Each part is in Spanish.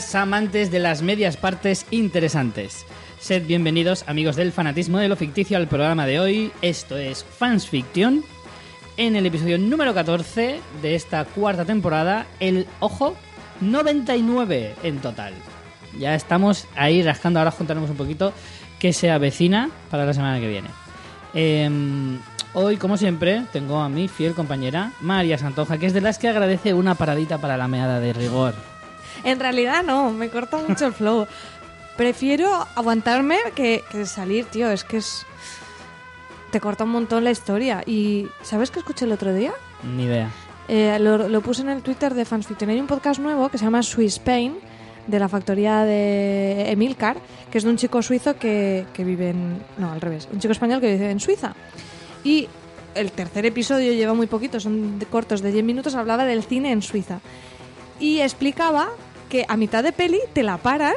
días, amantes de las medias partes interesantes. Sed bienvenidos, amigos del fanatismo de lo ficticio, al programa de hoy. Esto es Fans Fiction, en el episodio número 14 de esta cuarta temporada, el, ojo, 99 en total. Ya estamos ahí rascando, ahora juntaremos un poquito que se avecina para la semana que viene. Hoy, como siempre, tengo a mi fiel compañera María Santoja, que es de las que agradece una paradita para la meada de rigor. En realidad no, me corta mucho el flow. Prefiero aguantarme que salir, tío. Es que te corta un montón la historia. Y ¿sabes qué escuché el otro día? Ni idea. Lo puse en el Twitter de Fansfiction. Hay un podcast nuevo que se llama Swiss Pain, de la factoría de Emilcar, que es de un chico suizo que vive en... No, al revés. Un chico español que vive en Suiza. Y el tercer episodio lleva muy poquito, son cortos de 10 minutos, hablaba del cine en Suiza. Y explicaba que a mitad de peli te la paran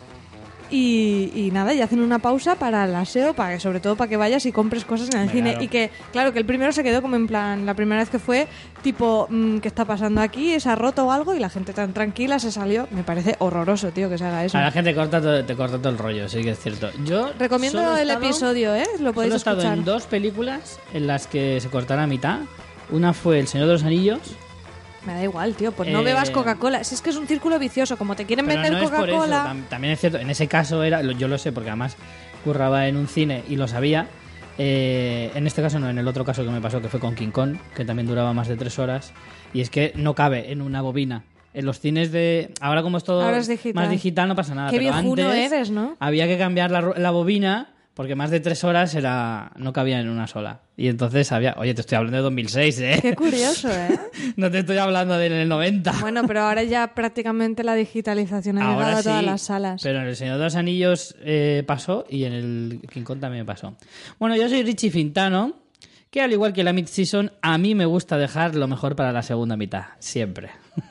y nada, y hacen una pausa para el aseo, sobre todo para que vayas y compres cosas en el cine. Claro. Y que, claro, que el primero se quedó como en plan, la primera vez que fue, tipo, ¿qué está pasando aquí? ¿Se ha roto o algo? Y la gente tan tranquila se salió. Me parece horroroso, tío, que se haga eso. A la gente te corta todo el rollo, sí que es cierto. Yo recomiendo solo he el estado- episodio, lo podéis Solo he estado escuchar. en dos películas en las que se cortaron a mitad. Una fue El Señor de los Anillos. Me da igual, tío, pues no bebas Coca-Cola. Si es que es un círculo vicioso, como te quieren Pero meter no es por eso, Coca-Cola... también es cierto, en ese caso yo lo sé porque además curraba en un cine y lo sabía. En este caso no, en el otro caso que me pasó, que fue con King Kong, que también duraba más de 3 horas, y es que no cabe en una bobina. En los cines de... Ahora como es todo Ahora es digital. más digital no pasa nada. Qué pero viejuno antes eres, ¿no? había que cambiar la bobina porque más de 3 horas no cabía en una sola. Y entonces Oye, te estoy hablando de 2006, ¿eh? Qué curioso, ¿eh? No te estoy hablando del 90. Bueno, pero ahora ya prácticamente la digitalización ha Ahora llegado a todas sí, las salas. pero en El Señor de los Anillos pasó y en el King Kong también me pasó. Bueno, yo soy Richie Fintano, que al igual que la mid-season, a mí me gusta dejar lo mejor para la segunda mitad, siempre.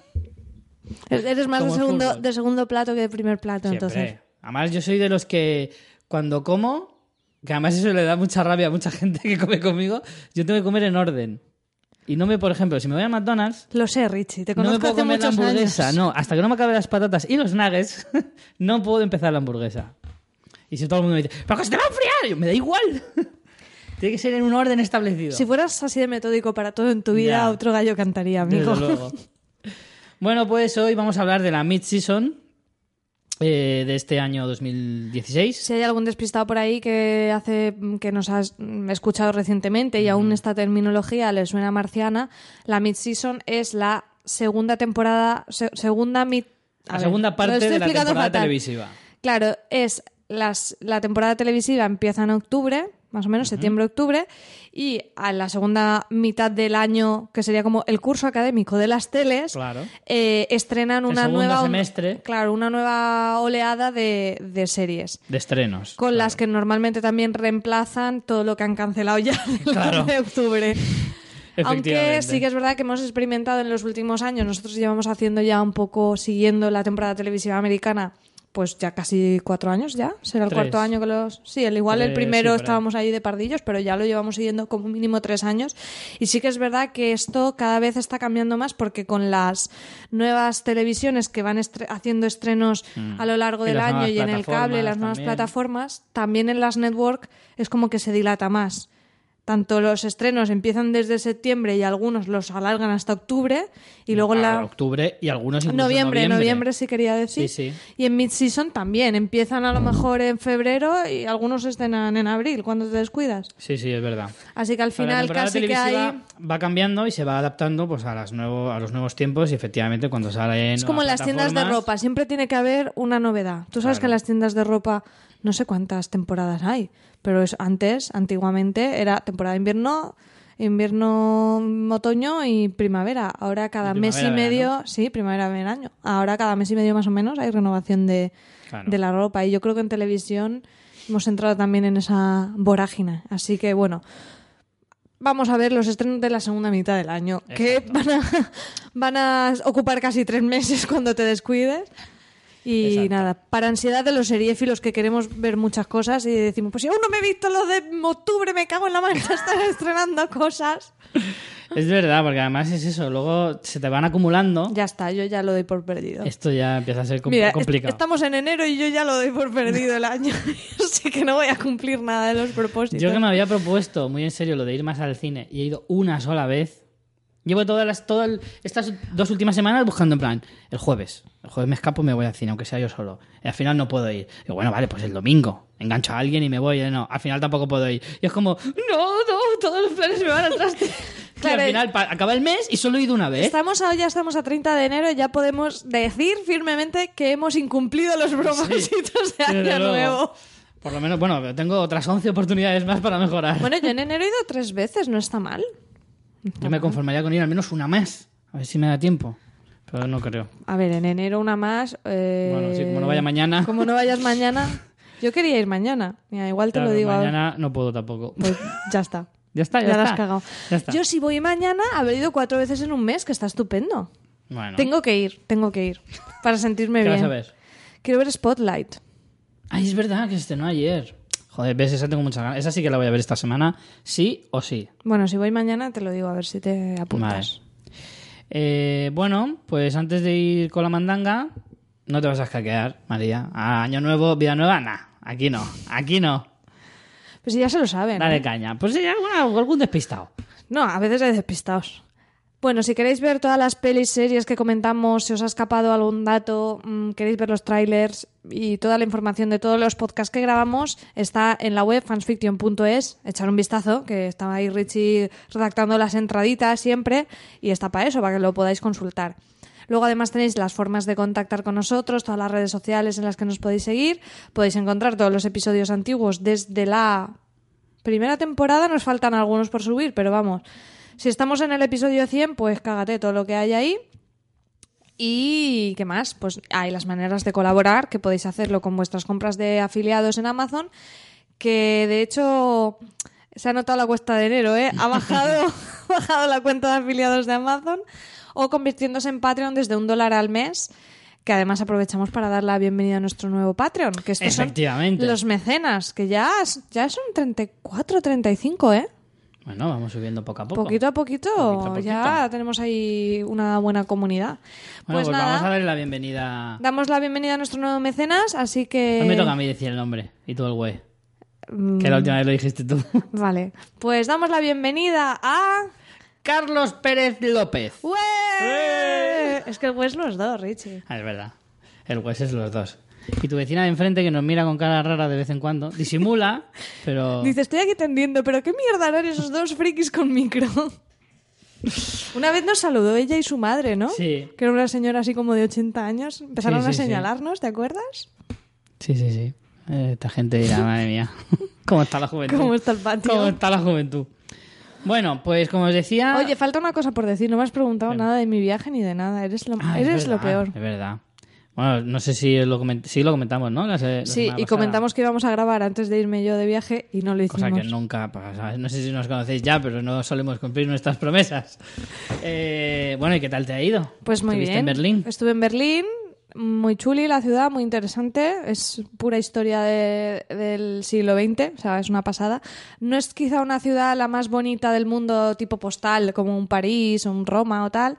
Eres más como el fútbol. de segundo plato que de primer plato, Siempre. entonces. Además, yo soy de los que cuando como, que además eso le da mucha rabia a mucha gente que come conmigo, yo tengo que comer en orden. Y no por ejemplo, si me voy a McDonald's, Lo sé, Richie, te no me conozco puedo hace comer la muchos hamburguesa. años. No, hasta que no me acabe las patatas y los nuggets, no puedo empezar la hamburguesa. Y si todo el mundo me dice, ¡pero que se te va a enfriar! Yo, me da igual. Tiene que ser en un orden establecido. Si fueras así de metódico para todo en tu vida, Ya. otro gallo cantaría, amigo. Desde luego. Bueno, pues hoy vamos a hablar de la mid-season de este año 2016. Si hay algún despistado por ahí que nos has escuchado recientemente y aún esta terminología le suena marciana, la mid-season es la segunda temporada, segunda parte de la temporada televisiva. Claro, es la temporada televisiva empieza en octubre, más o menos, septiembre-octubre, y a la segunda mitad del año, que sería como el curso académico de las teles, Claro. Estrenan El una segundo nueva semestre. Claro, una nueva oleada de series. De estrenos. Con claro. las que normalmente también reemplazan todo lo que han cancelado ya del Claro. mes de octubre. Aunque Efectivamente. sí que es verdad que hemos experimentado en los últimos años, nosotros llevamos haciendo ya un poco, siguiendo la temporada televisiva americana, pues ya casi 4 años ya. Será el 3. cuarto año que los... Sí, igual el 3, primero sí, por ahí. estábamos ahí de pardillos, pero ya lo llevamos siguiendo como mínimo 3 años. Y sí que es verdad que esto cada vez está cambiando más porque con las nuevas televisiones que van haciendo estrenos a lo largo Y del las año nuevas y en el cable, las nuevas también. plataformas, también en las network es como que se dilata más. Tanto los estrenos empiezan desde septiembre y algunos los alargan hasta octubre y luego en octubre y algunos incluso noviembre sí quería decir. Sí, sí. Y en mid-season también. Empiezan a lo mejor en febrero y algunos estrenan en abril, cuando te descuidas. Sí, es verdad. Así que al La final temporada casi que televisiva hay... va cambiando y se va adaptando pues a los nuevos tiempos y efectivamente cuando salen Es como en las tiendas de ropa, siempre tiene que haber una novedad. Tú sabes Claro. que en las tiendas de ropa no sé cuántas temporadas hay, pero antiguamente era temporada de invierno, otoño y primavera. Ahora cada mes y medio, verano. sí, primavera-verano. Ahora cada mes y medio más o menos hay renovación de la ropa y yo creo que en televisión hemos entrado también en esa vorágine. Así que bueno, vamos a ver los estrenos de la segunda mitad del año, que van a ocupar casi 3 meses cuando te descuides. Y Exacto. nada, para ansiedad de los seriéfilos que queremos ver muchas cosas y decimos, pues si aún no me he visto los de octubre, me cago en la mano, están estrenando cosas. Es verdad, porque además es eso. Luego se te van acumulando. Ya está, yo ya lo doy por perdido. Esto ya empieza a ser Mira, complicado. estamos en enero y yo ya lo doy por perdido el año. Así que no voy a cumplir nada de los propósitos. Yo que me había propuesto, muy en serio, lo de ir más al cine y he ido una sola vez. Llevo estas 2 últimas semanas buscando en plan, el jueves me escapo y me voy al cine, aunque sea yo solo. Y al final no puedo ir. Digo, bueno, vale, pues el domingo engancho a alguien y me voy. No, al final tampoco puedo ir. Y es como, no, todos los planes me van al traste. Claro, y al final acaba el mes y solo he ido una vez. Ya estamos a 30 de enero y ya podemos decir firmemente que hemos incumplido los propósitos de Año Nuevo. Por lo menos, bueno, tengo otras 11 oportunidades más para mejorar. Bueno, yo en enero he ido 3 veces, no está mal. Yo me conformaría con ir al menos una más. A ver si me da tiempo. Pero no creo. A ver, en enero una más. Bueno, sí, como no vaya mañana. Como no vayas mañana. Yo quería ir mañana. Mira, igual te claro, lo digo. Mañana no puedo tampoco. Pues ya está. Ya está. Ya la has cagado. Ya está. Yo si voy mañana, habré ido 4 veces en un mes, que está estupendo. Bueno. Tengo que ir. Para sentirme ¿Qué bien. vas a ver? Quiero ver Spotlight. Ay, es verdad que se estrenó ayer. Joder, ves, esa tengo muchas ganas. Esa sí que la voy a ver esta semana, sí o sí. Bueno, si voy mañana te lo digo, a ver si te apuntas. Vale. Bueno, pues antes de ir con la mandanga, no te vas a escaquear, María. Año nuevo, vida nueva, nah. Aquí no. Pues si ya se lo saben. Dale caña. Pues sí, algún despistado. No, a veces hay despistados. Bueno, si queréis ver todas las pelis, series que comentamos, si os ha escapado algún dato, queréis ver los trailers y toda la información de todos los podcasts que grabamos, está en la web fansfiction.es. Echar un vistazo, que estaba ahí Richie redactando las entraditas siempre y está para eso, para que lo podáis consultar. Luego además tenéis las formas de contactar con nosotros, todas las redes sociales en las que nos podéis seguir. Podéis encontrar todos los episodios antiguos desde la primera temporada, nos faltan algunos por subir, pero vamos... Si estamos en el episodio 100, pues cágate todo lo que hay ahí. ¿Y qué más? Pues hay las maneras de colaborar, que podéis hacerlo con vuestras compras de afiliados en Amazon, que de hecho se ha notado la cuesta de enero, ¿eh? Ha bajado la cuenta de afiliados de Amazon, o convirtiéndose en Patreon desde $1 al mes, que además aprovechamos para dar la bienvenida a nuestro nuevo Patreon, que estos son los mecenas, que ya son 34, 35, ¿eh? Bueno, vamos subiendo poco a poco. Poquito a poquito. Ya tenemos ahí una buena comunidad. Bueno, pues nada, vamos a darle la bienvenida. Damos la bienvenida a nuestro nuevo mecenas, así que... No me toca a mí decir el nombre y tú el güey. Que la última vez lo dijiste tú. Vale. Pues damos la bienvenida a... Carlos Pérez López. ¡Ué! Es que el güey es los dos, Richie. Es verdad. El güey es los dos. Y tu vecina de enfrente, que nos mira con cara rara de vez en cuando, disimula, pero... Dice, estoy aquí tendiendo, pero ¿qué mierda harán esos dos frikis con micro? Una vez nos saludó ella y su madre, ¿no? Sí. Que era una señora así como de 80 años. Empezaron a señalarnos, ¿te acuerdas? Sí. Esta gente dirá, madre mía, ¿cómo está la juventud? ¿Cómo está el patio? ¿Cómo está la juventud? Bueno, pues como os decía... Oye, falta una cosa por decir. No me has preguntado nada de mi viaje ni de nada. Eres lo peor. Es verdad. Bueno, no sé si lo comentamos, ¿no? Sí, y comentamos que íbamos a grabar antes de irme yo de viaje y no lo hicimos. Cosa que nunca pasa. No sé si nos conocéis ya, pero no solemos cumplir nuestras promesas. Bueno, ¿y qué tal te ha ido? Pues muy bien. ¿Estuviste en Berlín? Estuve en Berlín. Muy chuli la ciudad, muy interesante. Es pura historia del siglo XX, o sea, es una pasada. No es quizá una ciudad la más bonita del mundo tipo postal, como un París o un Roma o tal.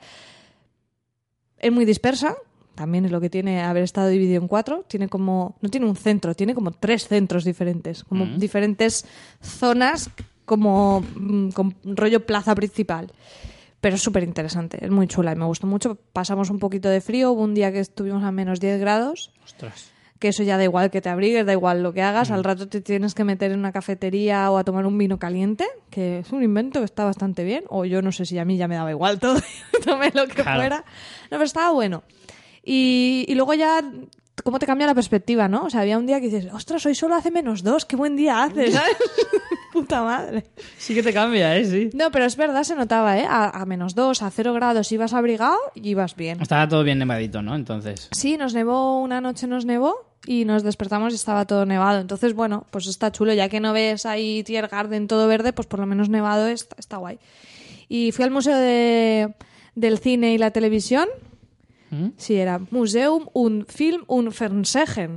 Es muy dispersa. También es lo que tiene haber estado dividido en 4. No tiene un centro, tiene como 3 centros diferentes. Como diferentes zonas, como con rollo plaza principal. Pero es súper interesante, es muy chula y me gustó mucho. Pasamos un poquito de frío, hubo un día que estuvimos a menos 10 grados. Ostras. Que eso ya da igual que te abrigues, da igual lo que hagas. Al rato te tienes que meter en una cafetería o a tomar un vino caliente, que es un invento que está bastante bien. O yo no sé si a mí ya me daba igual todo, tomé lo que fuera. No, pero estaba bueno. Y luego ya, ¿cómo te cambia la perspectiva, no? O sea, había un día que dices, ostras, hoy solo hace -2, qué buen día hace, ¿sabes? Puta madre. Sí que te cambia, sí. No, pero es verdad, se notaba, a -2, a 0 grados ibas abrigado y ibas bien. Estaba todo bien nevadito, ¿no? Entonces. Sí, una noche nos nevó y nos despertamos y estaba todo nevado. Entonces, bueno, pues está chulo, ya que no ves ahí Tiergarten todo verde, pues por lo menos nevado está guay. Y fui al Museo del Cine y la Televisión. Sí, era Museum und Film und Fernsehen,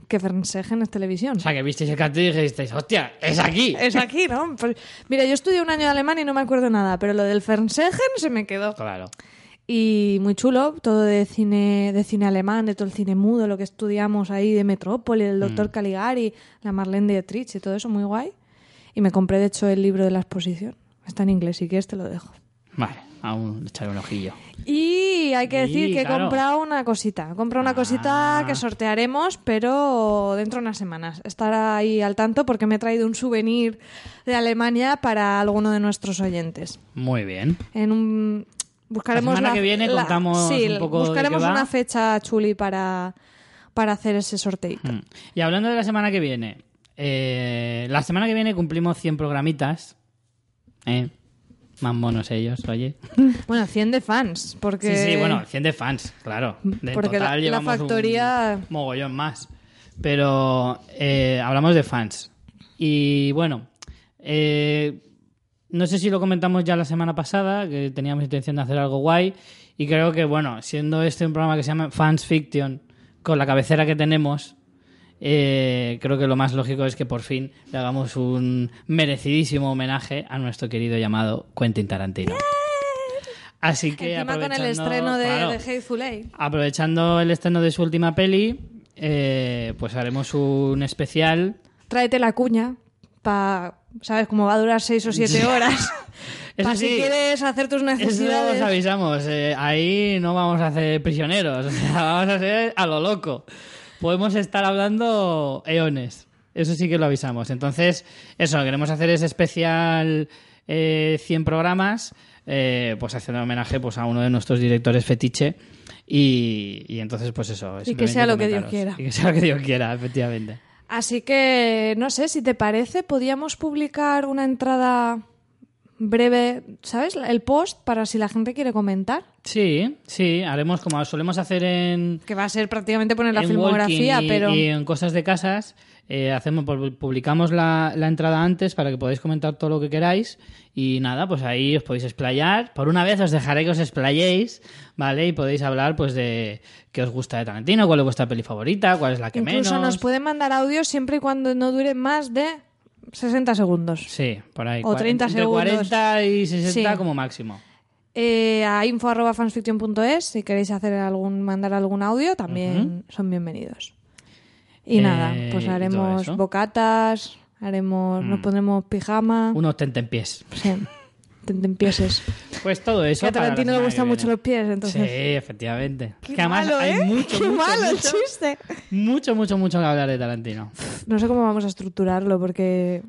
que Fernsehen es televisión. O sea, que visteis el cartel y dijisteis, hostia, es aquí. Es aquí, ¿no? Pues, mira, yo estudié un año de alemán y no me acuerdo nada, pero lo del Fernsehen se me quedó. Claro. Y muy chulo, todo de cine alemán, de todo el cine mudo, lo que estudiamos ahí de Metrópoli, el doctor Caligari, la Marlene Dietrich y todo eso, muy guay. Y me compré, de hecho, el libro de la exposición. Está en inglés, si quieres te lo dejo. Vale, aún echaré un ojillo. Y hay que decir que he claro. comprado una cosita. He comprado una cosita que sortearemos, pero dentro de unas semanas. Estar ahí al tanto porque me he traído un souvenir de Alemania para alguno de nuestros oyentes. Muy bien. Buscaremos la semana que viene contamos un poco buscaremos de qué va. una fecha chuli para hacer ese sorteito. Y hablando de la semana que viene, la semana que viene cumplimos 100 programitas. Más monos ellos, oye. Bueno, 100 de fans, porque... Sí, bueno, 100 de fans, claro. De porque total la llevamos factoría... un mogollón más. Pero hablamos de fans. Y bueno, no sé si lo comentamos ya la semana pasada, que teníamos intención de hacer algo guay. Y creo que, bueno, siendo este un programa que se llama Fans Fiction, con la cabecera que tenemos, creo que lo más lógico es que por fin le hagamos un merecidísimo homenaje a nuestro querido llamado Quentin Tarantino. Así que encima con el estreno de Hateful Eight. Aprovechando el estreno de su última peli, pues haremos un especial. Tráete la cuña ¿sabes? Como va a durar 6 o 7 horas. Eso sí, si quieres hacer tus necesidades. Eso os avisamos. Ahí no vamos a hacer prisioneros. O sea, vamos a hacer a lo loco. Podemos estar hablando eones. Eso sí que lo avisamos. Entonces, eso, queremos hacer ese especial 100 programas, pues haciendo homenaje pues, a uno de nuestros directores fetiche. Y entonces, pues eso. Y que sea lo que Dios quiera. Y que sea lo que Dios quiera, efectivamente. Así que, no sé, si te parece, podríamos publicar una entrada breve, ¿sabes? El post para si la gente quiere comentar. Sí, haremos como solemos hacer que va a ser prácticamente poner la en filmografía, pero... Y en Cosas de Casas, publicamos la entrada antes para que podáis comentar todo lo que queráis. Y nada, pues ahí os podéis explayar. Por una vez os dejaré que os explayéis, ¿vale? Y podéis hablar pues de qué os gusta de Tarantino, cuál es vuestra peli favorita, cuál es la que menos. Incluso nos pueden mandar audios siempre y cuando no dure más de 60 segundos. Sí, por ahí. O 30 segundos. Entre 40 y 60 sí. como máximo. A info@fansfiction.es, si queréis mandar algún audio, también son bienvenidos. Y nada, pues haremos bocatas, nos pondremos pijama. Unos tentempiés. Sí, tentempieses. Pues todo eso. Que a Tarantino le gustan mucho los pies, entonces. Sí, efectivamente. Qué que además malo, hay mucho, Qué mucho, malo el mucho, chiste. mucho que hablar de Tarantino. No sé cómo vamos a estructurarlo, porque...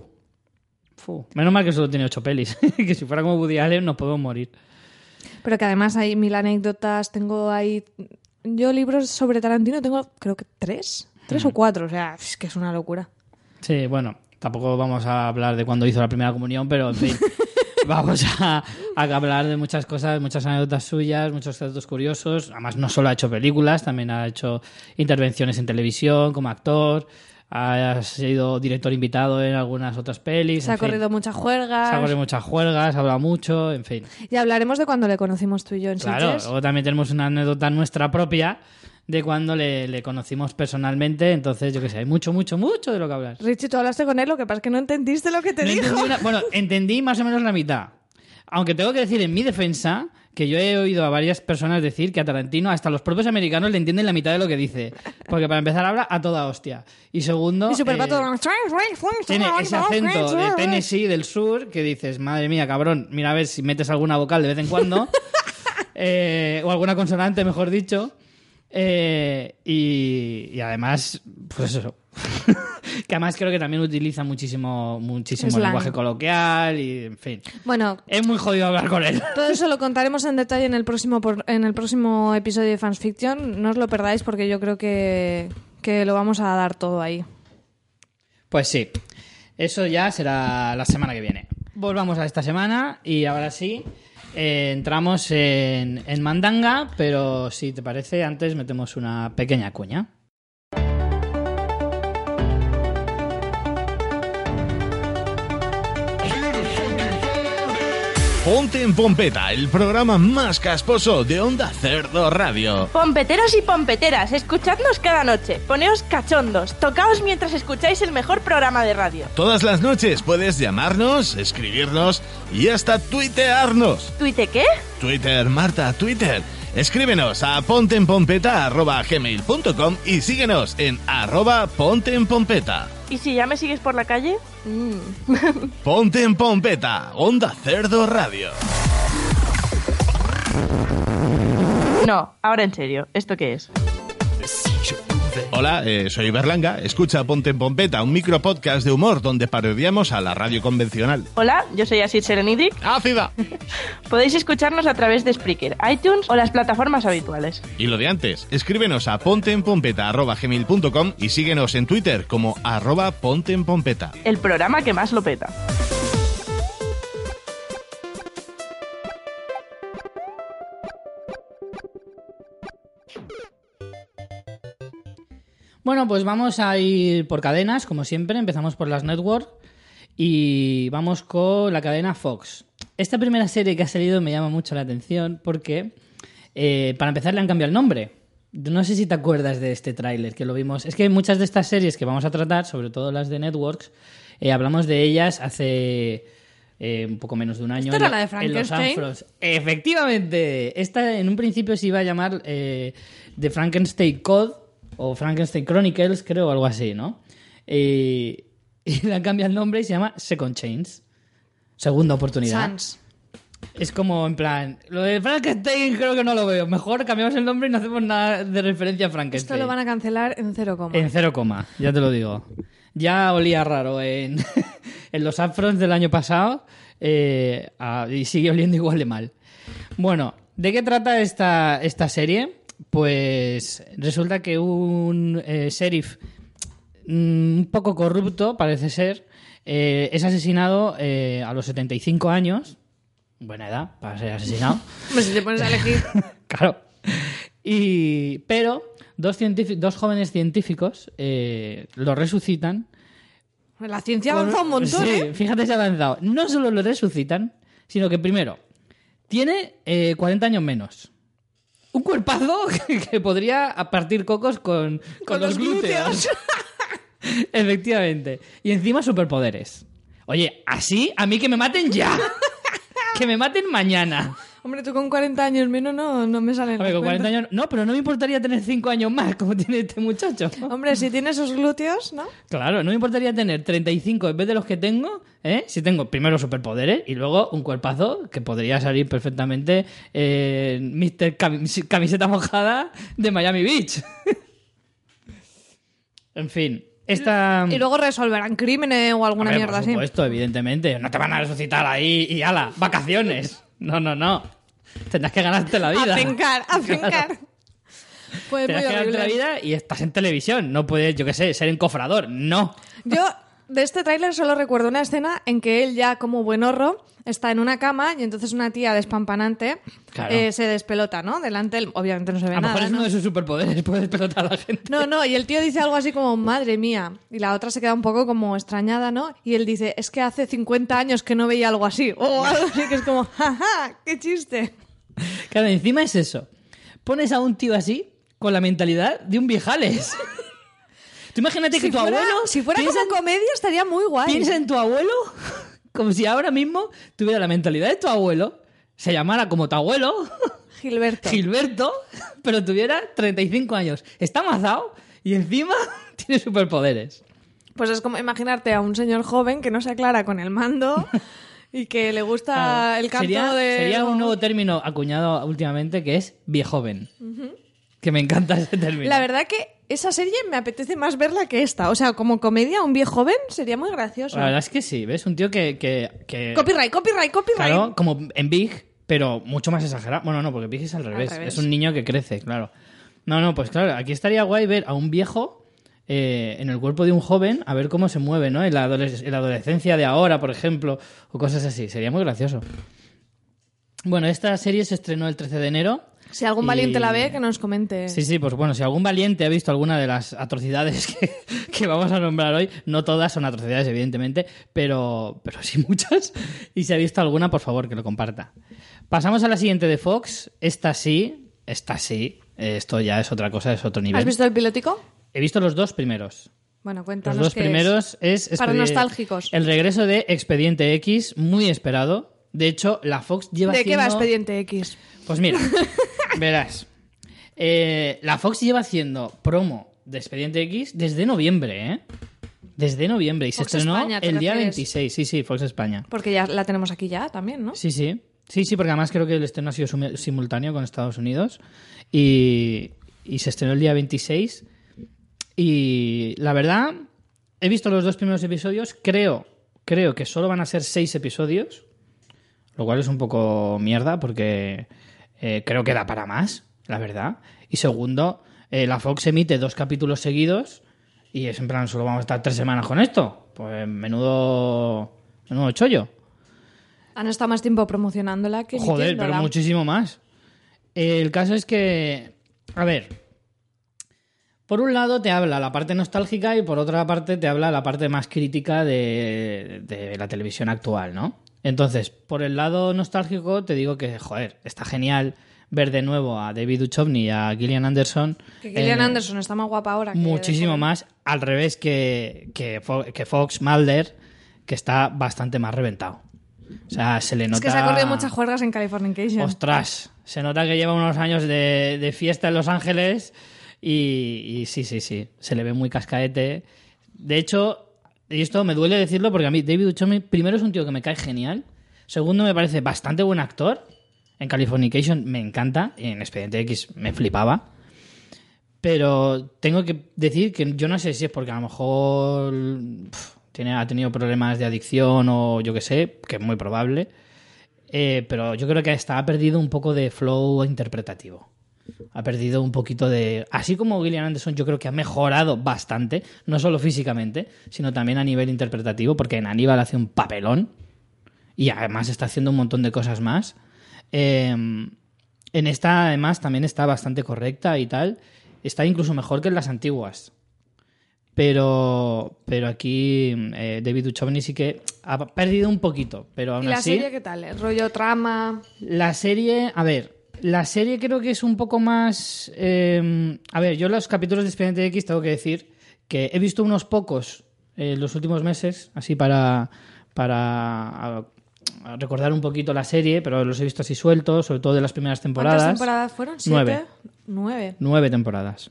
Menos mal que solo tiene 8 pelis. Que si fuera como Woody Allen nos podemos morir. Pero que además hay 1000 anécdotas, tengo ahí... Yo libros sobre Tarantino tengo, creo que 3 o 4, o sea, es que es una locura. Sí, bueno, tampoco vamos a hablar de cuándo hizo la primera comunión, pero en fin, vamos a hablar de muchas cosas, muchas anécdotas suyas, muchos datos curiosos. Además, no solo ha hecho películas, también ha hecho intervenciones en televisión como actor, ha sido director invitado en algunas otras pelis. Se ha corrido muchas juergas. Ha hablado mucho, en fin. Y hablaremos de cuando le conocimos tú y yo en Sitges. Claro, luego también tenemos una anécdota nuestra propia de cuando le conocimos personalmente, entonces yo que sé, hay mucho de lo que hablar. Richie, tú hablaste con él, lo que pasa es que no entendiste lo que te dijo. Bueno, entendí más o menos la mitad. Aunque tengo que decir en mi defensa que yo he oído a varias personas decir que a Tarantino hasta los propios americanos le entienden la mitad de lo que dice. Porque para empezar habla a toda hostia. Y segundo, tiene ese acento de Tennessee del sur que dices, madre mía, cabrón, mira a ver si metes alguna vocal de vez en cuando. O alguna consonante, mejor dicho. Y además, pues eso. Que además creo que también utiliza muchísimo lenguaje coloquial y, en fin. Bueno, es muy jodido hablar con él. Todo eso lo contaremos en detalle en el próximo episodio de Fans Fiction. No os lo perdáis porque yo creo que lo vamos a dar todo ahí. Pues sí. Eso ya será la semana que viene. Volvamos a esta semana y ahora sí entramos en mandanga, pero si te parece, antes metemos una pequeña cuña. Ponte en Pompeta, el programa más casposo de Onda Cerdo Radio. Pompeteros y pompeteras, escuchadnos cada noche, poneos cachondos, tocaos mientras escucháis el mejor programa de radio. Todas las noches puedes llamarnos, escribirnos y hasta tuitearnos. ¿Tuite qué? Twitter, Marta, Twitter. Escríbenos a ponteenpompeta@gmail.com y síguenos en @ponteenpompeta. ¿Y si ya me sigues por la calle? Ponte en Pompeta, Onda Cerdo Radio. No, ahora en serio, ¿esto qué es? Hola, soy Berlanga. Escucha Ponte en Pompeta, un micropodcast de humor donde parodiamos a la radio convencional. Hola, yo soy Asir Serenidric. ¡Ácida! Podéis escucharnos a través de Spreaker, iTunes o las plataformas habituales. Y lo de antes, escríbenos a ponteenpompeta@gmail.com y síguenos en Twitter como @ponteenpompeta. El programa que más lo peta. Bueno, pues vamos a ir por cadenas, como siempre. Empezamos por las network y vamos con la cadena Fox. Esta primera serie que ha salido me llama mucho la atención porque, para empezar, le han cambiado el nombre. No sé si te acuerdas de este tráiler, que lo vimos. Es que muchas de estas series que vamos a tratar, sobre todo las de networks, hablamos de ellas hace un poco menos de un año. ¿Esto era la de en los Frankenstein? Afros. Efectivamente. Esta en un principio se iba a llamar The Frankenstein Code o Frankenstein Chronicles, creo, o algo así, ¿no? Y le han cambiado el nombre y se llama Second Chance. Segunda oportunidad. Sans. Es como, en plan, lo de Frankenstein creo que no lo veo. Mejor cambiamos el nombre y no hacemos nada de referencia a Frankenstein. Esto lo van a cancelar en 0, En 0, ya te lo digo. Ya olía raro en los Afrons del año pasado y sigue oliendo igual de mal. Bueno, ¿de qué trata esta serie? Pues resulta que un sheriff un poco corrupto, parece ser, es asesinado a los 75 años. Buena edad para ser asesinado. Hombre, si te pones a elegir. Claro. Pero dos jóvenes científicos lo resucitan. La ciencia avanza un montón, Sí, ¿eh? fíjate, se ha avanzado. No solo lo resucitan, sino que primero, tiene 40 años menos. Un cuerpazo que podría partir cocos con los glúteos. Efectivamente. Y encima superpoderes. Oye, así, a mí que me maten ya. Que me maten mañana. Hombre, tú con 40 años menos no me salen. Hombre, con 40 años... No, pero no me importaría tener 5 años más, como tiene este muchacho. Hombre, si tiene esos glúteos, ¿no? Claro, no me importaría tener 35 en vez de los que tengo, si tengo primero superpoderes y luego un cuerpazo que podría salir perfectamente Mr. Camiseta mojada de Miami Beach. En fin, esta... Y luego resolverán crímenes o alguna Hombre, mierda por así. supuesto, evidentemente. No te van a resucitar ahí y ala, vacaciones. No. Tendrás que ganarte la vida. A fincar. Pues Tendrás muy que ganarte la horrible. vida y estás en televisión. No puedes, yo qué sé, ser encofrador. No. Yo de este tráiler solo recuerdo una escena en que él ya como buenorro está en una cama y entonces una tía despampanante Claro. se despelota, ¿no? Delante, obviamente no se ve A lo nada. mejor es uno ¿no? de sus superpoderes, puedes pelotar a la gente. No, y el tío dice algo así como, madre mía. Y la otra se queda un poco como extrañada, ¿no? Y él dice, es que hace 50 años que no veía algo así. O algo así que es como, jaja, qué chiste. Claro, encima es eso. Pones a un tío así con la mentalidad de un viejales. Tú imagínate que tu abuelo... Si fuera piensa como comedia estaría muy guay. Piensa en tu abuelo como si ahora mismo tuviera la mentalidad de tu abuelo, se llamara como tu abuelo, Gilberto. pero tuviera 35 años. Está mazado y encima tiene superpoderes. Pues es como imaginarte a un señor joven que no se aclara con el mando y que le gusta Claro. el canto de... Sería un nuevo término acuñado últimamente que es viejoven. Que me encanta ese término. La verdad que esa serie me apetece más verla que esta. O sea, como comedia, un viejo joven sería muy gracioso. La verdad es que sí, ¿ves? Un tío que... Copyright. Claro, como en Big, pero mucho más exagerado. Bueno, no, porque Big es al revés. Es un niño que crece, claro. No, pues claro, aquí estaría guay ver a un viejo en el cuerpo de un joven, a ver cómo se mueve, ¿no? En la adolescencia de ahora, por ejemplo, o cosas así. Sería muy gracioso. Bueno, esta serie se estrenó el 13 de enero. Si algún valiente la ve, que nos comente. Sí, pues bueno, si algún valiente ha visto alguna de las atrocidades que vamos a nombrar hoy, no todas son atrocidades, evidentemente, pero sí muchas, y si ha visto alguna, por favor, que lo comparta. Pasamos a la siguiente de Fox. Esta sí, esto ya es otra cosa, es otro nivel. ¿Has visto el pilotico? He visto los dos primeros. Bueno, cuéntanos. Los dos primeros es para nostálgicos. El regreso de Expediente X, muy esperado. De hecho, la Fox lleva ¿De haciendo... qué va Expediente X? Pues mira, verás. La Fox lleva haciendo promo de Expediente X desde noviembre, ¿eh? Desde noviembre. Y Fox se estrenó España, ¿te el día refieres? 26. Sí, Fox España. Porque ya la tenemos aquí ya también, ¿no? Sí, porque además creo que el estreno ha sido simultáneo con Estados Unidos. Y se estrenó el día 26. Y la verdad, he visto los dos primeros episodios. Creo que solo van a ser 6 episodios. Lo cual es un poco mierda porque creo que da para más, la verdad. Y segundo, la Fox emite 2 capítulos seguidos y es en plan, solo vamos a estar 3 semanas con esto. Pues menudo chollo. Han estado más tiempo promocionándola que Joder, pero emitiéndola. muchísimo más. El caso es que, a ver, por un lado te habla la parte nostálgica y por otra parte te habla la parte más crítica de la televisión actual, ¿no? Entonces, por el lado nostálgico te digo que, joder, está genial ver de nuevo a David Duchovny y a Gillian Anderson. Que Gillian Anderson está más guapa ahora. Muchísimo más, al revés que Fox Mulder, que está bastante más reventado. O sea, se le nota... Es que se ha corrido muchas juergas en Californication. Ostras, se nota que lleva unos años de fiesta en Los Ángeles y sí, se le ve muy cascaete. De hecho... Y esto me duele decirlo porque a mí David Duchovny primero es un tío que me cae genial, segundo me parece bastante buen actor, en Californication me encanta, y en Expediente X me flipaba, pero tengo que decir que yo no sé si es porque a lo mejor ha tenido problemas de adicción o yo qué sé, que es muy probable, pero yo creo que hasta ha perdido un poco de flow interpretativo. Ha perdido un poquito de... Así como Gillian Anderson, yo creo que ha mejorado bastante, no solo físicamente, sino también a nivel interpretativo, porque en Aníbal hace un papelón y además está haciendo un montón de cosas más. En esta, además, también está bastante correcta y tal. Está incluso mejor que en las antiguas. Pero aquí David Duchovny sí que ha perdido un poquito, pero aún ¿Y la así... serie qué tal? ¿El rollo trama? La serie, a ver... La serie creo que es un poco más... a ver, yo los capítulos de Expediente X tengo que decir que he visto unos pocos en los últimos meses, así para recordar un poquito la serie, pero los he visto así sueltos, sobre todo de las primeras temporadas. ¿Cuántas temporadas fueron? ¿7? 9. 9 temporadas.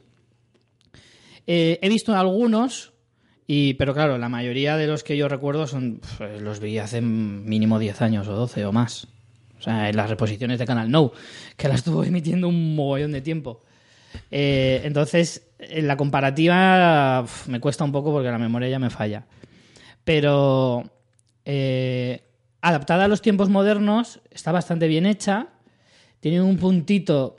He visto algunos, pero claro, la mayoría de los que yo recuerdo los vi hace mínimo 10 años o 12 o más. O sea, en las reposiciones de Canal No, que las estuvo emitiendo un mogollón de tiempo. Entonces, en la comparativa me cuesta un poco porque la memoria ya me falla. Pero adaptada a los tiempos modernos, está bastante bien hecha. Tiene un puntito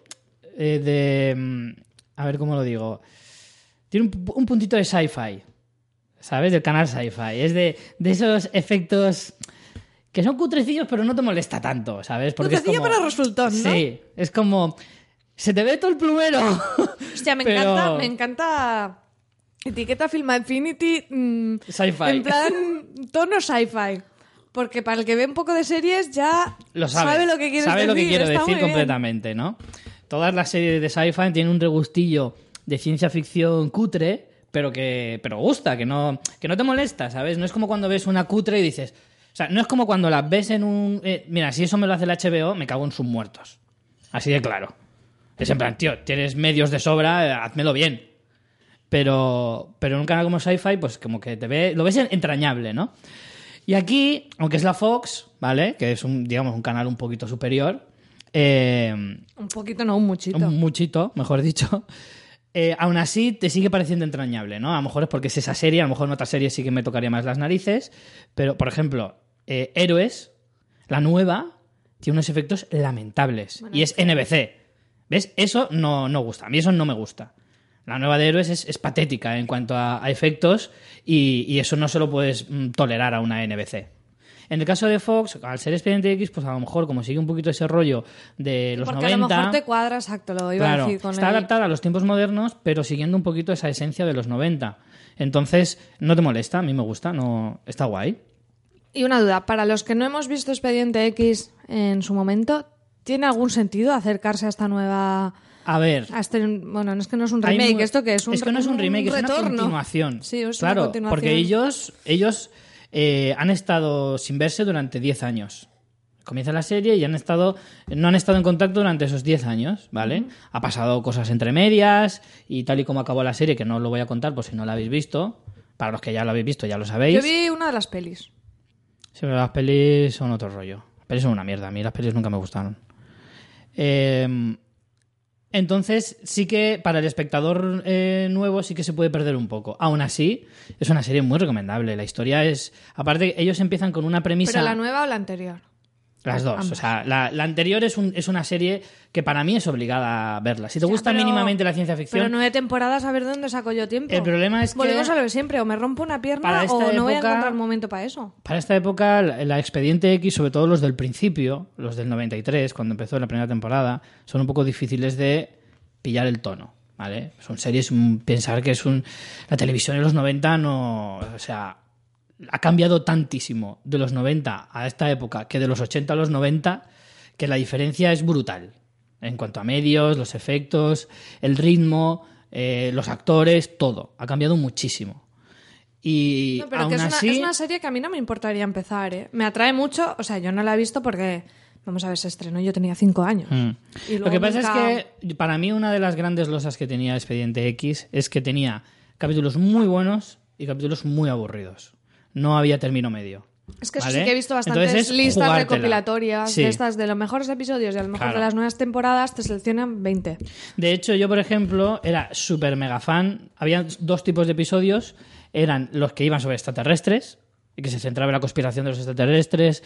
de... A ver cómo lo digo. Tiene un puntito de sci-fi, ¿sabes? Del canal Sci-Fi. Es de esos efectos... que son cutrecillos, pero no te molesta tanto, ¿sabes? Porque Cutrecillo es como... pero resultón, ¿no? Sí, es como... ¡Se te ve todo el plumero! Hostia, me encanta... Etiqueta Film Affinity... Sci-fi. En plan, tono sci-fi. Porque para el que ve un poco de series ya Lo sabe. sabe lo que quieres sabe decir. lo que quiero Está decir muy bien. completamente, ¿no? Todas las series de sci-fi tienen un regustillo de ciencia ficción cutre, pero gusta, que no te molesta, ¿sabes? No es como cuando ves una cutre y dices... O sea, no es como cuando las ves en un... mira, si eso me lo hace el HBO, me cago en sus muertos. Así de claro. Es en plan, tío, tienes medios de sobra, házmelo bien. Pero en un canal como Sci-Fi, pues como que lo ves entrañable, ¿no? Y aquí, aunque es la Fox, ¿vale? Que es un canal un poquito superior. Un poquito, no, un muchito. Un muchito, mejor dicho. Aún así te sigue pareciendo entrañable, ¿no? A lo mejor es porque es esa serie, a lo mejor en otra serie sí que me tocaría más las narices. Pero, por ejemplo, Héroes, la nueva, tiene unos efectos lamentables. Bueno, y es NBC. ¿Ves? Eso no gusta. A mí eso no me gusta. La nueva de Héroes es patética en cuanto a efectos y eso no se lo puedes tolerar a una NBC. En el caso de Fox, al ser Expediente X, pues a lo mejor como sigue un poquito ese rollo de los Porque 90... a lo mejor te cuadra, exacto, lo iba Claro, a decir con está adaptada a los tiempos modernos, pero siguiendo un poquito esa esencia de los 90. Entonces, no te molesta, a mí me gusta, no está guay. Y una duda, para los que no hemos visto Expediente X en su momento, ¿tiene algún sentido acercarse a esta nueva... A ver... bueno, no es que no es un remake, ¿esto qué es? Es que no es un remake, es una continuación. Sí, es claro, una continuación. porque ellos han estado sin verse durante 10 años. Comienza la serie y no han estado en contacto durante esos 10 años, ¿vale? Uh-huh. Ha pasado cosas entre medias y tal y como acabó la serie, que no os lo voy a contar por si no la habéis visto. Para los que ya lo habéis visto, ya lo sabéis. Yo vi una de las pelis. Sí, pero las pelis son otro rollo. Las pelis son una mierda. A mí las pelis nunca me gustaron. Entonces, sí que para el espectador nuevo sí que se puede perder un poco. Aún así, es una serie muy recomendable. La historia es... Aparte, ellos empiezan con una premisa... ¿Pero la nueva o la anterior? Las dos. Ambas. O sea, la anterior es una serie que para mí es obligada a verla. Si te gusta mínimamente la ciencia ficción... Pero 9 temporadas, a ver de dónde saco yo tiempo. El problema es que... Volvemos a lo de siempre. O me rompo una pierna o no voy a encontrar momento para eso. Para esta época, la Expediente X, sobre todo los del principio, los del 93, cuando empezó la primera temporada, son un poco difíciles de pillar el tono, ¿vale? Son series... Pensar que la televisión en los 90 no... O sea... Ha cambiado tantísimo de los 90 a esta época que de los 80 a los 90 que la diferencia es brutal. En cuanto a medios, los efectos, el ritmo, los actores, todo. Ha cambiado muchísimo. Y no, pero aún que así... es una serie que a mí no me importaría empezar, ¿eh? Me atrae mucho, o sea, yo no la he visto porque... Vamos a ver, se estrenó, yo tenía 5 años. Y lo que pasa es que para mí una de las grandes losas que tenía Expediente X es que tenía capítulos muy buenos y capítulos muy aburridos. No había término medio. Es que ¿vale? eso sí que he visto bastantes listas jugártela. Recopilatorias de estas de los mejores episodios y a lo mejor de las nuevas temporadas te seleccionan 20. De hecho, yo, por ejemplo, era súper mega fan. Había 2 tipos de episodios. Eran los que iban sobre extraterrestres y que se centraba en la conspiración de los extraterrestres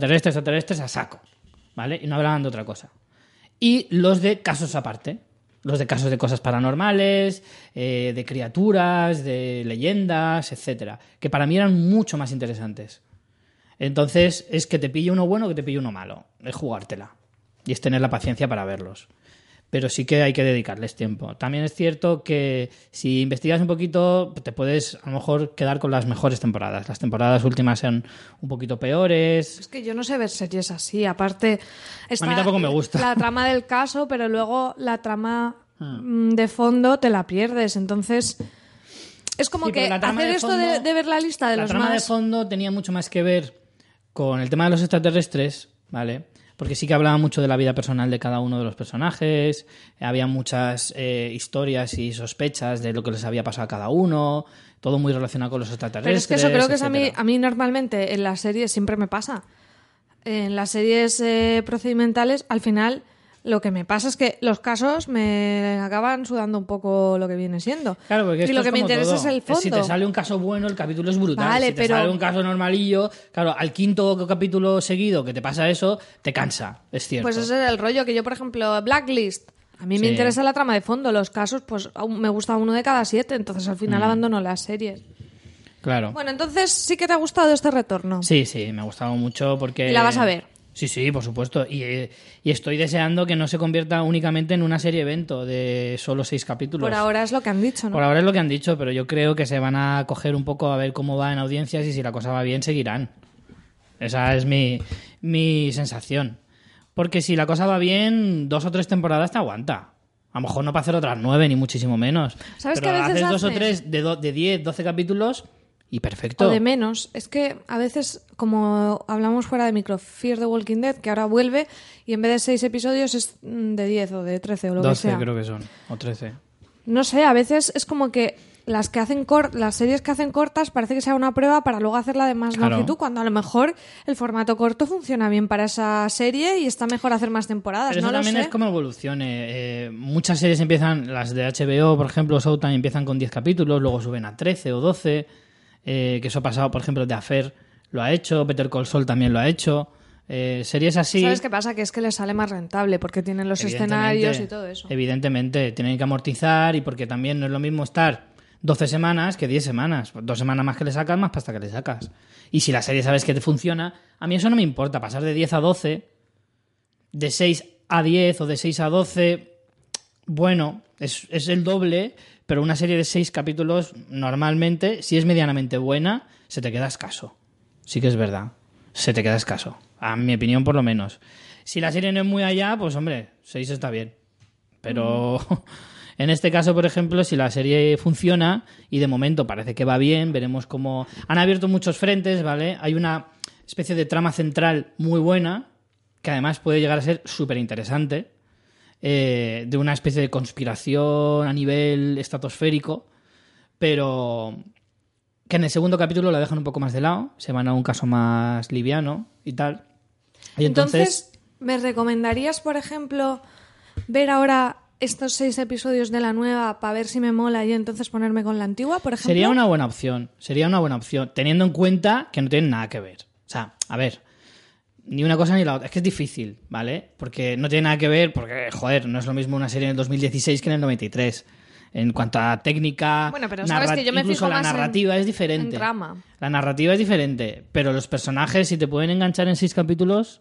a saco, ¿vale? Y no hablaban de otra cosa. Y los de casos aparte. Los de casos de cosas paranormales, de criaturas, de leyendas, etcétera, que para mí eran mucho más interesantes. Entonces, es que te pille uno bueno o que te pille uno malo. Es jugártela. Y es tener la paciencia para verlos. Pero sí que hay que dedicarles tiempo. También es cierto que si investigas un poquito, te puedes a lo mejor quedar con las mejores temporadas. Las temporadas últimas son un poquito peores. Es que yo no sé ver series así. Aparte, a mí tampoco me gusta. La trama del caso, pero luego la trama de fondo te la pierdes. Entonces, es como que hacer esto de ver la lista de los más... La trama de fondo tenía mucho más que ver con el tema de los extraterrestres, ¿vale? Porque sí que hablaba mucho de la vida personal de cada uno de los personajes, había muchas historias y sospechas de lo que les había pasado a cada uno, todo muy relacionado con los extraterrestres. Pero es que eso creo que es a mí normalmente en las series siempre me pasa. En las series procedimentales, al final, lo que me pasa es que los casos me acaban sudando un poco lo que viene siendo. Claro, porque y lo que me interesa todo. Es el fondo. Si te sale un caso bueno, el capítulo es brutal. Vale, si te sale un caso normalillo, claro, al 5.º capítulo seguido que te pasa eso, te cansa, es cierto. Pues ese es el rollo, que yo, por ejemplo, Blacklist, a mí me interesa la trama de fondo. Los casos, pues me gusta uno de cada 7, entonces al final abandono las series. Claro. Bueno, entonces sí que te ha gustado este retorno. Sí, me ha gustado mucho porque... ¿Y la vas a ver? Sí, por supuesto. Y estoy deseando que no se convierta únicamente en una serie evento de solo 6 capítulos. Por ahora es lo que han dicho, ¿no? Por ahora es lo que han dicho, pero yo creo que se van a coger un poco a ver cómo va en audiencias y si la cosa va bien, seguirán. Esa es mi sensación. Porque si la cosa va bien, 2 o 3 temporadas te aguanta. A lo mejor no para hacer otras 9, ni muchísimo menos. ¿Sabes pero que a veces haces 2 o 3 de 10, 12 capítulos... Y perfecto. O de menos. Es que a veces, como hablamos fuera de micro, Fear the Walking Dead, que ahora vuelve, y en vez de 6 episodios es de 10 o de 13 o lo 12 que sea. 12 creo que son, o 13. No sé, a veces es como que las series que hacen cortas parece que sea una prueba para luego hacerla de más longitud, cuando a lo mejor el formato corto funciona bien para esa serie y está mejor hacer más temporadas. Pero no eso lo también sé. es como evolucione. Muchas series empiezan, las de HBO, por ejemplo, Showtime, empiezan con 10 capítulos, luego suben a 13 o 12... que eso ha pasado, por ejemplo, The Affair lo ha hecho, Better Call Saul también lo ha hecho. Series así... ¿Sabes qué pasa? Que es que les sale más rentable porque tienen los escenarios y todo eso. Evidentemente, tienen que amortizar y porque también no es lo mismo estar 12 semanas que 10 semanas. 2 semanas más que le sacas, más pasta que le sacas. Y si la serie sabes que te funciona, a mí eso no me importa. Pasar de 10 a 12, de 6 a 10 o de 6 a 12, bueno, es el doble, pero una serie de 6 capítulos normalmente, si es medianamente buena, se te queda escaso. Sí que es verdad. Se te queda escaso. A mi opinión, por lo menos. Si la serie no es muy allá, pues hombre, 6 está bien. Pero en este caso, por ejemplo, si la serie funciona y de momento parece que va bien, veremos cómo... Han abierto muchos frentes, ¿vale? Hay una especie de trama central muy buena, que además puede llegar a ser súper interesante, de una especie de conspiración a nivel estratosférico, pero que en el segundo capítulo la dejan un poco más de lado, se van a un caso más liviano y tal. Y entonces ¿me recomendarías, por ejemplo, ver ahora estos 6 episodios de la nueva para ver si me mola y entonces ponerme con la antigua, por ejemplo? Sería una buena opción, teniendo en cuenta que no tienen nada que ver. O sea, a ver, ni una cosa ni la otra. Es que es difícil, ¿vale? Porque no tiene nada que ver, porque, joder, no es lo mismo una serie en el 2016 que en el 93. En cuanto a técnica, bueno, pero sabes que yo me incluso fijo la más narrativa es diferente. En trama. La narrativa es diferente, pero los personajes, si te pueden enganchar en 6 capítulos,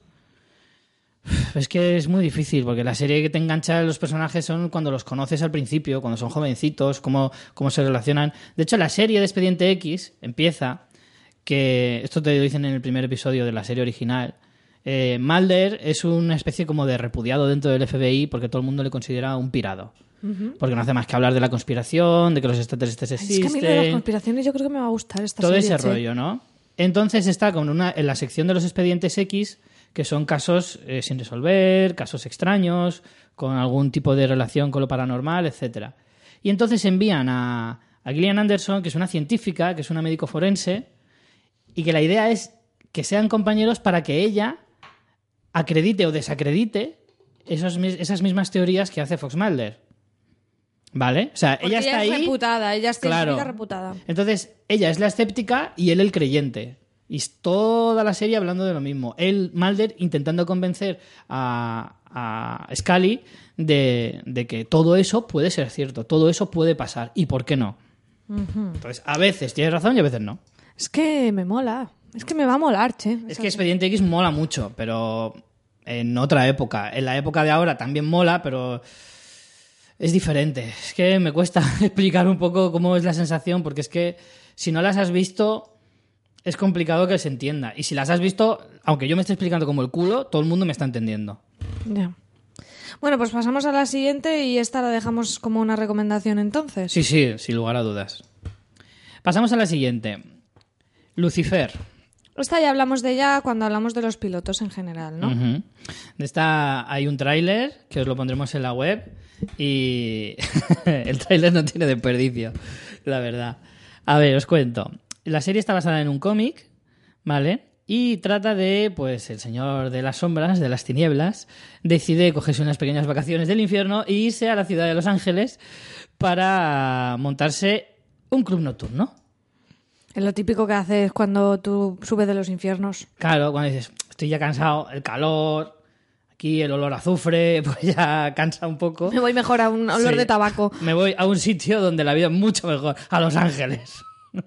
es que es muy difícil, porque la serie que te engancha los personajes son cuando los conoces al principio, cuando son jovencitos, cómo se relacionan. De hecho, la serie de Expediente X empieza, que esto te lo dicen en el primer episodio de la serie original. Mulder es una especie como de repudiado dentro del FBI porque todo el mundo le considera un pirado. Porque no hace más que hablar de la conspiración, de que los extraterrestres existen. Es que a mí de las conspiraciones yo creo que me va a gustar esta todo serie. Todo ese rollo, ¿no? Entonces está en la sección de los expedientes X, que son casos sin resolver, casos extraños, con algún tipo de relación con lo paranormal, etcétera. Y entonces envían a Gillian Anderson, que es una científica, que es una médico forense, y que la idea es que sean compañeros para que ella acredite o desacredite esas mismas teorías que hace Fox Mulder. ¿Vale? O sea, porque ella está ahí. Ella es reputada, ella es científica claro. reputada. Entonces, ella es la escéptica y él el creyente. Y toda la serie hablando de lo mismo. Él, Mulder, intentando convencer a Scully de que todo eso puede ser cierto, todo eso puede pasar. ¿Y por qué no? Entonces, a veces tienes razón y a veces no. Es que me mola. Es que me va a molar, che. Es que Expediente X mola mucho, pero en otra época. En la época de ahora también mola, pero es diferente. Es que me cuesta explicar un poco cómo es la sensación, porque es que si no las has visto es complicado que se entienda. Y si las has visto, aunque yo me esté explicando como el culo, todo el mundo me está entendiendo. Ya. Bueno, pues pasamos a la siguiente y esta la dejamos como una recomendación entonces. Sí, sin lugar a dudas. Pasamos a la siguiente. Lucifer. Esta ya hablamos de ella cuando hablamos de los pilotos en general, ¿no? Uh-huh. De esta hay un tráiler que os lo pondremos en la web y el tráiler no tiene desperdicio, la verdad. A ver, os cuento. La serie está basada en un cómic, ¿vale? Y trata de, pues, el señor de las sombras, de las tinieblas, decide cogerse unas pequeñas vacaciones del infierno e irse a la ciudad de Los Ángeles para montarse un club nocturno. Es lo típico que haces cuando tú subes de los infiernos. Claro, cuando dices, estoy ya cansado, el calor, aquí el olor a azufre, pues ya cansa un poco. Me voy mejor a un olor de tabaco. Me voy a un sitio donde la vida es mucho mejor, a Los Ángeles.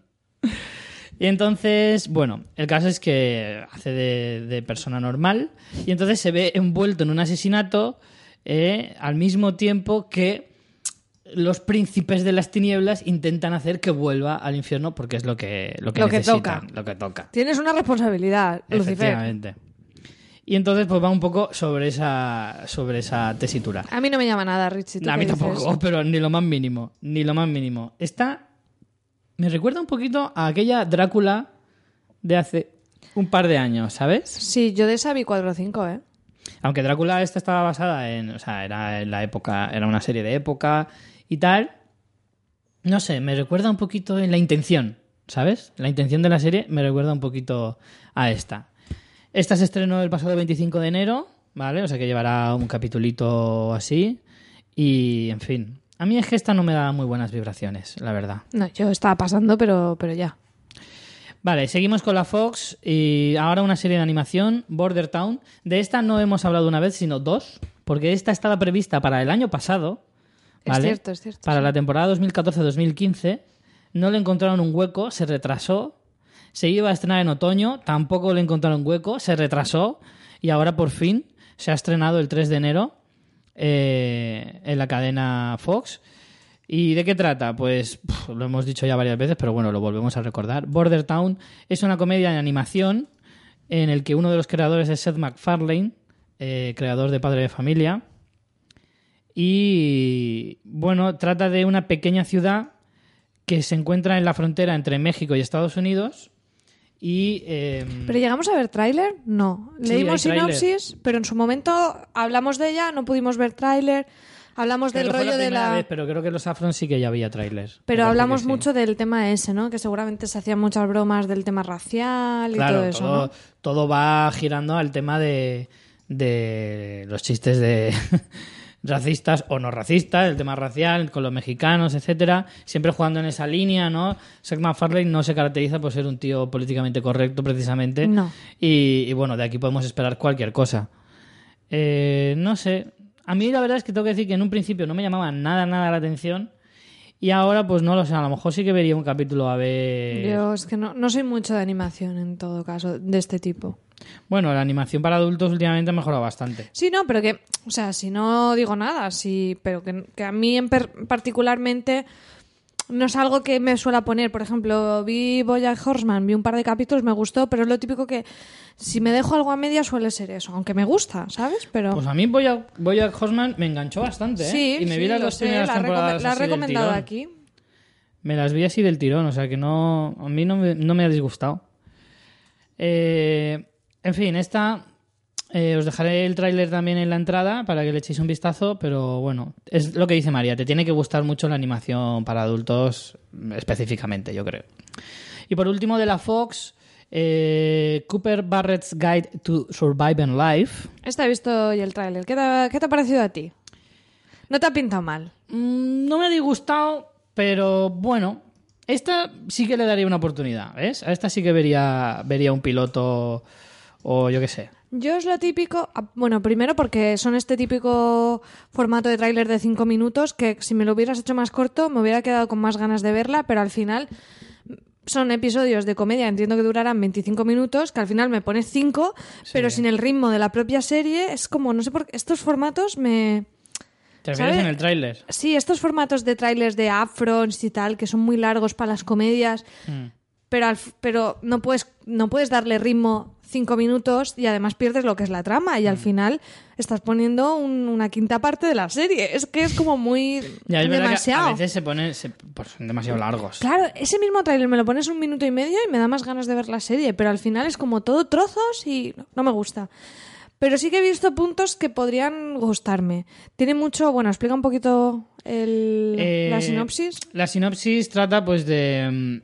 Y entonces, bueno, el caso es que hace de persona normal y entonces se ve envuelto en un asesinato al mismo tiempo que los príncipes de las tinieblas intentan hacer que vuelva al infierno porque es lo que necesitan, lo que toca. Tienes una responsabilidad, Lucifer. Efectivamente. Y entonces pues va un poco sobre esa tesitura. A mí no me llama nada, Richie. A mí tampoco, pero ni lo más mínimo. Esta me recuerda un poquito a aquella Drácula de hace un par de años, ¿sabes? Sí, yo de esa vi 4 o 5, ¿eh? Aunque Drácula esta estaba basada en... O sea, era en la época... Era una serie de época y tal. No sé, me recuerda un poquito en la intención, ¿sabes? La intención de la serie me recuerda un poquito a esta. Esta se estrenó el pasado 25 de enero, ¿vale? O sea que llevará un capitulito así. Y, en fin... A mí es que esta no me da muy buenas vibraciones, la verdad. No, yo estaba pasando, pero ya. Vale, seguimos con la Fox y ahora una serie de animación, Border Town. De esta no hemos hablado una vez, sino 2, porque esta estaba prevista para el año pasado, ¿vale? Es cierto. Para la temporada 2014-2015 no le encontraron un hueco, se retrasó. Se iba a estrenar en otoño, tampoco le encontraron hueco, se retrasó y ahora por fin se ha estrenado el 3 de enero en la cadena Fox. ¿Y de qué trata? Pues lo hemos dicho ya varias veces, pero bueno, lo volvemos a recordar. Border Town es una comedia de animación en el que uno de los creadores es Seth MacFarlane, creador de Padre de Familia. Y bueno, trata de una pequeña ciudad que se encuentra en la frontera entre México y Estados Unidos. Y, ¿Pero llegamos a ver tráiler? No. Sí, Leímos hay tráiler. sinopsis, pero en su momento hablamos de ella, no pudimos ver tráiler. Hablamos del creo que fue rollo la de primera la... vez, pero creo que en los Saffron sí que ya había trailers. Pero Me parece hablamos que sí. mucho del tema ese, ¿no? Que seguramente se hacían muchas bromas del tema racial y Claro, todo eso, ¿no? todo va girando al tema de los chistes de racistas o no racistas, el tema racial con los mexicanos, etcétera, siempre jugando en esa línea, ¿no? Seth MacFarlane no se caracteriza por ser un tío políticamente correcto, precisamente. No. Y bueno, de aquí podemos esperar cualquier cosa. No sé. A mí la verdad es que tengo que decir que en un principio no me llamaba nada la atención y ahora pues no lo sé, a lo mejor sí que vería un capítulo a ver... Yo es que no soy mucho de animación en todo caso, de este tipo. Bueno, la animación para adultos últimamente ha mejorado bastante. Sí, no, pero que, o sea, si no digo nada, sí, pero que a mí particularmente no es algo que me suela poner. Por ejemplo, vi BoJack Horseman, vi un par de capítulos, me gustó, pero es lo típico que si me dejo algo a media suele ser eso, aunque me gusta, ¿sabes? Pero Pues a mí BoJack Horseman me enganchó bastante, ¿eh? sí, y me sí, vi las lo dos sé, primeras temporadas la he así del recomendado tirón. aquí. Me las vi así del tirón, o sea que no, a mí no me ha disgustado. En fin, esta os dejaré el tráiler también en la entrada para que le echéis un vistazo, pero bueno, es lo que dice María, te tiene que gustar mucho la animación para adultos específicamente, yo creo. Y por último de la Fox, Cooper Barrett's Guide to Surviving Life. Esta he visto hoy el tráiler. ¿Qué te ha parecido a ti? ¿No te ha pintado mal? No me ha disgustado, pero bueno, esta sí que le daría una oportunidad, ¿ves? A esta sí que vería un piloto o yo qué sé. Yo es lo típico, bueno, primero porque son este típico formato de tráiler de 5 minutos que si me lo hubieras hecho más corto me hubiera quedado con más ganas de verla, pero al final son episodios de comedia, entiendo que durarán 25 minutos, que al final me pones 5, pero sin el ritmo de la propia serie, es como, no sé por qué, estos formatos me... ¿Te refieres ¿sabe? en el tráiler? Sí, estos formatos de trailers de upfronts y tal, que son muy largos para las comedias, pero no puedes darle ritmo 5 minutos y además pierdes lo que es la trama y al final estás poniendo una quinta parte de la serie. Es que es como muy Ya, es verdad que demasiado. a veces pues son demasiado largos. Claro, ese mismo tráiler me lo pones 1 minuto y medio y me da más ganas de ver la serie, pero al final es como todo trozos y no me gusta. Pero sí que he visto puntos que podrían gustarme. Tiene mucho... Bueno, explica un poquito la sinopsis. La sinopsis trata pues de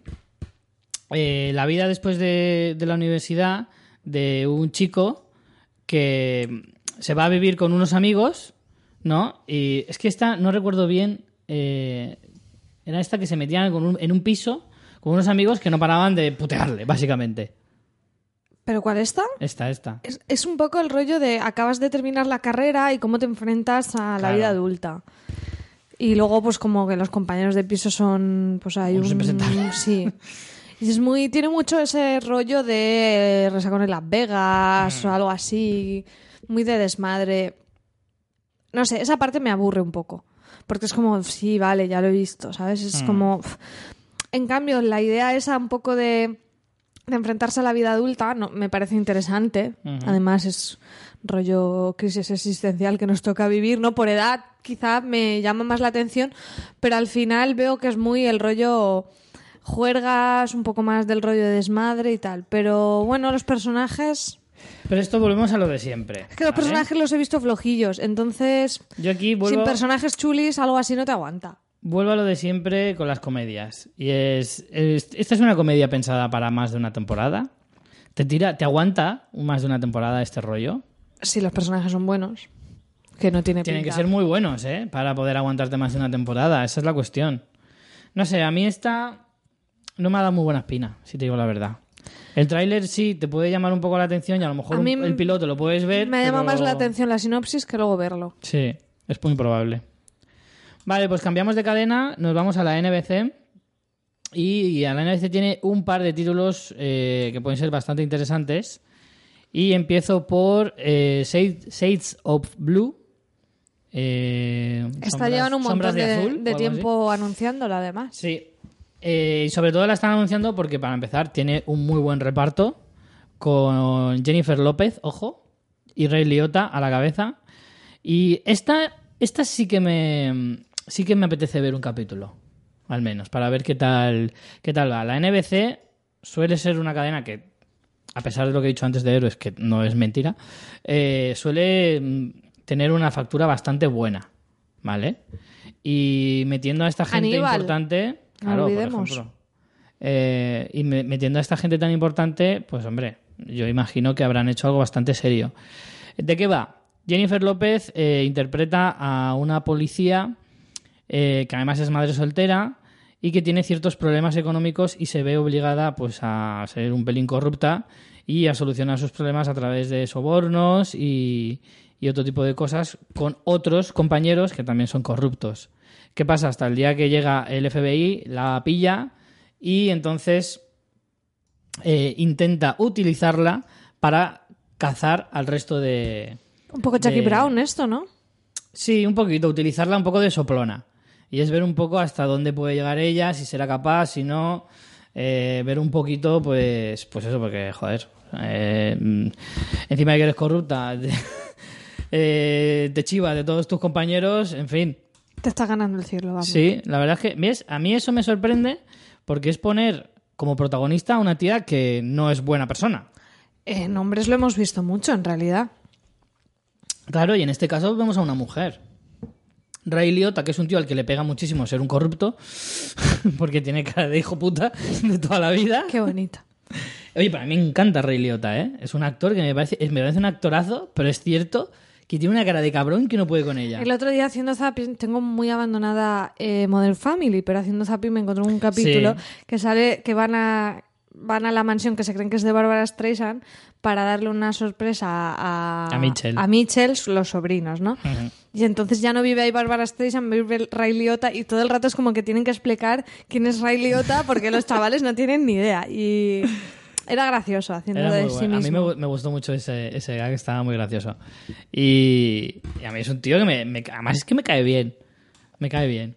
la vida después de la universidad de un chico que se va a vivir con unos amigos, ¿no? Y es que esta, no recuerdo bien, era esta que se metían en un piso con unos amigos que no paraban de putearle, básicamente. ¿Pero cuál está? Esta. Es un poco el rollo de acabas de terminar la carrera y cómo te enfrentas a la Claro. vida adulta. Y luego, pues como que los compañeros de piso son... Pues hay Unos impresentables. Sí. Y tiene mucho ese rollo de resacón en Las Vegas o algo así. Muy de desmadre. No sé, esa parte me aburre un poco. Porque es como, sí, vale, ya lo he visto, ¿sabes? Es como... En cambio, la idea esa un poco de enfrentarse a la vida adulta no, me parece interesante. Además es rollo crisis existencial que nos toca vivir, ¿no? Por edad quizá me llama más la atención, pero al final veo que es muy el rollo juergas, un poco más del rollo de desmadre y tal. Pero bueno, los personajes... Pero esto volvemos a lo de siempre. Es que los ¿vale? personajes los he visto flojillos, entonces Yo aquí sin vuelvo personajes chulis algo así no te aguanta. a lo de siempre con las comedias. Y esta es una comedia pensada para más de una temporada. ¿Te aguanta más de una temporada este rollo? Si los personajes son buenos, que no tiene Tienen que pinta. ser muy buenos, ¿eh? Para poder aguantarte más de una temporada. Esa es la cuestión. No sé, a mí esta no me ha dado muy buena espina, si te digo la verdad. El tráiler sí te puede llamar un poco la atención y a lo mejor A mí el piloto lo puedes ver. Me llama pero... más la atención la sinopsis que luego verlo. Sí, es muy probable. Vale, pues cambiamos de cadena, nos vamos a la NBC Y la NBC tiene un par de títulos que pueden ser bastante interesantes. Y empiezo por Shades of Blue. Está llevando un montón de tiempo anunciándola, además. Sí. Y sobre todo la están anunciando porque, para empezar, tiene un muy buen reparto con Jennifer López, ojo, y Ray Liotta a la cabeza. Y esta sí que me apetece ver un capítulo, al menos, para ver qué tal va. La NBC suele ser una cadena que, a pesar de lo que he dicho antes de Héroes, que no es mentira, suele tener una factura bastante buena, ¿vale? Y metiendo a esta gente importante... Claro, olvidemos. por ejemplo. Y metiendo a esta gente tan importante, pues hombre, yo imagino que habrán hecho algo bastante serio. ¿De qué va? Jennifer López interpreta a una policía que además es madre soltera y que tiene ciertos problemas económicos y se ve obligada pues a ser un pelín corrupta y a solucionar sus problemas a través de sobornos y otro tipo de cosas con otros compañeros que también son corruptos. ¿Qué pasa? Hasta el día que llega el FBI, la pilla y entonces intenta utilizarla para cazar al resto de... Un poco Jackie Brown esto, ¿no? Sí, un poquito. Utilizarla un poco de soplona. Y es ver un poco hasta dónde puede llegar ella, si será capaz, si no... ver un poquito, pues eso, porque, joder... encima de que eres corrupta, te chivas de todos tus compañeros, en fin... Te está ganando el cielo, vamos. Sí, la verdad es que, ¿ves? A mí eso me sorprende porque es poner como protagonista a una tía que no es buena persona. En hombres lo hemos visto mucho, en realidad. Claro, y en este caso vemos a una mujer. Ray Liotta, que es un tío al que le pega muchísimo ser un corrupto, porque tiene cara de hijo puta de toda la vida. Qué bonita. Oye, para mí me encanta Ray Liotta, ¿eh? Es un actor que me parece un actorazo, pero es cierto... que tiene una cara de cabrón que no puede con ella. El otro día haciendo zapping, tengo muy abandonada Modern Family, pero haciendo zapping me encontré un capítulo que sale que van a la mansión que se creen que es de Barbara Streisand para darle una sorpresa a Mitchell, los sobrinos, ¿no? Uh-huh. Y entonces ya no vive ahí Barbara Streisand, vive Ray Liotta y todo el rato es como que tienen que explicar quién es Ray Liotta porque los chavales no tienen ni idea. Y... era gracioso haciendo de sí mismo. A mí me gustó mucho ese gag, estaba muy gracioso. Y a mí es un tío que además es que me cae bien. Me cae bien.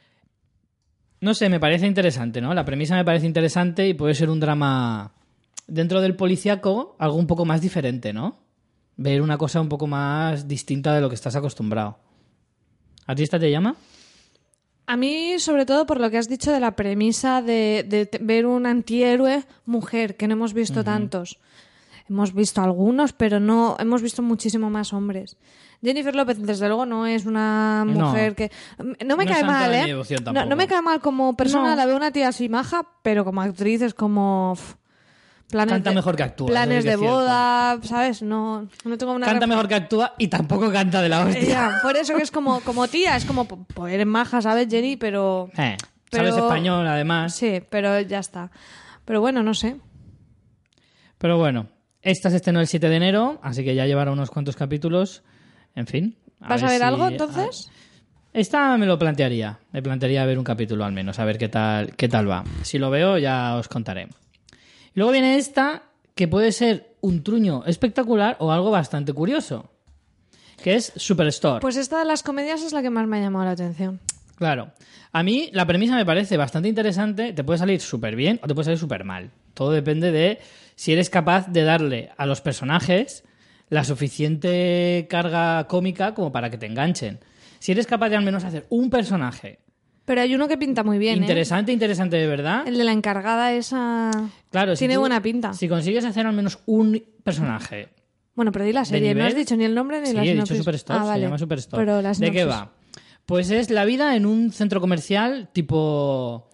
No sé, me parece interesante, ¿no? La premisa me parece interesante y puede ser un drama dentro del policíaco, algo un poco más diferente, ¿no? Ver una cosa un poco más distinta de lo que estás acostumbrado. ¿A ti esta te llama? A mí, sobre todo, por lo que has dicho de la premisa de ver un antihéroe mujer, que no hemos visto tantos. Hemos visto algunos, pero no hemos visto muchísimo más hombres. Jennifer López, desde luego, no es una mujer que... No me cae mal, ¿eh? No me cae mal como persona, la veo una tía así maja, pero como actriz es como... Canta mejor que actúa. Planes de boda, ¿sabes? No tengo una... Canta mejor que actúa y tampoco canta de la hostia. Por eso que es como tía, es como... Pues eres maja, ¿sabes, Jenny? Pero... Sabes español, además. Sí, pero ya está. Pero bueno, no sé. Pero bueno, esta se estrenó el 7 de enero, así que ya llevará unos cuantos capítulos. En fin. ¿Vas a ver algo, entonces? Esta me lo plantearía. Me plantearía ver un capítulo al menos, a ver qué tal va. Si lo veo, ya os contaré. Y luego viene esta, que puede ser un truño espectacular o algo bastante curioso, que es Superstore. Pues esta de las comedias es la que más me ha llamado la atención. Claro. A mí la premisa me parece bastante interesante. Te puede salir súper bien o te puede salir súper mal. Todo depende de si eres capaz de darle a los personajes la suficiente carga cómica como para que te enganchen. Si eres capaz de al menos hacer un personaje... Pero hay uno que pinta muy bien, interesante de verdad. El de la encargada esa... Claro, tiene buena pinta. Si consigues hacer al menos un personaje... Bueno, pero di la serie. No has dicho ni el nombre ni la sinopsis. Sí, he dicho Superstore. Vale. Se llama Superstore. Pero la sinopsis... ¿De qué va? Pues es la vida en un centro comercial tipo...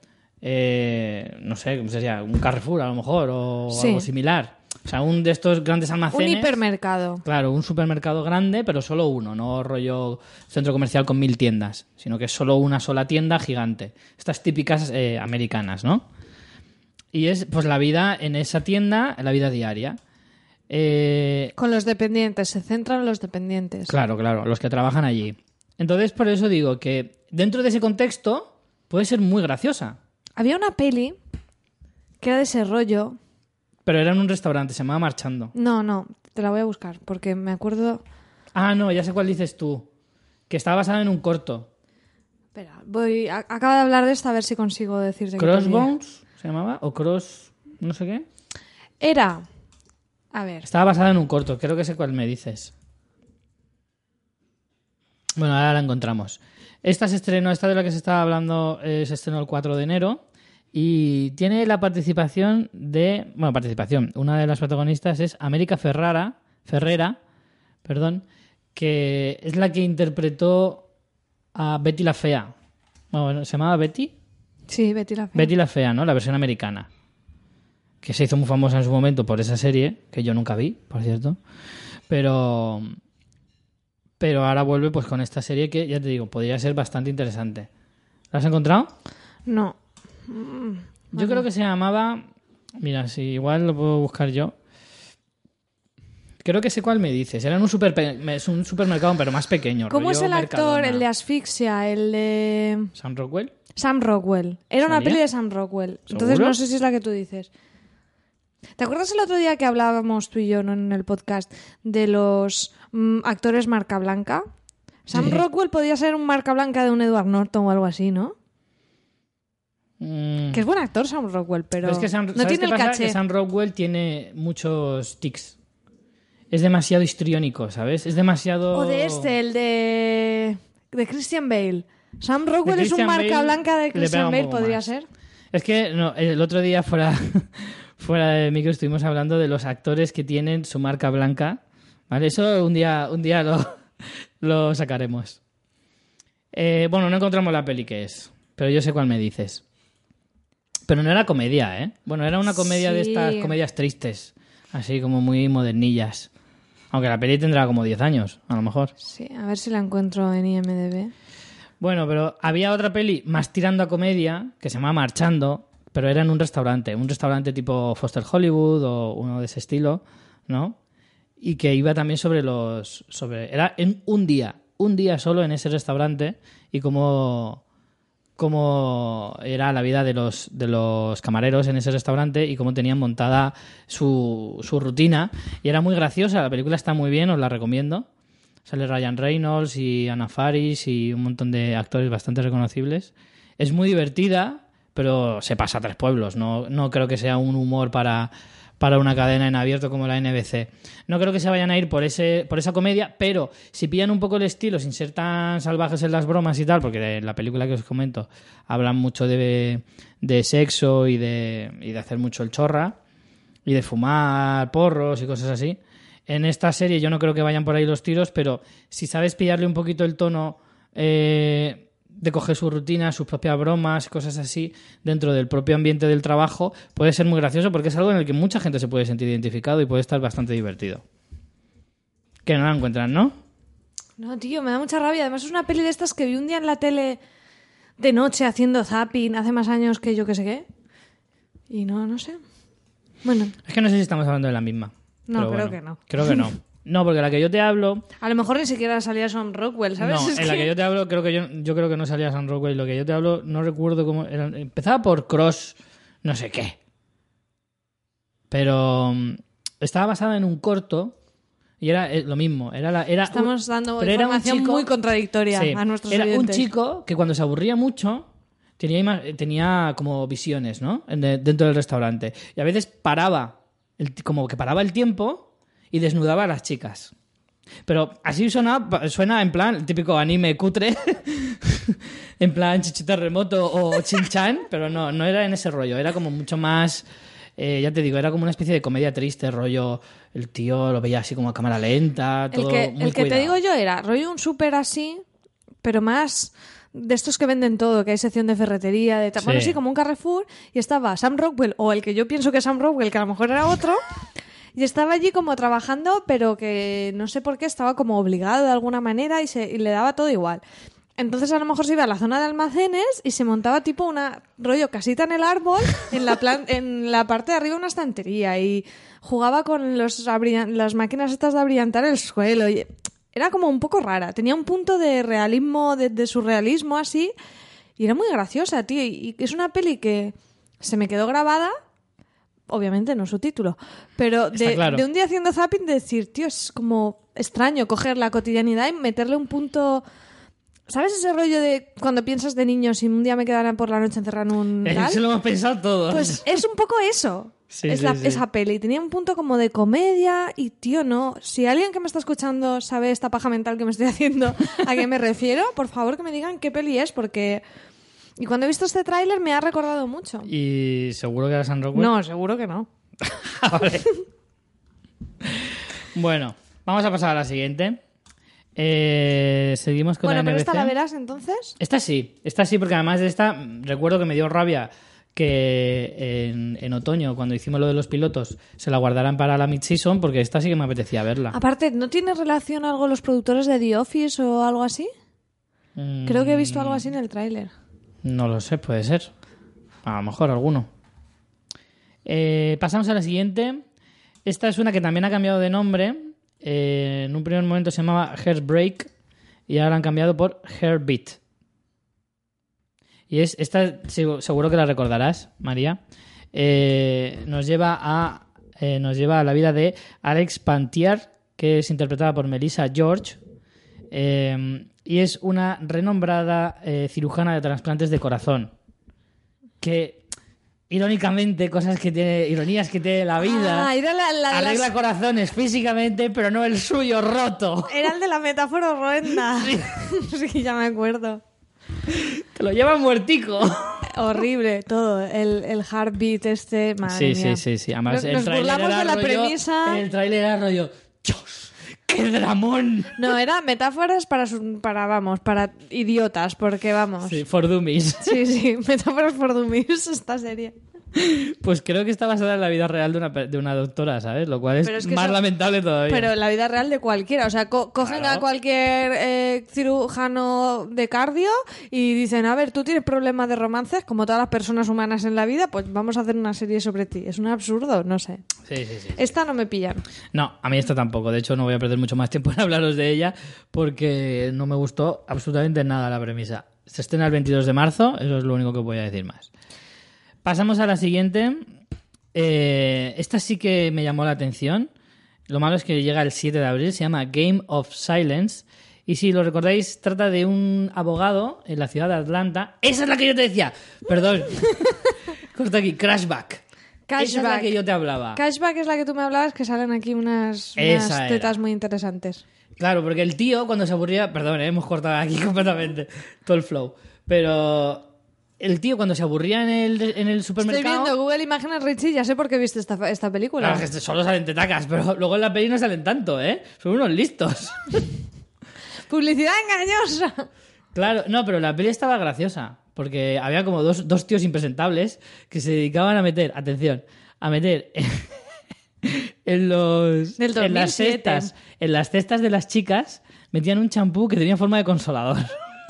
no sé, ¿cómo sería? Un Carrefour, a lo mejor, o algo similar. O sea, un de estos grandes almacenes. Un hipermercado. Claro, un supermercado grande, pero solo uno. No rollo centro comercial con 1000 tiendas, sino que es solo una sola tienda gigante. Estas típicas americanas, ¿no? Y es pues la vida en esa tienda, la vida diaria. Con los dependientes, se centran en los dependientes. Claro, los que trabajan allí. Entonces, por eso digo que dentro de ese contexto puede ser muy graciosa. Había una peli que era de ese rollo. Pero era en un restaurante, se llamaba Marchando. No, te la voy a buscar porque me acuerdo... Ah, no, ya sé cuál dices tú. Que estaba basada en un corto. Espera, acaba de hablar de esta a ver si consigo decirte qué peli era. ¿Crossbones se llamaba? ¿O Cross... no sé qué? Era... A ver... Estaba basada en un corto, creo que sé cuál me dices. Bueno, ahora la encontramos. Esta de la que se estaba hablando, se estrenó el 4 de enero y tiene la participación de... Bueno, una de las protagonistas es América Ferrera, que es la que interpretó a Betty la Fea. Bueno, ¿se llamaba Betty? Sí, Betty la Fea. Betty la Fea, ¿no? La versión americana. Que se hizo muy famosa en su momento por esa serie, que yo nunca vi, por cierto. Pero ahora vuelve pues con esta serie que, ya te digo, podría ser bastante interesante. ¿La has encontrado? No. Yo creo que se llamaba... Mira, si igual lo puedo buscar yo. Creo que sé cuál me dices. Era en un supermercado, pero más pequeño. ¿Cómo es el actor, Mercadona. el de Asfixia, el de... ¿Sam Rockwell? Sam Rockwell. Era una ¿Salía? peli de Sam Rockwell. ¿Seguro? Entonces no sé si es la que tú dices. ¿Te acuerdas el otro día que hablábamos tú y yo, ¿no?, en el podcast de los actores marca blanca? Sam Sí. Rockwell podía ser un marca blanca de un Edward Norton o algo así, ¿no? Que es buen actor Sam Rockwell, pero es que no ¿sabes tiene qué el pasa? caché. Que Sam Rockwell tiene muchos tics. Es demasiado histriónico, ¿sabes? Es demasiado... O de el de Christian Bale. Sam Rockwell es un Christian marca Bale blanca de le pega Christian un Bale, poco podría más. ser. Es que no, el otro día fuera de micro estuvimos hablando de los actores que tienen su marca blanca, ¿vale? Eso un día lo sacaremos. Bueno, no encontramos la peli que es, pero yo sé cuál me dices. Pero no era comedia, ¿eh? Bueno, era una comedia de Sí. estas comedias tristes, así como muy modernillas. Aunque la peli tendrá como 10 años, a lo mejor. Sí, a ver si la encuentro en IMDb. Bueno, pero había otra peli más tirando a comedia que se llama Marchando, pero era en un restaurante tipo Foster Hollywood o uno de ese estilo, ¿no? Y que iba también era en un día solo en ese restaurante y cómo era la vida de los camareros en ese restaurante y cómo tenían montada su rutina. Y era muy graciosa, la película está muy bien, os la recomiendo. Sale Ryan Reynolds y Anna Faris y un montón de actores bastante reconocibles. Es muy divertida, pero se pasa a 3 pueblos. No creo que sea un humor para una cadena en abierto como la NBC. No creo que se vayan a ir por esa comedia, pero si pillan un poco el estilo, sin ser tan salvajes en las bromas y tal, porque en la película que os comento hablan mucho de sexo y de hacer mucho el chorra y de fumar porros y cosas así. En esta serie yo no creo que vayan por ahí los tiros, pero si sabes pillarle un poquito el tono de coger su rutina, sus propias bromas, cosas así, dentro del propio ambiente del trabajo, puede ser muy gracioso porque es algo en el que mucha gente se puede sentir identificado y puede estar bastante divertido. Que no la encuentran, ¿no? No, tío, me da mucha rabia. Además es una peli de estas que vi un día en la tele de noche haciendo zapping hace más años que yo que sé qué. Y no sé. Bueno, Es que no sé si estamos hablando de la misma. No, pero creo bueno, que no. Creo que no. No, porque la que yo te hablo... a lo mejor ni siquiera salía Sam Rockwell, ¿sabes? No, Es en la que yo te hablo, yo creo que no salía Sam Rockwell. Lo que yo te hablo, no recuerdo cómo... empezaba por Cross, no sé qué. Pero estaba basada en un corto y era lo mismo. Estamos dando pero era un información chico- muy contradictoria Sí, a nuestros era oyentes. un chico que cuando se aburría mucho tenía como visiones, ¿no? Dentro del restaurante. Y a veces paraba el tiempo y desnudaba a las chicas. Pero así suena en plan el típico anime cutre, en plan Chichita Remoto o Chin-Chan, pero no era en ese rollo, era como mucho más, ya te digo, era como una especie de comedia triste, rollo, el tío lo veía así como a cámara lenta, todo muy el que te cuidado. digo yo era rollo un súper así, pero más de estos que venden todo, que hay sección de ferretería, de tal. Sí. Bueno, sí, como un Carrefour, y estaba Sam Rockwell, o el que yo pienso que es Sam Rockwell, que a lo mejor era otro, y estaba allí como trabajando, pero que no sé por qué estaba como obligado de alguna manera y le daba todo igual. Entonces a lo mejor se iba a la zona de almacenes y se montaba tipo una rollo casita en el árbol, en la parte de arriba una estantería, y jugaba con las máquinas estas de abrillantar el suelo. Y era como un poco rara. Tenía un punto de realismo, de surrealismo así, Y era muy graciosa, tío. Y es una peli que se me quedó grabada, obviamente no su título, pero Claro. de un día haciendo zapping de decir, tío, es como extraño coger la cotidianidad y meterle un punto... ¿Sabes ese rollo de cuando piensas de niño si un día me quedara por la noche encerrado en un tal? Eso lo hemos pensado todos. Pues es un poco eso. Sí, es sí, sí. esa peli. Tenía un punto como de comedia y, tío, no. Si alguien que me está escuchando sabe esta paja mental que me estoy haciendo, ¿a qué me refiero? Por favor, que me digan qué peli es, porque... Y cuando he visto este tráiler me ha recordado mucho. ¿Y seguro que era Sam Rockwell? No, seguro que no. Vale. Bueno, vamos a pasar a la siguiente. Seguimos con Bueno, la pero NBC. esta la verás entonces. Esta sí, porque además de esta, recuerdo que me dio rabia que en otoño, cuando hicimos lo de los pilotos, se la guardaran para la mid-season, porque esta sí que me apetecía verla. Aparte, ¿no tiene relación algo los productores de The Office o algo así? Creo que he visto algo así en el tráiler. No lo sé, puede ser. A lo mejor alguno. Pasamos a la siguiente. Esta es una que también ha cambiado de nombre. En un primer momento se llamaba Heartbreak y ahora la han cambiado por Heartbeat. Y esta seguro que la recordarás, María. Nos lleva a la vida de Alex Pantier, que es interpretada por Melissa George. Y es una renombrada cirujana de trasplantes de corazón. Que, irónicamente, ironías que tiene la vida. Ah, era la de Arregla las... corazones físicamente, pero no el suyo roto. Era el de la metáfora horrenda. Sí, ya me acuerdo. Te lo lleva muertico. Horrible, todo. El heartbeat este, madre mía. Sí. Además, Nos burlamos de la premisa. El tráiler era rollo... ¡Dios! ¡Qué dramón! No, era metáforas para idiotas, porque vamos. Sí, for dummies. Sí, metáforas for dummies, esta serie. Pues creo que está basada en la vida real de una doctora, ¿sabes? Lo cual Pero es es que más eso- lamentable todavía. Pero la vida real de cualquiera. O sea, cogen Claro. a cualquier cirujano de cardio y dicen, a ver, tú tienes problemas de romances, como todas las personas humanas en la vida, pues vamos a hacer una serie sobre ti. Es un absurdo, no sé. Sí. Esta no me pillan. No, a mí esta tampoco. De hecho, no voy a perder mucho más tiempo en hablaros de ella porque no me gustó absolutamente nada la premisa. Se estrena el 22 de marzo, eso es lo único que voy a decir más. Pasamos a la siguiente. Esta sí que me llamó la atención. Lo malo es que llega el 7 de abril, se llama Game of Silence. Y si lo recordáis, trata de un abogado en la ciudad de Atlanta. ¡Esa es la que yo te decía! Perdón. Corta aquí. Crashback. Esa es la que yo te hablaba. Cashback es la que tú me hablabas, que salen aquí unas Esa era. tetas muy interesantes. Claro, porque el tío cuando se aburría... Perdón, hemos cortado aquí completamente todo el flow. Pero el tío cuando se aburría en el Estoy supermercado... viendo Google Imágenes, Richie, ya sé por qué viste esta película. Claro, que solo salen tetacas, pero luego en la peli no salen tanto, ¿eh? Son unos listos. ¡Publicidad engañosa! Claro, no, pero la peli estaba graciosa. Porque había como dos tíos impresentables que se dedicaban a meter... Atención. A meter... en Del 2007. En las cestas de las chicas metían un champú que tenía forma de consolador.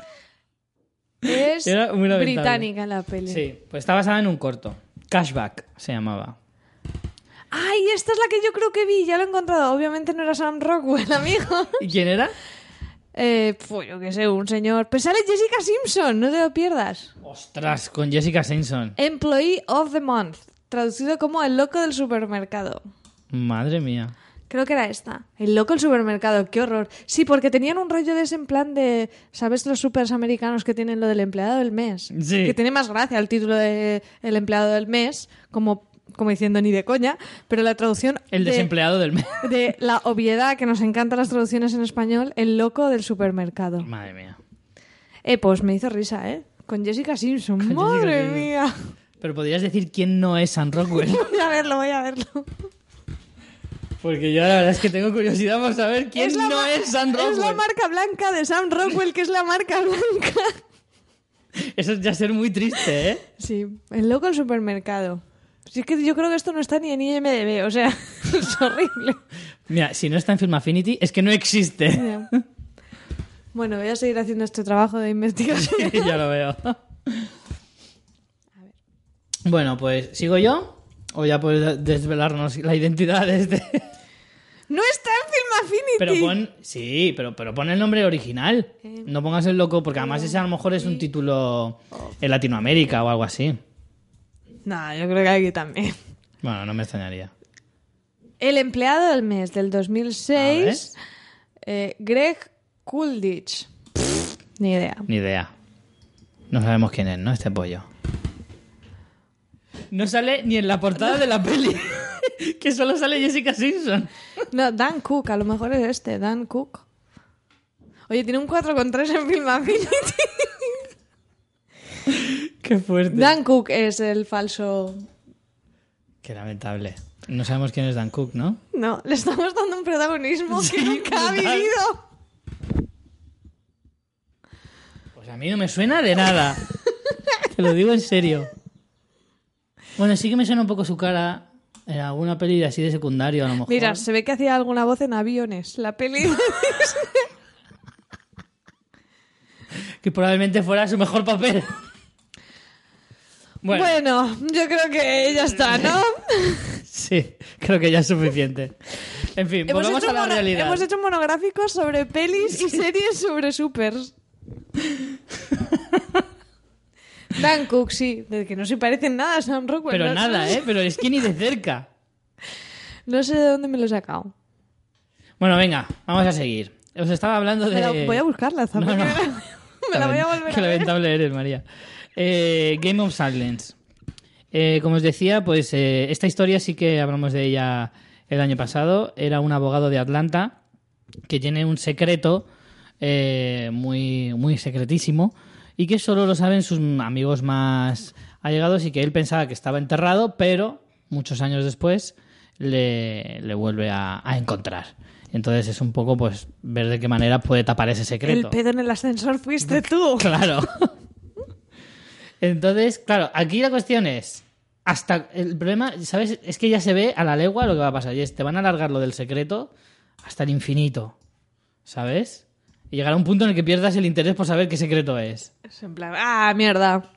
Es Era muy lamentable. británica la peli. Sí, pues está basada en un corto. Cashback se llamaba. ¡Ay, esta es la que yo creo que vi! Ya lo he encontrado. Obviamente no era Sam Rockwell, amigo. ¿Y quién era? Pues yo qué sé, un señor... Pues sale Jessica Simpson, no te lo pierdas. Ostras, con Jessica Simpson. Employee of the Month, traducido como el loco del supermercado. Madre mía. Creo que era esta. El loco del supermercado, qué horror. Sí, porque tenían un rollo de ese en plan de... ¿Sabes los supers americanos que tienen lo del empleado del mes? Sí. Que tiene más gracia el título de El empleado del mes, como diciendo ni de coña, pero la traducción... El desempleado del mes. De la obviedad, que nos encantan las traducciones en español, el loco del supermercado. Madre mía. Pues me hizo risa, ¿eh? Con Jessica Simpson. Con ¡Madre Jessica mía! Pero podrías decir quién no es Sam Rockwell. Voy a verlo. Porque yo la verdad es que tengo curiosidad por saber quién no es Sam Rockwell. Es la marca blanca de Sam Rockwell, que es la marca blanca. Eso es ya ser muy triste, ¿eh? Sí, el loco del supermercado. Sí, es que yo creo que esto no está ni en IMDb, o sea, es horrible. Mira, si no está en Film Affinity, es que no existe. Bueno, voy a seguir haciendo este trabajo de investigación. Ya lo veo. Bueno, pues, ¿sigo yo? ¿O ya puedes desvelarnos la identidad de este? No está en Film Affinity. Pero pon el nombre original. No pongas el loco, porque además ese a lo mejor es un título en Latinoamérica o algo así. No, yo creo que aquí también. Bueno, no me extrañaría. El empleado del mes del 2006, Greg Kuldich. Ni idea. Ni idea. No sabemos quién es, ¿no? Este pollo. No sale ni en la portada de la peli. Que solo sale Jessica Simpson. No, Dan Cook, a lo mejor es este, Dan Cook. Oye, tiene un 4,3 en Film Affinity. Qué fuerte. Dan Cook es el falso... Qué lamentable. No sabemos quién es Dan Cook, ¿no? No, le estamos dando un protagonismo Sí, que nunca ha total. vivido. Pues a mí no me suena de nada. Te lo digo en serio. Bueno, sí que me suena un poco su cara en alguna peli así de secundario, a lo mejor. Mira, se ve que hacía alguna voz en Aviones, la peli. Que probablemente fuera su mejor papel. Bueno, yo creo que ya está, ¿no? Sí, creo que ya es suficiente. En fin, volvamos a la realidad. Hemos hecho monográficos sobre pelis y series sobre supers. Dan Cook, sí, de que no se parecen nada a Sam Rockwell. Pero no, nada, pero es que ni de cerca. No sé de dónde me lo he sacado. Bueno, venga, vamos a seguir. Os estaba hablando de... Voy a buscarla, Zap, No, no. me la voy a volver Qué a ver. lamentable eres, María. Game of Silence. Como os decía, pues esta historia sí que hablamos de ella el año pasado. Era un abogado de Atlanta que tiene un secreto muy, muy secretísimo y que solo lo saben sus amigos más allegados y que él pensaba que estaba enterrado, pero muchos años después le vuelve a encontrar. Entonces es un poco pues ver de qué manera puede tapar ese secreto. El pedo en el ascensor fuiste tú. Claro. Entonces, claro, aquí la cuestión es, hasta el problema, ¿sabes? Es que ya se ve a la legua lo que va a pasar y es, te van a alargar lo del secreto hasta el infinito, ¿sabes? Y llegará un punto en el que pierdas el interés por saber qué secreto es. Es en plan, mierda.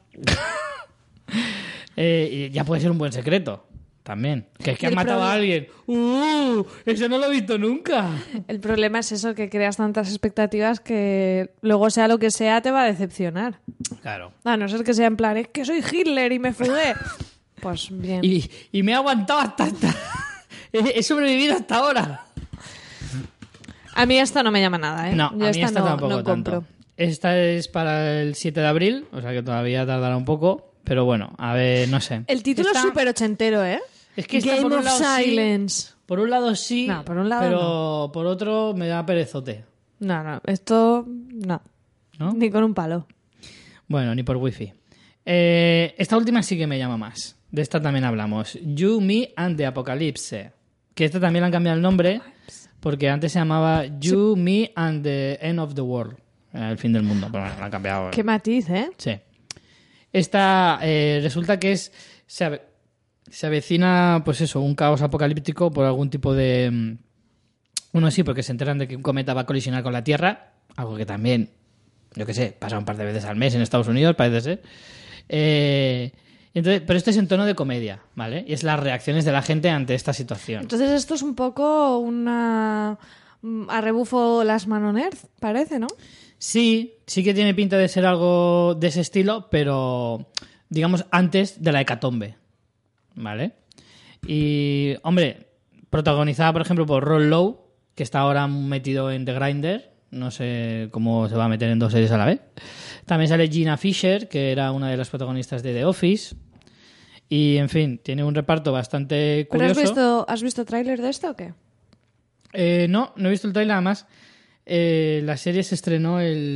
Y ya puede ser un buen secreto, también. Que es que Y han el matado a alguien. Eso no lo he visto nunca. El problema es eso, que creas tantas expectativas que luego sea lo que sea te va a decepcionar. Claro. A no ser que sea en plan, es que soy Hitler y me fugué. Pues bien. Y me he aguantado hasta... He sobrevivido hasta ahora. A mí esto no me llama nada, ¿eh? No, Yo a mí esta no, tampoco no compro. tanto. Esta es para el 7 de abril, o sea que todavía tardará un poco, pero bueno, a ver, no sé. El título Esta- es súper ochentero, ¿eh? Es que esta, Game por un of lado, sí, Silence. por un lado sí, No, por un lado pero por otro me da perezote, No, esto no. ¿no? Ni con un palo. Bueno, ni por wifi. Esta última sí que me llama más. De esta también hablamos. You, Me and the Apocalypse. Que esta también le han cambiado el nombre porque antes se llamaba You, Me and the End of the World. El fin del mundo. Pero bueno, lo han cambiado. Qué matiz, ¿eh? Sí. Esta resulta que se avecina, pues eso, un caos apocalíptico por algún tipo de... Uno sí, porque se enteran de que un cometa va a colisionar con la Tierra, algo que también, yo qué sé, pasa un par de veces al mes en Estados Unidos, parece ser. Entonces, pero esto es en tono de comedia, ¿vale? Y es las reacciones de la gente ante esta situación. Entonces esto es un poco una... a rebufo Last Man on Earth, parece, ¿no? Sí que tiene pinta de ser algo de ese estilo, pero digamos antes de la hecatombe, ¿vale? Y, hombre, protagonizada, por ejemplo, por Ron Lowe, que está ahora metido en The Grinder, no sé cómo se va a meter en 2 series a la vez. También sale Gina Fisher, que era una de las protagonistas de The Office. Y, en fin, tiene un reparto bastante ¿Pero curioso. has visto tráiler de esto o qué? No he visto el trailer, además. La serie se estrenó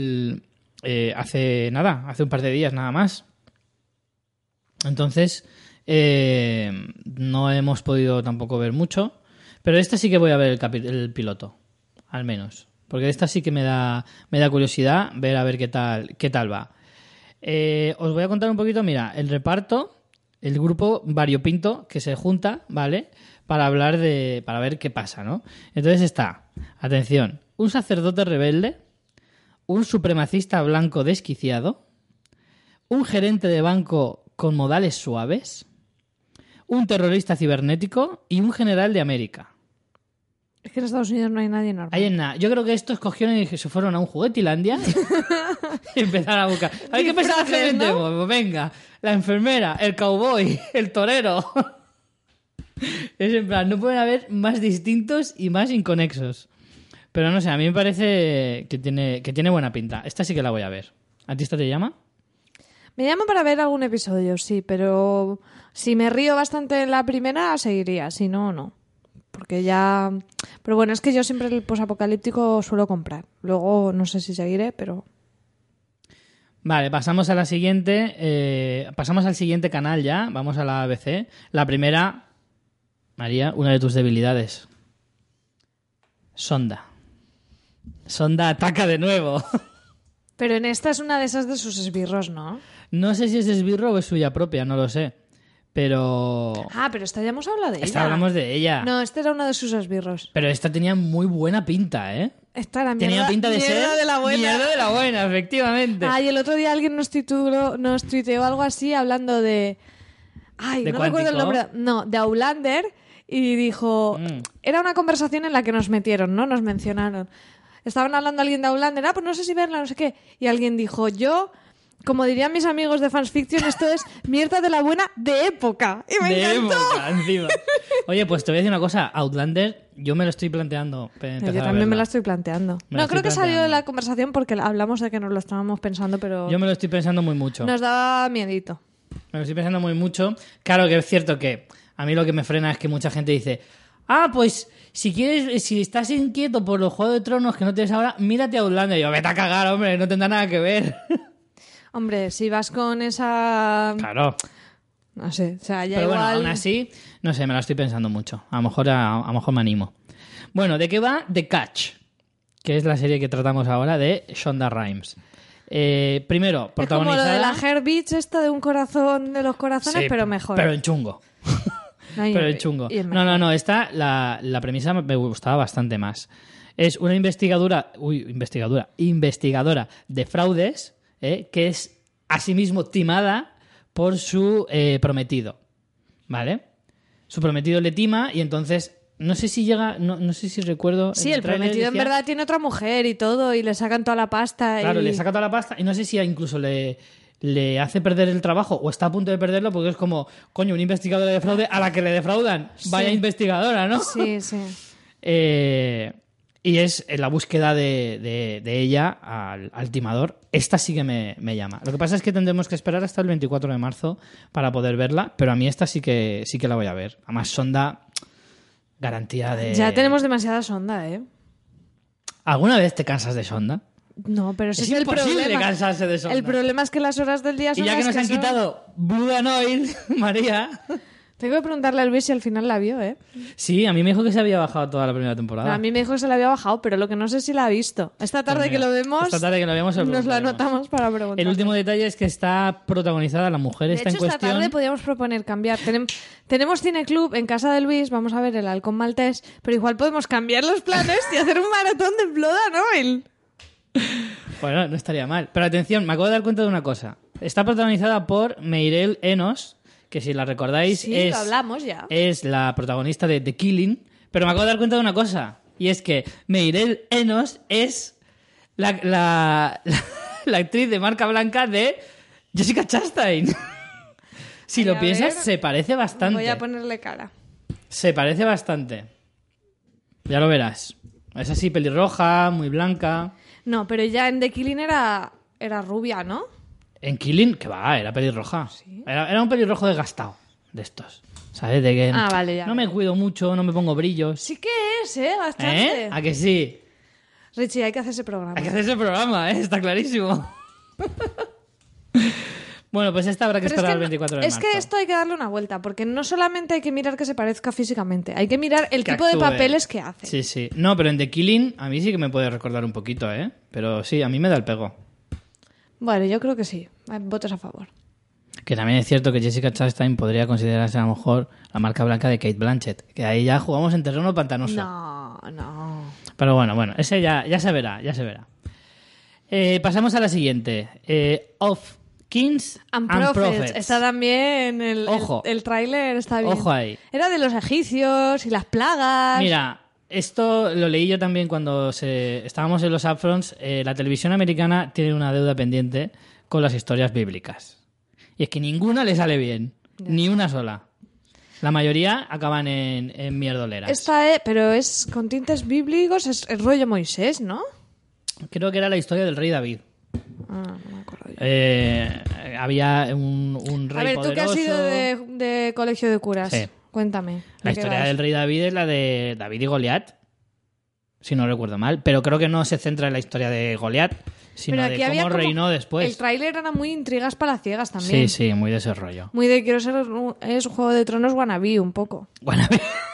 hace un par de días nada más. Entonces, no hemos podido tampoco ver mucho. Pero esta sí que voy a ver el piloto, al menos. Porque esta sí que me da curiosidad ver a ver qué tal va. Os voy a contar un poquito, mira, el reparto, el grupo variopinto que se junta, ¿vale? Para ver qué pasa, ¿no? Entonces está, atención, un sacerdote rebelde, un supremacista blanco desquiciado, un gerente de banco con modales suaves, un terrorista cibernético y un general de América. Es que en Estados Unidos no hay nadie normal. Ahí en nada. Yo creo que estos cogieron y se fueron a un Juguetilandia y empezaron a buscar. A ver qué personajes ¿no? metemos. Pues venga, la enfermera, el cowboy, el torero. Es en plan, no pueden haber más distintos y más inconexos. Pero no sé, a mí me parece que tiene buena pinta. Esta sí que la voy a ver. ¿A ti esta te llama? Me llama para ver algún episodio, sí, pero si me río bastante en la primera, seguiría. Si no, no. Porque ya... Pero bueno, es que yo siempre el posapocalíptico suelo comprar. Luego no sé si seguiré, pero... Vale, pasamos a la siguiente. Pasamos al siguiente canal ya. Vamos a la ABC. La primera, María, una de tus debilidades. Sonda. Sonda ataca de nuevo. Pero en esta es una de esas de sus esbirros, ¿no? No sé si es esbirro o es suya propia, no lo sé. Pero... Ah, pero esta ya hemos hablado de ella. Esta hablamos de ella. No, este era uno de sus esbirros. Pero esta tenía muy buena pinta, ¿eh? Esta era Tenía mierda, pinta de mierda ser de la buena. mierda de la buena, efectivamente. Ay, el otro día alguien nos tuiteó algo así hablando de... Ay, ¿De no recuerdo el Cuántico? nombre. No, de Outlander. Y dijo... Era una conversación en la que nos metieron, ¿no? Nos mencionaron. Estaban hablando alguien de Outlander. Ah, pues no sé si verla, no sé qué. Y alguien dijo, yo... Como dirían mis amigos de Fans Fiction, esto es mierda de la buena de época. Y me De encantó. época, encima. Oye, pues te voy a decir una cosa. Outlander, yo me lo estoy planteando. Yo también me la estoy planteando. Me la No, creo estoy que salió de planteando. la conversación porque hablamos de que nos lo estábamos pensando, pero Yo me lo estoy pensando muy mucho. nos daba miedito. Me lo estoy pensando muy mucho. Claro que es cierto que a mí lo que me frena es que mucha gente dice, ah, pues si quieres, si estás inquieto por los Juegos de Tronos que no tienes ahora, mírate a Outlander. Y yo, vete a cagar, hombre, no tendrá nada que ver. Hombre, si vas con esa... Claro. No sé, o sea, ya Pero igual... bueno, aún así, no sé, me la estoy pensando mucho. A lo mejor me animo. Bueno, ¿de qué va? The Catch, que es la serie que tratamos ahora de Shonda Rhimes. Primero, Es como lo protagonizada... de la Hair Beach, esta de un corazón de los corazones, Sí, pero mejor. Pero en chungo. Ay, Pero en chungo. y en No, mejor. no, esta, la premisa me gustaba bastante más. Es una investigadora de fraudes, que es asimismo timada por su prometido. ¿Vale? Su prometido le tima y entonces... No sé si llega... No sé si recuerdo... Sí, en el tráiler prometido en decía- verdad tiene otra mujer y todo, y le sacan toda la pasta. Claro, y... le saca toda la pasta y no sé si incluso le hace perder el trabajo o está a punto de perderlo porque es como, coño, una investigadora de fraude a la que le defraudan. Vaya Sí. investigadora, ¿no? Sí, sí. Y es la búsqueda de ella al timador. Esta sí que me llama. Lo que pasa es que tendremos que esperar hasta el 24 de marzo para poder verla, pero a mí esta sí que la voy a ver. Además, Sonda, garantía de... Ya tenemos demasiada sonda, ¿eh? ¿Alguna vez te cansas de Sonda? No, pero ese Es es el imposible problema. cansarse de Sonda. El problema es que las horas del día Y son ya que las nos han son. quitado Blue and Oil, María... Tengo que preguntarle a Luis si al final la vio, ¿eh? Sí, a mí me dijo que se había bajado toda la primera temporada. A mí me dijo que se la había bajado, pero lo que no sé si la ha visto. Esta tarde Pues que mira, lo vemos, esta tarde que lo vemos, se lo nos la preguntaremos. anotamos para preguntar. El último detalle es que está protagonizada, la mujer De está hecho, en esta cuestión... tarde podríamos proponer cambiar. Tenemos cineclub en casa de Luis, vamos a ver el Halcón Maltés, pero igual podemos cambiar los planes y hacer un maratón de Blood and Oil. Bueno, no estaría mal. Pero atención, me acabo de dar cuenta de una cosa. Está protagonizada por Meirel Enos, que si la recordáis Sí, lo hablamos ya. es la protagonista de The Killing. Pero me acabo de dar cuenta de una cosa. Y es que Meirel Enos es la actriz de marca blanca de Jessica Chastain. Si Ay, lo a piensas, ver. se parece bastante. Voy a ponerle cara. Se parece bastante. Ya lo verás. Es así, pelirroja, muy blanca. No, pero ya en The Killing era rubia, ¿no? En Killing, que va, era pelirroja. Era un pelirrojo desgastado de estos. ¿Sabes? De que Ah, vale, ya. no me cuido mucho, no me pongo brillos. Sí que es, bastante. ¿Eh? ¿A que sí? Richie, hay que hacer ese programa. Hay que hacer ese programa, ¿eh? Está clarísimo. Bueno, pues esta habrá que Pero esperar es al 24 de es marzo. que esto hay que darle una vuelta, porque no solamente hay que mirar que se parezca físicamente, hay que mirar el Que tipo de actúe. papeles que hace. Sí, sí. No, pero en The Killing a mí sí que me puede recordar un poquito, ¿eh? Pero sí, a mí me da el pego. Bueno, yo creo que sí. Votos a favor. Que también es cierto que Jessica Chastain podría considerarse a lo mejor la marca blanca de Kate Blanchett. Que ahí ya jugamos en terreno pantanoso. No. Pero bueno, ese ya se verá, ya se verá. Pasamos a la siguiente. Of Kings And Prophets. Está también Ojo. el tráiler está bien. Ojo ahí. Era de los egipcios y las plagas. Mira, Esto lo leí yo también cuando estábamos en los upfronts. La televisión americana tiene una deuda pendiente con las historias bíblicas. Y es que ninguna le sale bien. Ni una sola. La mayoría acaban en mierdoleras. Pero es con tintes bíblicos, es rollo Moisés, ¿no? Creo que era la historia del rey David. No me acuerdo yo. Había un rey A ver, poderoso. tú que has sido de colegio de curas, Sí. cuéntame. La ¿de qué historia vas? del rey David es la de David y Goliat, si no recuerdo mal. Pero creo que no se centra en la historia de Goliat, sino Pero de aquí cómo había como- reinó después. El tráiler era muy intrigas palaciegas también. Sí, muy de ese rollo. Muy de quiero ser es un Juego de Tronos wannabe un poco. Bueno,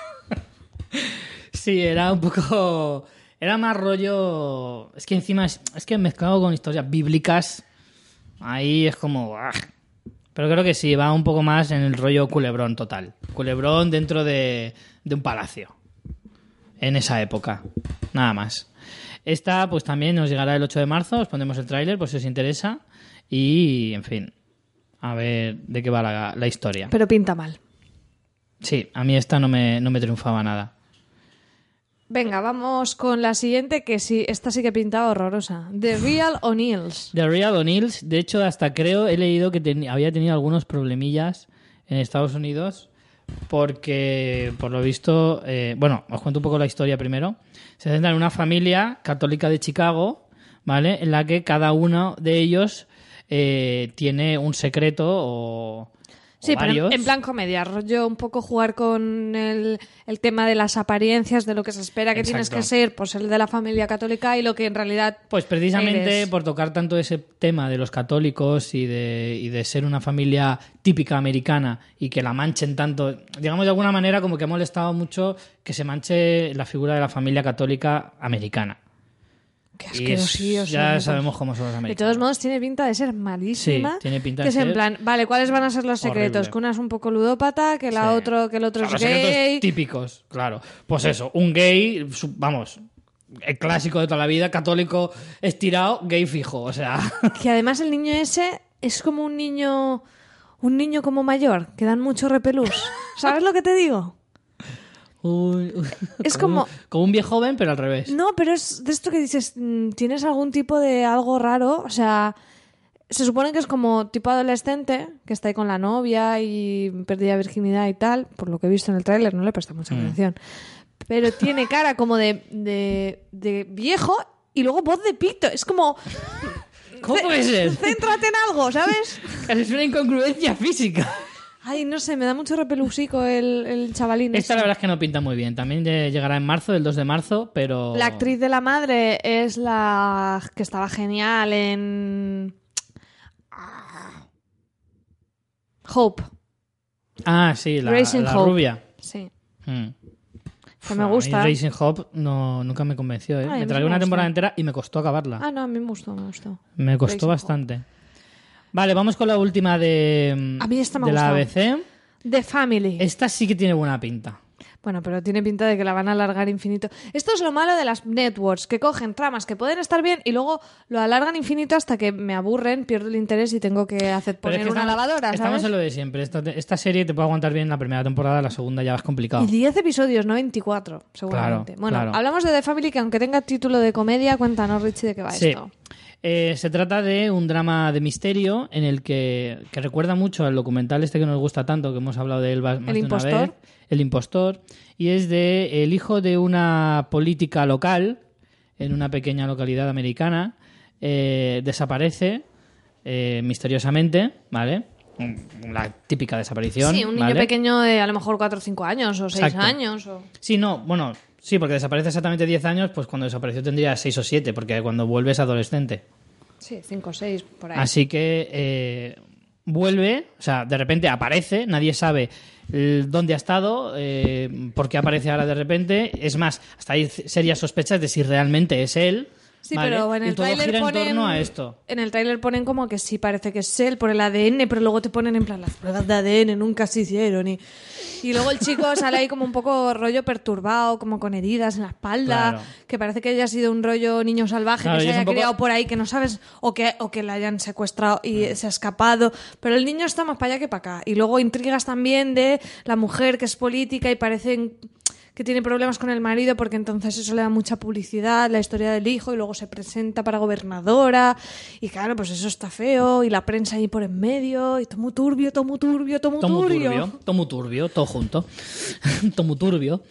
sí, era un poco... Era más rollo... Es que encima es que mezclado con historias bíblicas, ahí es como... ¡ah! Pero creo que sí, va un poco más en el rollo culebrón total. Culebrón dentro de un palacio. En esa época. Nada más. Esta pues también nos llegará el 8 de marzo. Os pondremos el tráiler por si os interesa. Y, en fin, a ver de qué va la historia. Pero pinta mal. Sí, a mí esta no me triunfaba nada. Venga, vamos con la siguiente, que sí, esta sí que pintaba horrorosa. The Real O'Neills. The Real O'Neills, de hecho, hasta creo, he leído que había tenido algunos problemillas en Estados Unidos porque, por lo visto, bueno, os cuento un poco la historia primero. Se centra en una familia católica de Chicago, ¿vale? En la que cada uno de ellos tiene un secreto o Sí, pero varios. en plan comedia, rollo un poco jugar con el tema de las apariencias, de lo que se espera que tienes Exacto. que ser, pues el de la familia católica y lo que en realidad Pues precisamente eres. por tocar tanto ese tema de los católicos y de ser una familia típica americana y que la manchen tanto, digamos de alguna manera como que ha molestado mucho que se manche la figura de la familia católica americana. Qué Y asquerosillos ya son. sabemos cómo son los De americanos. todos modos, tiene pinta de ser malísima. Sí, tiene pinta que de es en ser plan, vale, ¿cuáles van a ser los secretos? horrible. Que una es un poco ludópata, que Sí. que el otro O sea, es los secretos gay. típicos, claro. Pues eso, un gay, vamos, el clásico de toda la vida, católico estirado, gay fijo, o sea... Que además el niño ese es como un niño como mayor, que dan mucho repelús. ¿Sabes lo que te digo? Es como- como un viejo joven, pero al revés. No, pero es de esto que dices, tienes algún tipo de algo raro, o sea, se supone que es como tipo adolescente, que está ahí con la novia y perdida virginidad y tal, por lo que he visto en el tráiler, no le presta mucha atención. Pero tiene cara como de viejo y luego voz de pito, es como... ¿Cómo puede ser? Céntrate en algo, ¿sabes? Es una incongruencia física. Ay, no sé, me da mucho repelusico el chavalín. Esta ese. la verdad es que no pinta muy bien. También llegará en marzo, el 2 de marzo, pero... La actriz de la madre es la que estaba genial en... Hope. Ah, sí, la Racing Hope. rubia. Sí. Mm. Que me A mí gusta. Racing Hope nunca me convenció, ¿eh? Ay, a mí Me sí tragué me una gustó. temporada entera y me costó acabarla. Ah, no, a mí me gustó, me gustó. Me costó Racing bastante. Vale, vamos con la última de, A mí esta me ha de la gustado. ABC. The Family. Esta sí que tiene buena pinta. Bueno, pero tiene pinta de que la van a alargar infinito. Esto es lo malo de las networks, que cogen tramas que pueden estar bien y luego lo alargan infinito hasta que me aburren, pierdo el interés y tengo que hacer Pero es poner que una estamos, lavadora, estamos ¿sabes? en lo de siempre. Esta serie te puede aguantar bien la primera temporada, la segunda ya es complicado. Y 10 episodios, no 24, seguramente. Claro, Bueno, claro. hablamos de The Family, que aunque tenga título de comedia, cuéntanos, Richie, de qué va Sí. esto. Se trata de un drama de misterio en el que recuerda mucho al documental este que nos gusta tanto, que hemos hablado de él más de una Impostor. vez, El Impostor, y es de el hijo de una política local en una pequeña localidad americana, desaparece misteriosamente, ¿vale? La típica desaparición. Sí, un niño ¿vale? pequeño de a lo mejor 4 o 5 años o 6 Exacto. años. O... Sí, no, bueno, sí, porque desaparece exactamente 10 años, pues cuando desapareció tendría 6 o 7, porque cuando vuelve es adolescente. Sí, 5 o 6, por ahí. Así que vuelve, o sea, de repente aparece, nadie sabe dónde ha estado, por qué aparece ahora de repente. Es más, hasta hay serias sospechas de si realmente es él. Sí, ¿vale? pero en Y el todo tráiler gira en ponen... torno a esto. En el tráiler ponen como que sí parece que es él por el ADN, pero luego te ponen en plan, las pruebas de ADN nunca se hicieron. Y luego el chico sale ahí como un poco rollo perturbado, como con heridas en la espalda, Claro. que parece que haya sido un rollo niño salvaje, Claro, que y se es haya un poco- criado por ahí, que no sabes, o que la hayan secuestrado y se ha escapado. Pero el niño está más para allá que para acá. Y luego intrigas también de la mujer que es política y parecen que tiene problemas con el marido porque entonces eso le da mucha publicidad, la historia del hijo, y luego se presenta para gobernadora y claro, pues eso está feo y la prensa ahí por en medio y todo muy turbio, todo muy turbio, todo muy turbio. Todo muy turbio, todo junto. Todo muy turbio.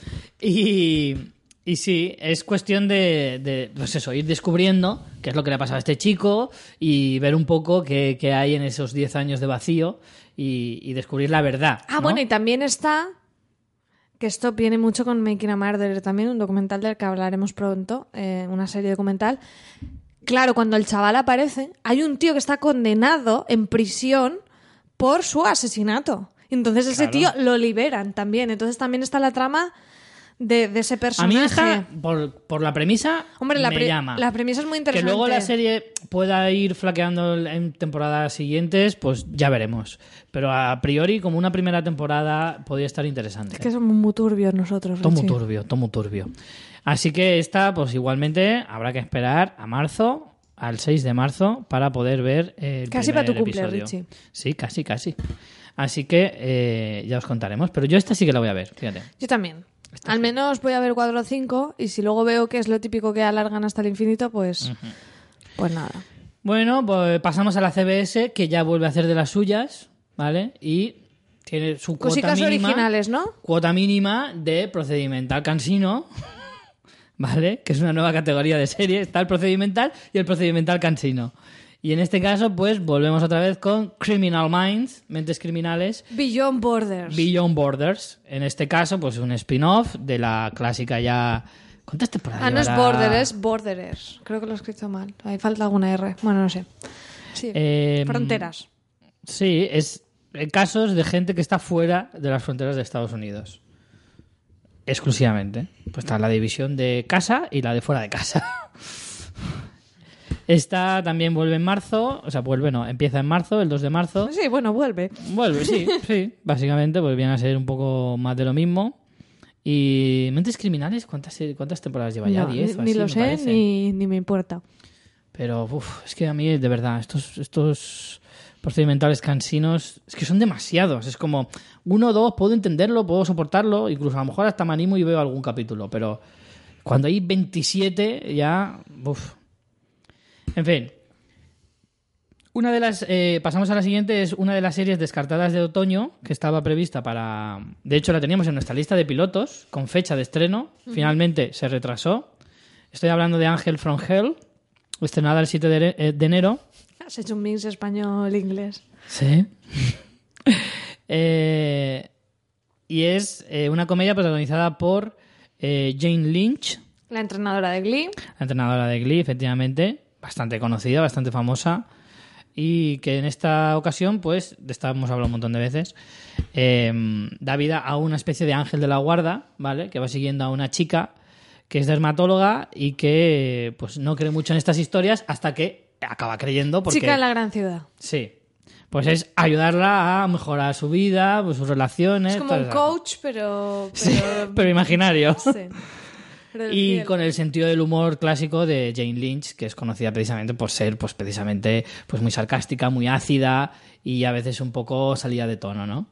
Y sí, es cuestión de pues eso, ir descubriendo qué es lo que le ha pasado a este chico y ver un poco qué hay en esos 10 años de vacío y descubrir la verdad. Ah, ¿no? bueno, y también está, que esto viene mucho con Making a Murderer también, un documental del que hablaremos pronto, una serie documental. Claro, cuando el chaval aparece, hay un tío que está condenado en prisión por su asesinato. Entonces ese tío lo liberan también. Entonces también está la trama de ese personaje. A mí esta, por la premisa, Hombre, me llama. La premisa es muy interesante. Que luego la serie pueda ir flaqueando en temporadas siguientes, pues ya veremos. Pero a priori, como una primera temporada, podría estar interesante. Es que somos muy turbios nosotros, Todo muy Richie. turbio. Así que esta, pues igualmente, habrá que esperar a marzo, al 6 de marzo, para poder ver el Casi primer para tu cumple, episodio. Richie. Sí, casi. Así que ya os contaremos. Pero yo esta sí que la voy a ver, fíjate. Yo también. Al menos voy a ver 4 o 5 y si luego veo que es lo típico que alargan hasta el infinito, pues pues nada. Bueno, pues pasamos a la CBS, que ya vuelve a hacer de las suyas, ¿vale? Y tiene su cuota Cositas mínima. originales, ¿no? Cuota mínima de procedimental cansino, ¿vale? Que es una nueva categoría de serie. Está el procedimental y el procedimental cansino. Y en este caso, pues, volvemos otra vez con Criminal Minds, Mentes Criminales, Beyond Borders. Beyond Borders. En este caso, pues, un spin-off de la clásica ya... ¿Cuántas temporadas No es llevará? Border, es Borderers. Creo que lo he escrito mal. Ahí falta alguna R. Bueno, no sé. Sí. Fronteras. Sí, es casos de gente que está fuera de las fronteras de Estados Unidos. Exclusivamente. Pues está la división de casa y la de fuera de casa. Esta también vuelve en marzo. O sea, vuelve no, empieza en marzo, el 2 de marzo. Sí, bueno, vuelve. Vuelve, sí. Básicamente, pues viene a ser un poco más de lo mismo. Y Mentes Criminales, ¿cuántas temporadas lleva ya? No, 10 o ni así, lo me sé, parece. ni me importa. Pero, es que a mí, de verdad, estos procedimentales cansinos, es que son demasiados. Es como, 1 o 2, puedo entenderlo, puedo soportarlo, incluso a lo mejor hasta me animo y veo algún capítulo, pero cuando hay 27, ya, En fin. Una de las pasamos a la siguiente, es una de las series descartadas de otoño que estaba prevista para... De hecho, la teníamos en nuestra lista de pilotos con fecha de estreno. Finalmente se retrasó. Estoy hablando de Ángel from Hell, estrenada el 7 de enero. Has hecho un mix español-inglés. Sí. Y es una comedia protagonizada por Jane Lynch, La entrenadora de Glee. la entrenadora de Glee, efectivamente, bastante conocida, bastante famosa, y que en esta ocasión, pues, de esta hemos hablado un montón de veces, da vida a una especie de ángel de la guarda, ¿vale? Que va siguiendo a una chica que es dermatóloga y que, pues, no cree mucho en estas historias hasta que acaba creyendo porque... Chica en la gran ciudad. Sí. Pues es ayudarla a mejorar su vida, pues, sus relaciones... Es como todas un esas coach, pero... Sí, pero imaginario. Sí. Pero del Y cielo. con el sentido del humor clásico de Jane Lynch, que es conocida precisamente por ser, pues precisamente, pues muy sarcástica, muy ácida y a veces un poco salida de tono, ¿no?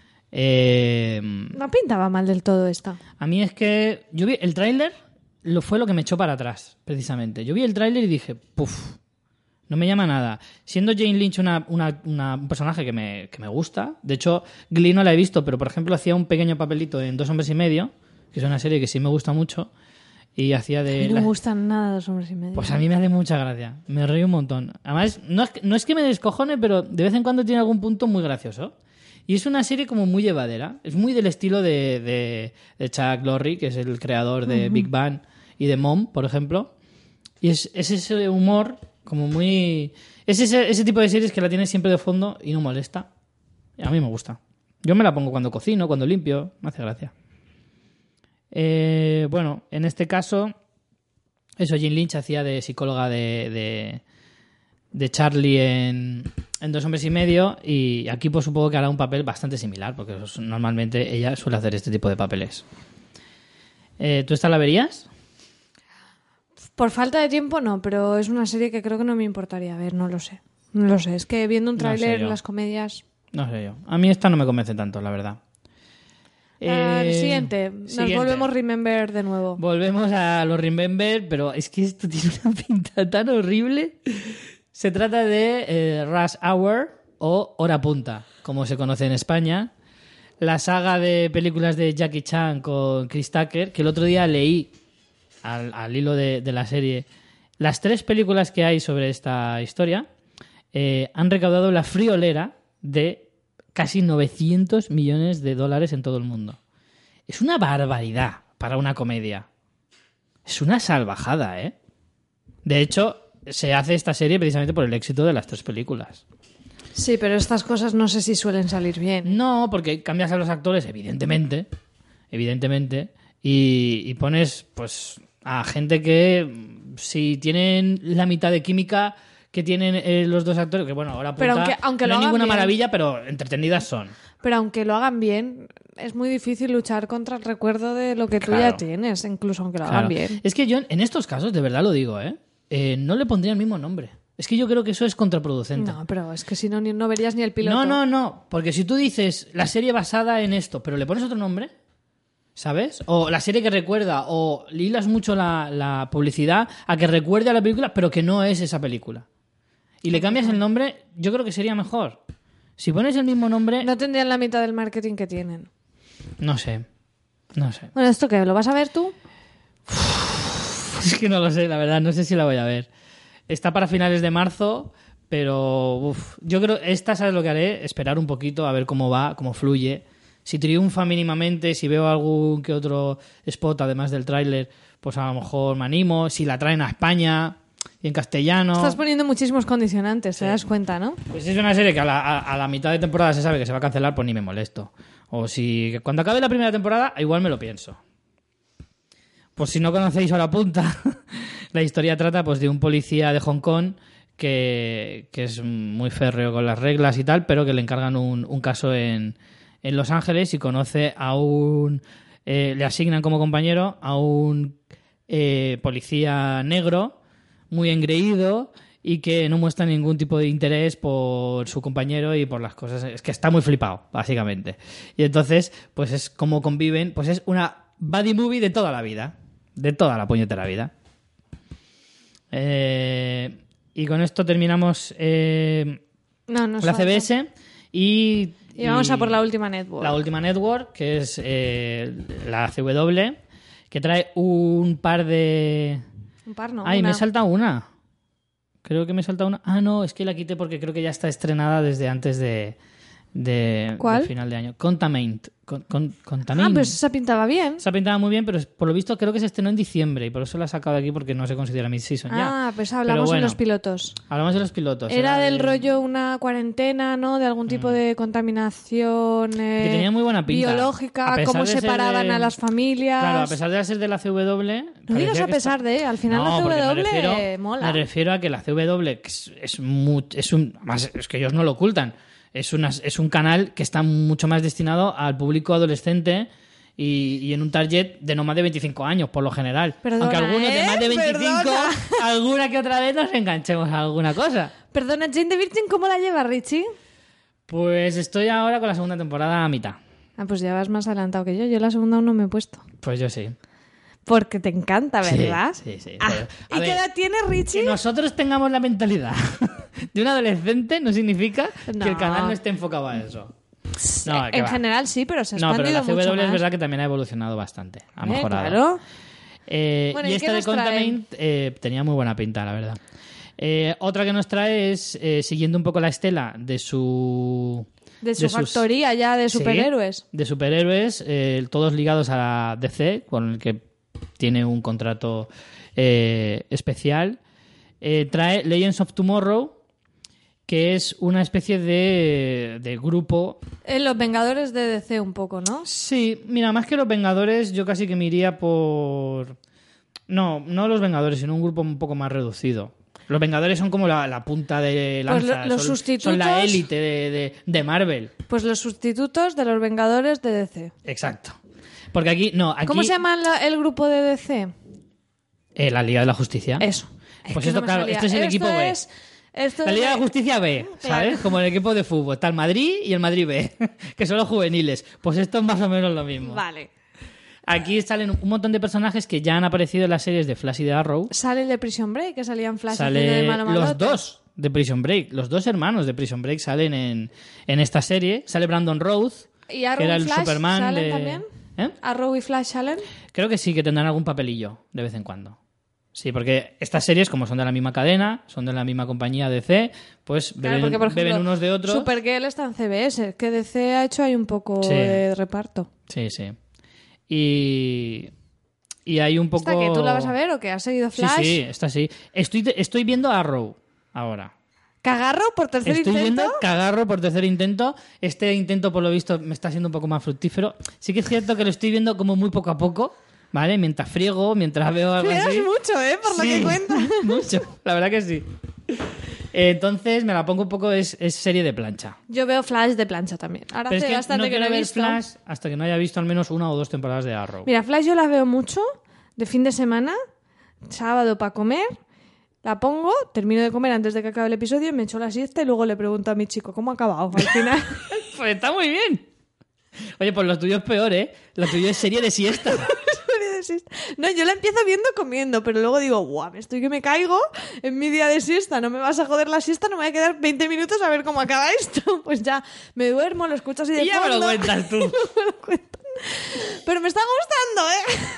No pintaba mal del todo esta. A mí es que yo vi el tráiler, fue lo que me echó para atrás, precisamente. Yo vi el tráiler y dije, puf, no me llama nada. Siendo Jane Lynch un personaje que me gusta, de hecho, Glee no la he visto, pero por ejemplo hacía un pequeño papelito en 2 hombres y medio, que es una serie que sí me gusta mucho, y hacía de... No me gustan nada los hombres y medio. Pues a mí me hace mucha gracia, me río un montón. Además, no es que me descojone, pero de vez en cuando tiene algún punto muy gracioso. Y es una serie como muy llevadera. Es muy del estilo de Chuck Lorre, que es el creador de Big Bang y de Mom, por ejemplo. Y es ese humor como muy... Es ese tipo de series que la tienes siempre de fondo y no molesta. A mí me gusta. Yo me la pongo cuando cocino, cuando limpio. Me hace gracia. Bueno, en este caso, eso, Jane Lynch hacía de psicóloga de Charlie en 2 hombres y medio, y aquí pues supongo que hará un papel bastante similar, porque normalmente ella suele hacer este tipo de papeles. ¿Tú esta la verías? Por falta de tiempo no, pero es una serie que creo que no me importaría ver, no lo sé. No lo sé, es que viendo un No sé tráiler, yo. las comedias... No sé yo. A mí esta no me convence tanto, la verdad. Siguiente. Nos volvemos Remember de nuevo. Volvemos a los Remember, pero es que esto tiene una pinta tan horrible. Se trata de Rush Hour o Hora Punta, como se conoce en España. La saga de películas de Jackie Chan con Chris Tucker, que el otro día leí al hilo de la serie. Las 3 películas que hay sobre esta historia han recaudado la friolera de casi 900 millones de dólares en todo el mundo. Es una barbaridad para una comedia. Es una salvajada, ¿eh? De hecho, se hace esta serie precisamente por el éxito de las 3 películas. Sí, pero estas cosas no sé si suelen salir bien. No, porque cambias a los actores, evidentemente, y pones pues a gente que si tienen la mitad de química que tienen los 2 actores, que bueno, ahora aunque no lo es ninguna hagan maravilla, pero entretenidas son. Pero aunque lo hagan bien, es muy difícil luchar contra el recuerdo de lo que tú ya tienes, incluso aunque lo hagan bien. Es que yo en estos casos, de verdad lo digo, no le pondría el mismo nombre. Es que yo creo que eso es contraproducente. No, pero es que si no, no verías ni el piloto. No, porque si tú dices la serie basada en esto, pero le pones otro nombre, ¿sabes? O la serie que recuerda, o le hilas mucho la publicidad a que recuerde a la película, pero que no es esa película. Y le cambias el nombre, yo creo que sería mejor. Si pones el mismo nombre... No tendrían la mitad del marketing que tienen. No sé. Bueno, ¿esto qué? ¿Lo vas a ver tú? Es que no lo sé, la verdad, no sé si la voy a ver. Está para finales de marzo, pero yo creo ¿sabes lo que haré? Esperar un poquito a ver cómo va, cómo fluye. Si triunfa mínimamente, si veo algún que otro spot, además del tráiler, pues a lo mejor me animo. Si la traen a España y en castellano... Estás poniendo muchísimos condicionantes, ¿te das cuenta, no? Pues es una serie que a la mitad de temporada se sabe que se va a cancelar, pues ni me molesto. O si cuando acabe la primera temporada, igual me lo pienso. Pues si no conocéis Hora Punta, la historia trata pues de un policía de Hong Kong que es muy férreo con las reglas y tal, pero que le encargan un caso en Los Ángeles y conoce a le asignan como compañero a un policía negro muy engreído y que no muestra ningún tipo de interés por su compañero y por las cosas. Es que está muy flipado, básicamente. Y entonces, pues es como conviven, pues es una buddy movie de toda la vida. De toda la puñetera vida. Y con esto terminamos la CBS y vamos a por la última network. La última network, que es la CW, que trae un par de... Un par, no. Ay, me he saltado una. Creo que me he saltado una. Ah, no, es que la quité porque creo que ya está estrenada desde antes de ¿Cuál? del final de año. Contaminate. Ah, pues esa pintaba bien. Esa pintaba muy bien, pero por lo visto creo que se estrenó en diciembre y por eso la he sacado de aquí porque no se considera mid-season ya. Ah, pues hablamos de los pilotos. Hablamos de los pilotos. Era del rollo una cuarentena, ¿no? De algún tipo de contaminación que tenía muy buena pinta. Biológica, cómo separaban a las familias. Claro, a pesar de ser de la CW... No digas a pesar de, al final no, la CW mola. Me refiero a que la CW es que ellos no lo ocultan. Es un canal que está mucho más destinado al público adolescente y en un target de no más de 25 años, por lo general. Perdona, aunque algunos de más de 25, Perdona. alguna que otra vez nos enganchemos a alguna cosa. Perdona, Jane the Virgin, ¿cómo la lleva, Richie? Pues estoy ahora con la segunda temporada a mitad. Ah, pues ya vas más adelantado que yo. Yo la segunda aún no me he puesto. Pues yo sí. Porque te encanta, ¿verdad? Sí. Ah, ¿y qué edad tienes, Richie? Que nosotros tengamos la mentalidad de un adolescente no significa que el canal no esté enfocado a eso. No, en general sí, pero se ha no, pero expandido la CW mucho es más. verdad que también ha evolucionado bastante. Ha mejorado. Claro. Bueno, y esta de Contaminate tenía muy buena pinta, la verdad. Otra que nos trae es, siguiendo un poco la estela de su factoría ya de superhéroes. Sí, de superhéroes, todos ligados a la DC, con el que tiene un contrato especial. Trae Legends of Tomorrow, que es una especie de grupo... Los Vengadores de DC un poco, ¿no? Sí, mira, más que los Vengadores, yo casi que me iría por... No los Vengadores, sino un grupo un poco más reducido. Los Vengadores son como la punta de lanza. Pues los sustitutos... Son la élite de Marvel. Pues los sustitutos de los Vengadores de DC. Exacto. Porque aquí... ¿Cómo se llama el grupo de DC? La Liga de la Justicia. Eso. Pues esto, claro, esto es el equipo B. Esto La de- Liga de Justicia B, ¿sabes? Claro. Como el equipo de fútbol. Está el Madrid y el Madrid B, que son los juveniles. Pues esto es más o menos lo mismo. Vale. Aquí salen un montón de personajes que ya han aparecido en las series de Flash y de Arrow. Sale el de Prison Break, que salían Flash haciendo de Sale malo los malote. dos de Prison Break. Los dos hermanos de Prison Break salen en esta serie. Sale Brandon Routh, ¿Y que Arrow era y el Flash Superman salen de... también? ¿Eh? ¿Arrow y Flash salen? Creo que sí, que tendrán algún papelillo de vez en cuando. Sí, porque estas series, como son de la misma cadena, son de la misma compañía DC, pues Claro, beben, porque, por ejemplo, beben unos de otros. Supergirl está en CBS, que DC ha hecho ahí un poco Sí. de reparto. Sí, sí. Y hay un poco... ¿Esta que tú la vas a ver o que has seguido Flash? Sí, sí, esta sí. Estoy viendo Arrow ahora. ¿Cagarro por tercer Estoy intento? viendo Cagarro por tercer intento. Este intento, por lo visto, me está siendo un poco más fructífero. Sí que es cierto que lo estoy viendo como muy poco a poco, ¿vale? Mientras friego, mientras veo algo Friegas así. mucho, por lo Sí, que cuentas. mucho, la verdad que sí. Entonces me la pongo un poco, es serie de plancha. Yo veo Flash de plancha también. Ahora Pero es hace que bastante no que quiero no he ver visto. Flash hasta que no haya visto al menos 1 o 2 temporadas de Arrow. Mira, Flash yo la veo mucho de fin de semana, sábado para comer. La pongo, termino de comer antes de que acabe el episodio, me echo la siesta y luego le pregunto a mi chico cómo ha acabado. Al final, Pues está muy bien. Oye, pues lo tuyo es peor, ¿eh? Lo tuyo es serie de siesta. no, yo la empiezo viendo comiendo, pero luego digo, guau, estoy que me caigo en mi día de siesta, no me vas a joder la siesta, no me voy a quedar 20 minutos a ver cómo acaba esto. Pues ya me duermo, lo escucho así de Y ya me lo fondo. cuentas tú. Me lo cuentan. Pero me está gustando,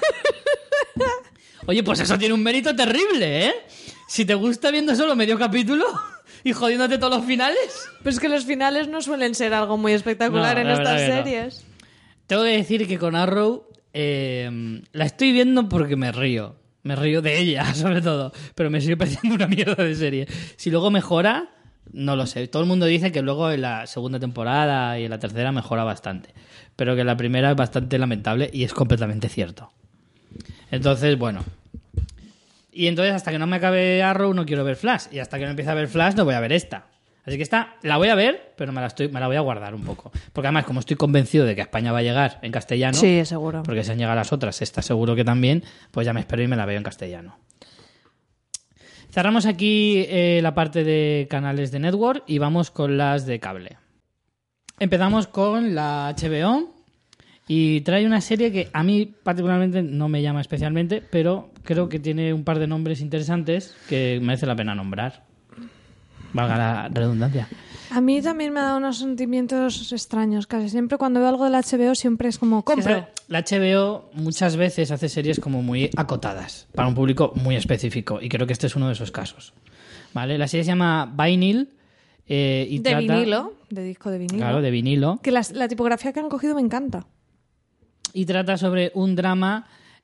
Oye, pues eso tiene un mérito terrible, ¿eh? Si te gusta viendo solo medio capítulo y jodiéndote todos los finales. Pues es que los finales no suelen ser algo muy espectacular No, en la estas verdad que no. series. Tengo que decir que con Arrow la estoy viendo porque me río. Me río de ella, sobre todo. Pero me sigue pareciendo una mierda de serie. Si luego mejora, no lo sé. Todo el mundo dice que luego en la segunda temporada y en la tercera mejora bastante. Pero que la primera es bastante lamentable y es completamente cierto. Entonces, bueno. Y entonces hasta que no me acabe Arrow no quiero ver Flash. Y hasta que no empiece a ver Flash no voy a ver esta. Así que esta la voy a ver, pero me la voy a guardar un poco. Porque además, como estoy convencido de que a España va a llegar en castellano, Sí, seguro. porque se han llegado las otras, esta seguro que también, pues ya me espero y me la veo en castellano. Cerramos aquí la parte de canales de network y vamos con las de cable. Empezamos con la HBO y trae una serie que a mí particularmente no me llama especialmente, pero creo que tiene un par de nombres interesantes que merece la pena nombrar. Valga la redundancia. A mí también me ha dado unos sentimientos extraños. Casi siempre cuando veo algo de la HBO siempre es como, compro. La HBO muchas veces hace series como muy acotadas para un público muy específico y creo que este es uno de esos casos. ¿Vale? La serie se llama Vinyl y De trata, vinilo, de disco de vinilo. Claro, de vinilo. Que la tipografía que han cogido me encanta. Y trata sobre un drama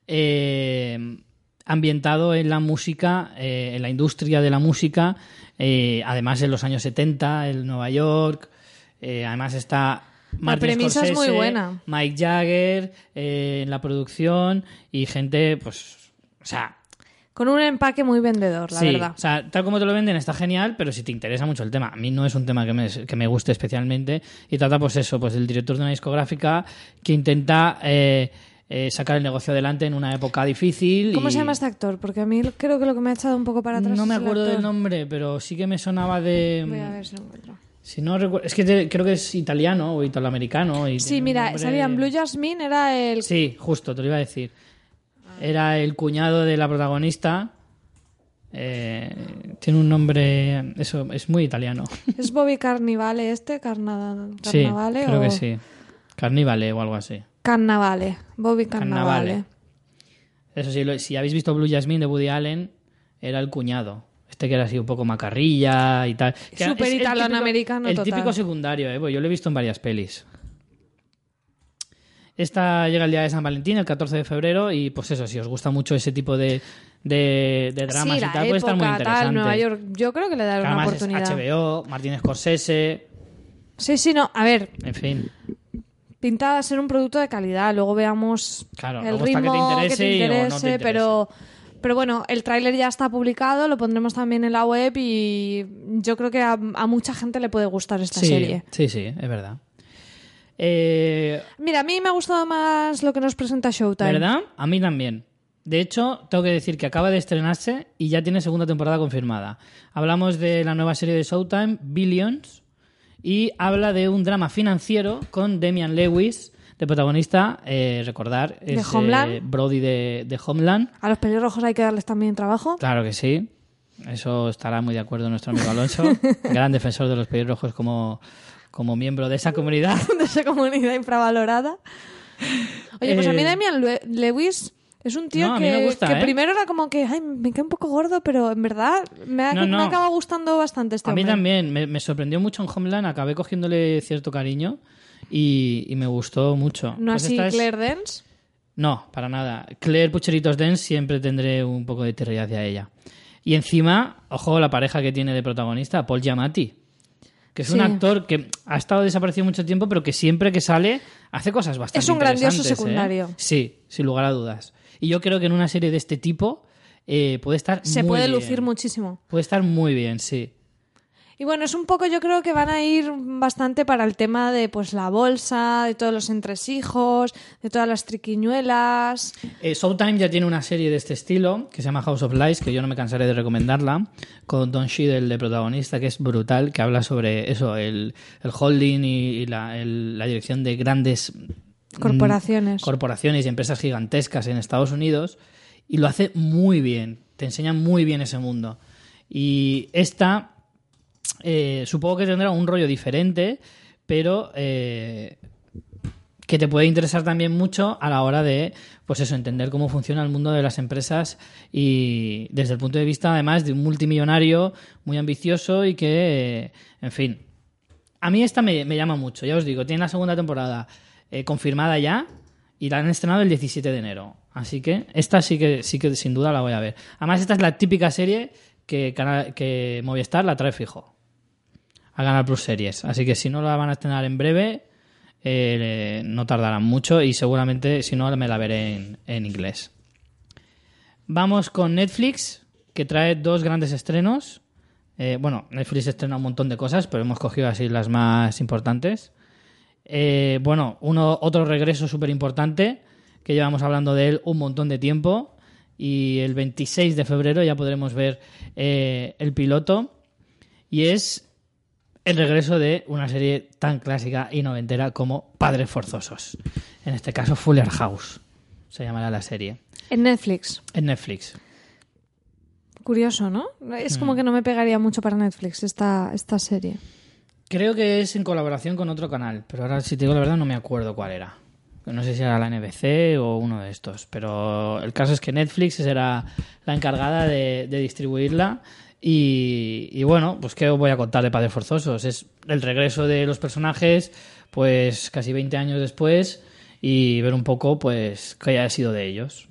ambientado en la música, en la industria de la música, además en los años 70, en Nueva York. Además está Martin premisa es Scorsese, muy buena. Mike Jagger en la producción y gente, pues, o sea, Con un empaque muy vendedor, la sí, verdad. o sea, tal como te lo venden está genial, pero si te interesa mucho el tema. A mí no es un tema que me guste especialmente y trata pues eso, pues del director de una discográfica que intenta sacar el negocio adelante en una época difícil. ¿Cómo y... se llama este actor? Porque a mí creo que lo que me ha echado un poco para atrás No me es el acuerdo actor. del nombre, pero sí que me sonaba de... Voy a ver si lo encuentro. Si no recuerdo... Es que creo que es italiano o italoamericano. Y Sí, tiene un mira, nombre- salía en Blue Jasmine, era el... Sí, justo, te lo iba a decir. Era el cuñado de la protagonista. Tiene un nombre... Eso, es muy italiano. ¿Es Bobby Carnivale este? Sí, ¿Carnavale creo o...? que sí. Carnívale o algo así. Carnavale. Bobby Carnavale. Carnavale. Eso sí, si habéis visto Blue Jasmine de Woody Allen, era el cuñado. Este que era así un poco macarrilla y tal. Que era- Súper es el italoamericano El total. típico secundario, pues yo lo he visto en varias pelis. Esta llega el día de San Valentín, el 14 de febrero, y pues eso, si os gusta mucho ese tipo de dramas Sí, y la tal, puede estar muy época, interesante. tal, Nueva York. Yo creo que le daré Que una además oportunidad. es HBO, Martin Scorsese, Sí, no. A ver, en fin. pinta a ser un producto de calidad. Luego veamos Claro, el luego está que te ritmo interese o no te interese. pero bueno, el tráiler ya está publicado, lo pondremos también en la web y yo creo que a mucha gente le puede gustar esta serie. Sí, es verdad. Mira, a mí me ha gustado más lo que nos presenta Showtime. ¿Verdad? A mí también. De hecho, tengo que decir que acaba de estrenarse y ya tiene segunda temporada confirmada. Hablamos de la nueva serie de Showtime, Billions, y habla de un drama financiero con Damian Lewis de protagonista, recordar, ¿De es Homeland? Brody de Homeland. A los pelirrojos hay que darles también trabajo. Claro que sí. Eso estará muy de acuerdo nuestro amigo Alonso, gran defensor de los pelirrojos como miembro de esa comunidad. De esa comunidad infravalorada. Oye, pues a mí Damian Lewis es un tío No, a mí me gusta, que primero era como que ay, me cae un poco gordo, pero en verdad me acaba gustando bastante este A mí hombre. también, me sorprendió mucho en Homeland, acabé cogiéndole cierto cariño y me gustó mucho. ¿No Pues así esta es- Claire Dance? No, para nada. Claire Pucheritos Dance siempre tendré un poco de tirria hacia ella. Y encima, ojo, la pareja que tiene de protagonista, Paul Giamatti, que es un Sí. actor que ha estado desaparecido mucho tiempo, pero que siempre que sale hace cosas bastante Es un grandioso interesantes, secundario. Sí, sin lugar a dudas. Y yo creo que en una serie de este tipo puede estar Se muy puede bien. lucir muchísimo. Puede estar muy bien, sí. Y bueno, es un poco, yo creo que van a ir bastante para el tema de pues la bolsa, de todos los entresijos, de todas las triquiñuelas. Showtime ya tiene una serie de este estilo que se llama House of Lies, que yo no me cansaré de recomendarla, con Don Cheadle de protagonista, que es brutal, que habla sobre eso, el holding y la dirección de grandes corporaciones y empresas gigantescas en Estados Unidos, y lo hace muy bien, te enseña muy bien ese mundo. Y esta supongo que tendrá un rollo diferente, pero que te puede interesar también mucho a la hora de, pues eso, entender cómo funciona el mundo de las empresas y desde el punto de vista, además, de un multimillonario muy ambicioso y que, en fin. A mí esta me llama mucho, ya os digo, tiene la segunda temporada confirmada ya y la han estrenado el 17 de enero. Así que esta sí que sin duda la voy a ver. Además, esta es la típica serie que Movistar la trae fijo a Canal Plus Series. Así que si no la van a estrenar en breve, no tardarán mucho y seguramente, si no, me la veré en inglés. Vamos con Netflix, que trae dos grandes estrenos. Netflix estrena un montón de cosas, pero hemos cogido así las más importantes. Otro regreso súper importante, que llevamos hablando de él un montón de tiempo. Y el 26 de febrero ya podremos ver el piloto. Y es el regreso de una serie tan clásica y noventera como Padres Forzosos. En este caso, Fuller House se llamará la serie. En Netflix. En Netflix. Curioso, ¿no? Es como que no me pegaría mucho para Netflix esta serie. Creo que es en colaboración con otro canal, pero ahora, si te digo la verdad, no me acuerdo cuál era. No sé si era la NBC o uno de estos, pero el caso es que Netflix será la encargada de distribuirla. Y bueno, pues ¿qué os voy a contar de Padres Forzosos? Es el regreso de los personajes, pues casi 20 años después, y ver un poco, pues, qué haya sido de ellos.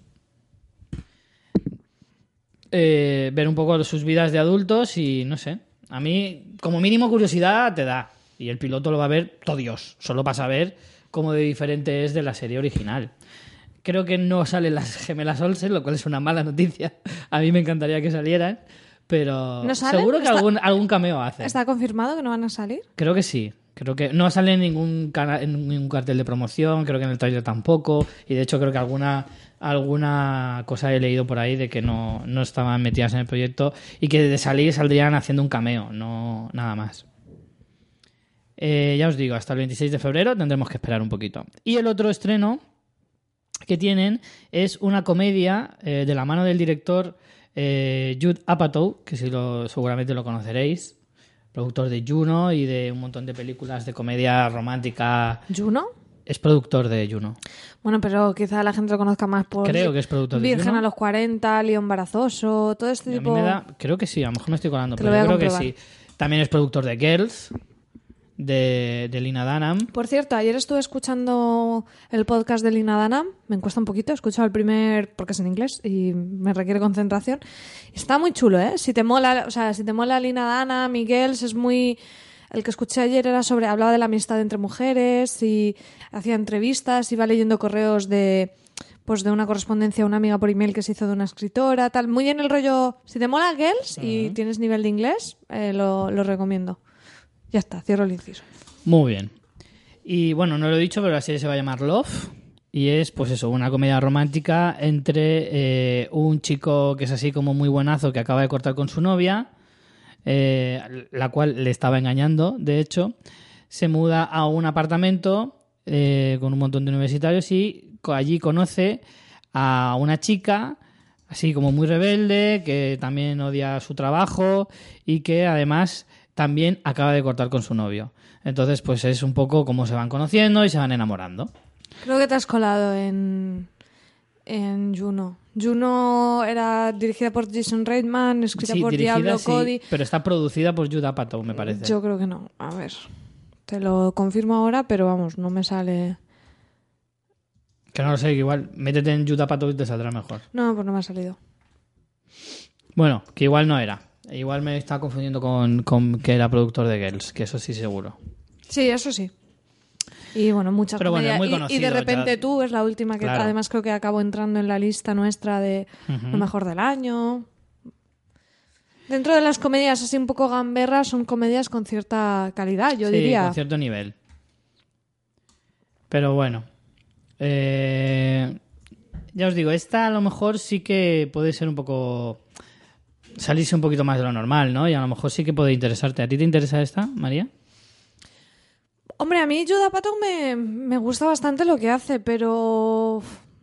Ver un poco sus vidas de adultos y, no sé, a mí, como mínimo, curiosidad te da. Y el piloto lo va a ver todo Dios, solo para saber cómo de diferente es de la serie original. Creo que no salen las gemelas Olsen, lo cual es una mala noticia. A mí me encantaría que salieran. Pero ¿No salen? seguro que algún cameo hace. ¿Está confirmado que no van a salir? Creo que sí. Creo que no sale en ningún cartel de promoción, creo que en el trailer tampoco. Y de hecho creo que alguna cosa he leído por ahí de que no estaban metidas en el proyecto y que de salir saldrían haciendo un cameo, no nada más. Ya os digo, hasta el 26 de febrero tendremos que esperar un poquito. Y el otro estreno que tienen es una comedia de la mano del director Judd Apatow, que seguramente lo conoceréis, productor de Juno y de un montón de películas de comedia romántica. ¿Juno? Es productor de Juno. Bueno, pero quizá la gente lo conozca más por Creo que es productor de Virgen Juno. a los 40, Lío embarazoso, todo este A mí tipo... creo que sí, a lo mejor me estoy colando, Te pero lo voy yo a creo que comprobar. sí. También es productor de Girls, de Lena Dunham. Por cierto, ayer estuve escuchando el podcast de Lena Dunham. Me cuesta un poquito, he escuchado el primer porque es en inglés y me requiere concentración. Está muy chulo, ¿eh? Si te mola Lena Dunham, Miguel, es muy... El que escuché ayer hablaba de la amistad entre mujeres y hacía entrevistas, iba leyendo correos de una correspondencia a una amiga por email que se hizo de una escritora, tal. Muy en el rollo, si te mola Girls y tienes nivel de inglés, lo recomiendo. Ya está, cierro el inciso. Muy bien. Y bueno, no lo he dicho, pero la serie se va a llamar Love. y es, pues eso, una comedia romántica entre un chico que es así como muy buenazo, que acaba de cortar con su novia, la cual le estaba engañando, de hecho, se muda a un apartamento con un montón de universitarios y allí conoce a una chica así como muy rebelde, que también odia su trabajo y que además también acaba de cortar con su novio. Entonces, pues es un poco como se van conociendo y se van enamorando. Creo que te has colado en Juno. Juno era dirigida por Jason Reitman, escrita por Diablo Cody. Pero está producida por Judd Apatow, me parece. Yo creo que no. A ver, te lo confirmo ahora, pero vamos, no me sale... Que no lo sé, que igual métete en Judd Apatow y te saldrá mejor. No, pues no me ha salido. Bueno, que igual no era. Igual me está confundiendo con que era productor de Girls, que eso sí seguro. Sí, eso sí. Y bueno, muchas pero comedias. Bueno, muy conocido, y de repente ya... tú es la última que claro. Además creo que acabó entrando en la lista nuestra de lo mejor del año. Dentro de las comedias así un poco gamberras, son comedias con cierta calidad, yo diría. Sí, con cierto nivel. Pero bueno. Ya os digo, esta a lo mejor sí que puede ser un poco... salirse un poquito más de lo normal, ¿no? Y a lo mejor sí que puede interesarte. ¿A ti te interesa esta, María? Hombre, a mí Judd Apatow me gusta bastante lo que hace, pero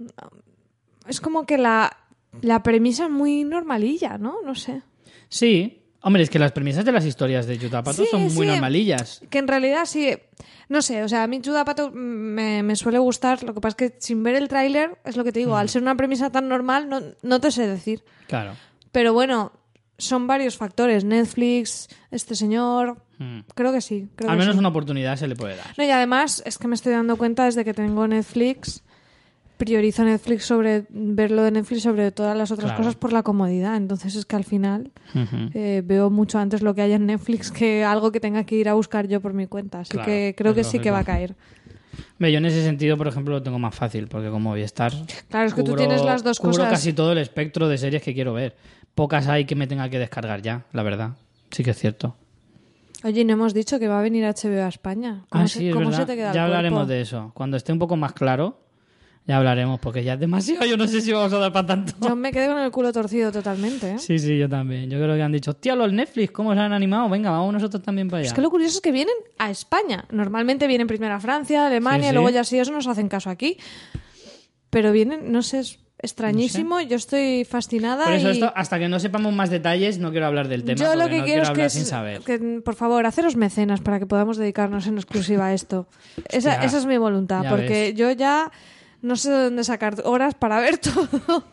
es como que la premisa es muy normalilla, ¿no? No sé. Sí. Hombre, es que las premisas de las historias de Judd Apatow son muy normalillas. Que en realidad sí... No sé, o sea, a mí Judd Apatow me suele gustar. Lo que pasa es que sin ver el tráiler, es lo que te digo, al ser una premisa tan normal, no te sé decir. Claro. Pero bueno, son varios factores. Netflix, este señor... Creo que sí. Al menos una oportunidad se le puede dar. No, y además es que me estoy dando cuenta desde que tengo Netflix, priorizo Netflix sobre verlo de Netflix sobre todas las otras cosas por la comodidad. Entonces es que al final veo mucho antes lo que hay en Netflix que algo que tenga que ir a buscar yo por mi cuenta. Así que creo que sí que va a caer. Yo en ese sentido, por ejemplo, lo tengo más fácil, porque como Movistar... Claro, es que tú tienes las dos cubro cosas. Casi todo el espectro de series que quiero ver. Pocas hay que me tenga que descargar ya, la verdad. Sí que es cierto. Oye, no hemos dicho que va a venir HBO a España. Ah, sí, es ¿cómo verdad. se te queda Ya el hablaremos cuerpo? de eso. Cuando esté un poco más claro, ya hablaremos, porque ya es demasiado. Yo no sé si vamos a dar para tanto. Yo me quedé con el culo torcido totalmente, ¿eh? Sí, yo también. Yo creo que han dicho, hostia, los Netflix, ¿cómo se han animado? Venga, vamos nosotros también para allá. Es que lo curioso es que vienen a España. Normalmente vienen primero a Francia, Alemania, Sí. luego ya sí eso nos hacen caso aquí. Pero vienen, no sé, es extrañísimo. Yo estoy fascinada. Por eso y... esto, hasta que no sepamos más detalles, no quiero hablar del tema. Yo lo porque que no quiero es hablar que, sin saber. por favor, haceros mecenas para que podamos dedicarnos en exclusiva a esto. Esa es mi voluntad, ya porque ves. yo ya no sé de dónde sacar horas para ver todo.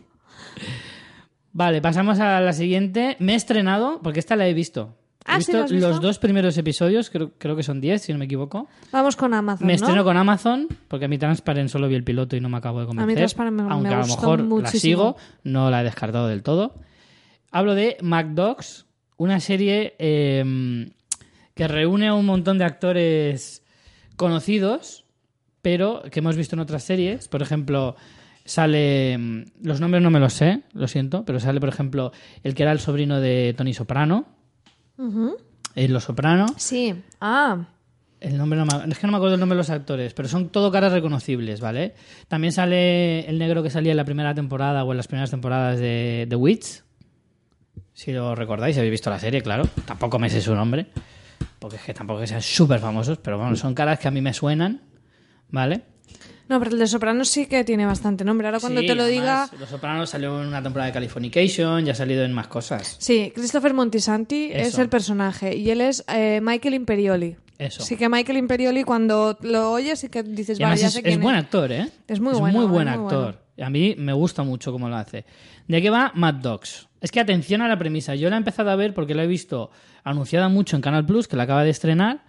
Vale, pasamos a la siguiente. Me he estrenado, porque esta la he visto. He Ah, ¿sí visto la has visto? los 2 primeros episodios, creo que son 10, si no me equivoco. Vamos con Amazon, Me ¿no? estreno con Amazon, porque a mí Transparent solo vi el piloto y no me acabo de convencer. Transparent me aunque a lo gustó mejor la muchísimo. sigo, no la he descartado del todo. Hablo de MacDogs, una serie que reúne a un montón de actores conocidos, pero que hemos visto en otras series. Por ejemplo, sale... los nombres no me los sé, lo siento, pero sale, por ejemplo, el que era el sobrino de Tony Soprano, en Los Soprano. Sí. Ah, El nombre es que no me acuerdo el nombre de los actores, pero son todo caras reconocibles, ¿vale? También sale el negro que salía en la primera temporada o en las primeras temporadas de The Witch. Si lo recordáis, si habéis visto la serie, claro. Tampoco me sé su nombre, porque es que tampoco que sean súper famosos, pero bueno, son caras que a mí me suenan, ¿vale? no, pero el de Sopranos sí que tiene bastante nombre. Ahora cuando Sí, te lo además, diga... Los Sopranos salió en una temporada de Californication, ya ha salido en más cosas. Sí, Christopher Moltisanti es Eso. el personaje y él es Michael Imperioli. Eso. Sí que Michael Imperioli cuando lo oyes y que dices, Y vale, además ya sé quién es buen actor, ¿eh? Es muy bueno, muy buen es muy actor. A mí me gusta mucho cómo lo hace. ¿De qué va Mad Dogs? Es que atención a la premisa. Yo la he empezado a ver porque la he visto anunciada mucho en Canal Plus, que la acaba de estrenar,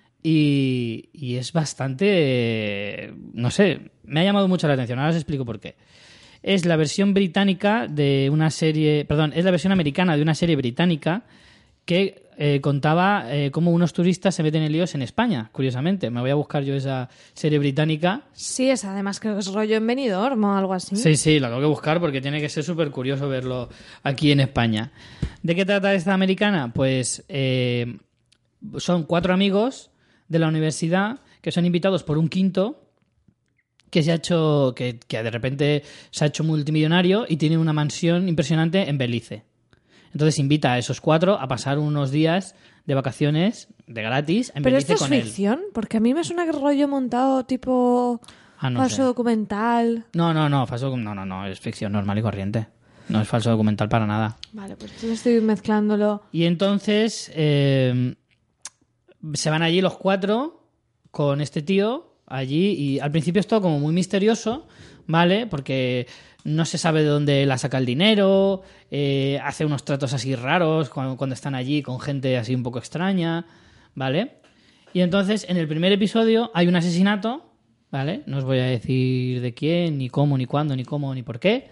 y es bastante... no sé, me ha llamado mucho la atención. Ahora os explico por qué. Es la versión británica de una serie... Perdón, es la versión americana de una serie británica que contaba cómo unos turistas se meten en líos en España, curiosamente. Me voy a buscar yo esa serie británica. Sí, es además creo que es rollo en Benidorm o algo así. Sí, la tengo que buscar porque tiene que ser súper curioso verlo aquí en España. ¿De qué trata esta americana? Pues son 4 amigos de la universidad que son invitados por un quinto que se ha hecho que de repente se ha hecho multimillonario y tiene una mansión impresionante en Belice. Entonces invita a esos 4 a pasar unos días de vacaciones de gratis en ¿Pero Belice esto es con él. ficción? Porque a mí me suena que rollo montado tipo No falso sé. documental. No, falso, no, es ficción normal y corriente. No es falso documental para nada. Vale, pues yo estoy mezclándolo. Y entonces se van allí los 4 con este tío allí y al principio es todo como muy misterioso, ¿vale? Porque no se sabe de dónde la saca el dinero, hace unos tratos así raros cuando están allí con gente así un poco extraña, ¿vale? Y entonces en el primer episodio hay un asesinato, ¿vale? No os voy a decir de quién, ni cómo, ni cuándo, ni cómo, ni por qué.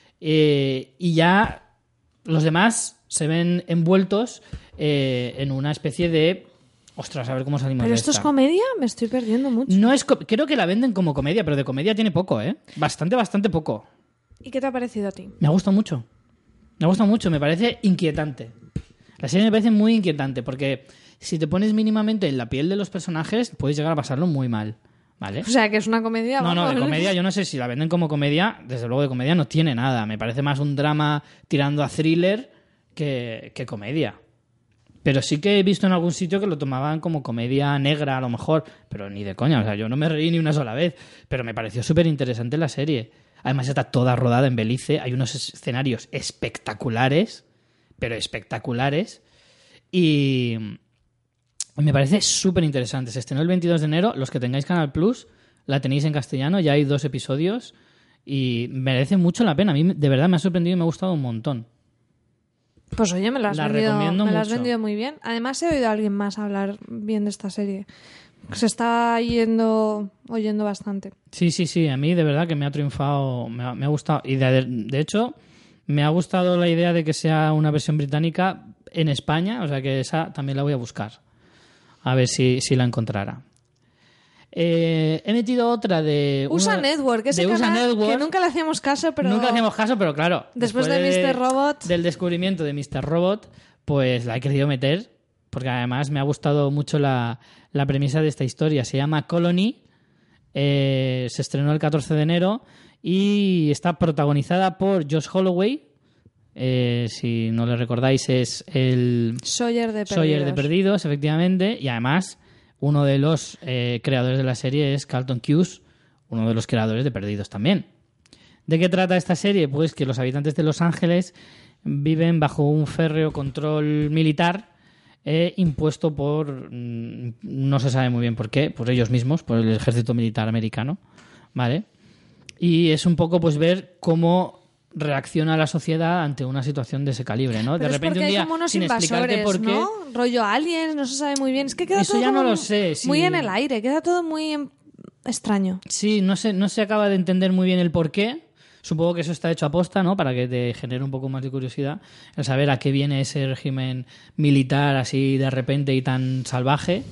Y ya los demás se ven envueltos en una especie de... Ostras, a ver cómo salimos ¿Pero de esto es esta. comedia? Me estoy perdiendo mucho. No es creo que la venden como comedia, pero de comedia tiene poco, ¿eh? Bastante poco. ¿Y qué te ha parecido a ti? Me ha gustado mucho. Me parece inquietante. La serie me parece muy inquietante porque si te pones mínimamente en la piel de los personajes puedes llegar a pasarlo muy mal, ¿vale? O sea, que es una comedia. No, de vamos. comedia yo no sé si la venden como comedia, desde luego de comedia no tiene nada. Me parece más un drama tirando a thriller que comedia. Pero sí que he visto en algún sitio que lo tomaban como comedia negra a lo mejor, pero ni de coña, o sea, yo no me reí ni una sola vez, pero me pareció súper interesante la serie. Además está toda rodada en Belice, hay unos escenarios espectaculares, pero espectaculares, y me parece súper interesante. Se estrenó el 22 de enero, los que tengáis Canal Plus, la tenéis en castellano, ya hay 2 episodios, y merece mucho la pena. A mí de verdad me ha sorprendido y me ha gustado un montón. Pues oye, me lo has La vendido, recomiendo me lo has mucho. vendido muy bien. Además he oído a alguien más hablar bien de esta serie. Se está oyendo bastante. Sí, a mí de verdad que me ha triunfado, me ha gustado. Y de hecho, me ha gustado la idea de que sea una versión británica en España, o sea que esa también la voy a buscar. A ver si la encontrara. He metido otra de... USA Network, ese de USA canal Network. que nunca le hacíamos caso, pero... Nunca hacíamos caso, pero claro. Después de Mr. Robot. Del descubrimiento de Mr. Robot, pues la he querido meter, porque además me ha gustado mucho la premisa de esta historia. Se llama Colony, se estrenó el 14 de enero y está protagonizada por Josh Holloway. Si no le recordáis, es el Sawyer de Perdidos, efectivamente, y además uno de los creadores de la serie es Carlton Cuse, uno de los creadores de Perdidos también. ¿De qué trata esta serie? Pues que los habitantes de Los Ángeles viven bajo un férreo control militar impuesto por... no se sabe muy bien por qué, por ellos mismos, por el ejército militar americano, ¿vale? Y es un poco pues ver cómo reacciona la sociedad ante una situación de ese calibre, ¿no? Pero de repente es porque un día hay como unos sin explicarte invasores, por qué... ¿no? Rollo aliens, no se sabe muy bien. Es que queda Eso todo ya no como lo sé, sí. muy en el aire, queda todo muy extraño. Sí, no se acaba de entender muy bien el por qué. Supongo que eso está hecho a posta, ¿no? Para que te genere un poco más de curiosidad el saber a qué viene ese régimen militar así de repente y tan salvaje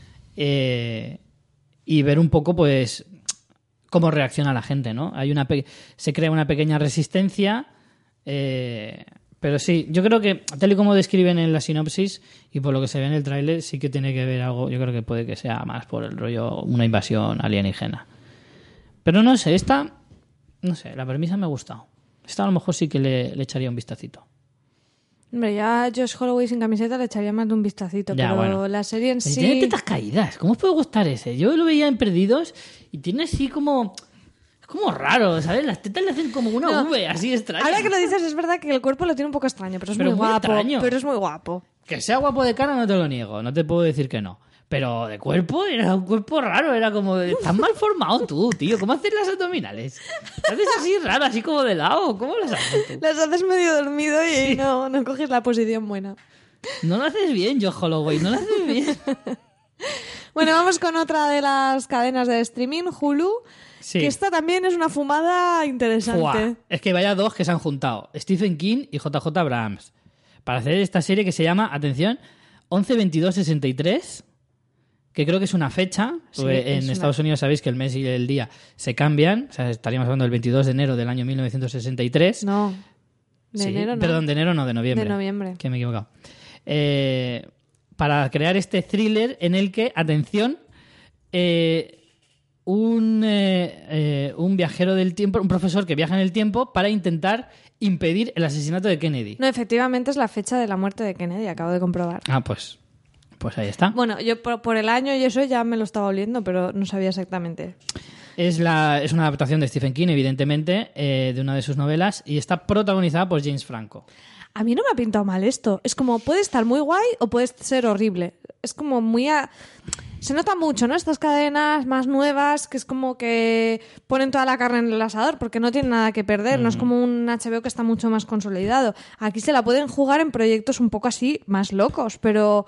y ver un poco, pues, cómo reacciona la gente, ¿no? Se crea una pequeña resistencia, pero sí, yo creo que tal y como describen en la sinopsis y por lo que se ve en el tráiler, sí que tiene que ver algo. Yo creo que puede que sea más por el rollo una invasión alienígena. Pero no sé, no sé, la premisa me ha gustado. Esta a lo mejor sí que le echaría un vistacito. Hombre, ya a Josh Holloway sin camiseta le echaría más de un vistacito, Ya, pero bueno. la serie en sí... Tiene tetas caídas. ¿Cómo os puede gustar ese? Yo lo veía en Perdidos y tiene así como... Es como raro, ¿sabes? Las tetas le hacen como una No. V, así extraña. Ahora que lo dices, es verdad que el cuerpo lo tiene un poco extraño, pero es Pero muy muy guapo. extraño. Pero es muy guapo. Que sea guapo de cara no te lo niego, no te puedo decir que no. Pero de cuerpo era un cuerpo raro, era como... Estás mal formado tú, tío. ¿Cómo haces las abdominales? Haces así raro, así como de lado. ¿Cómo las haces tú? Las haces medio dormido y no coges la posición buena. No lo haces bien, Josh Holloway, no lo haces bien. Bueno, vamos con otra de las cadenas de streaming, Hulu. Sí. Que esta también es una fumada interesante. Fuá. Es que vaya dos que se han juntado. Stephen King y JJ Abrams. Para hacer esta serie que se llama, atención, 11-22-63, que creo que es una fecha. Sí, Porque es en Estados Unidos sabéis que el mes y el día se cambian. O sea, estaríamos hablando del 22 de enero del año 1963. No, de Sí, enero no. Perdón, de enero no, de noviembre. De noviembre. Que me he equivocado. Para crear este thriller en el que, atención, un viajero del tiempo, un profesor que viaja en el tiempo para intentar impedir el asesinato de Kennedy. No, efectivamente es la fecha de la muerte de Kennedy, acabo de comprobar. Ah, pues ahí está. Bueno, yo por el año y eso ya me lo estaba oliendo, pero no sabía exactamente. Es una adaptación de Stephen King, evidentemente, de una de sus novelas, y está protagonizada por James Franco. A mí no me ha pintado mal esto. Es como, puede estar muy guay o puede ser horrible. Es como muy... Se nota mucho, ¿no? Estas cadenas más nuevas, que es como que ponen toda la carne en el asador porque no tienen nada que perder. No es como un HBO que está mucho más consolidado. Aquí se la pueden jugar en proyectos un poco así, más locos, pero...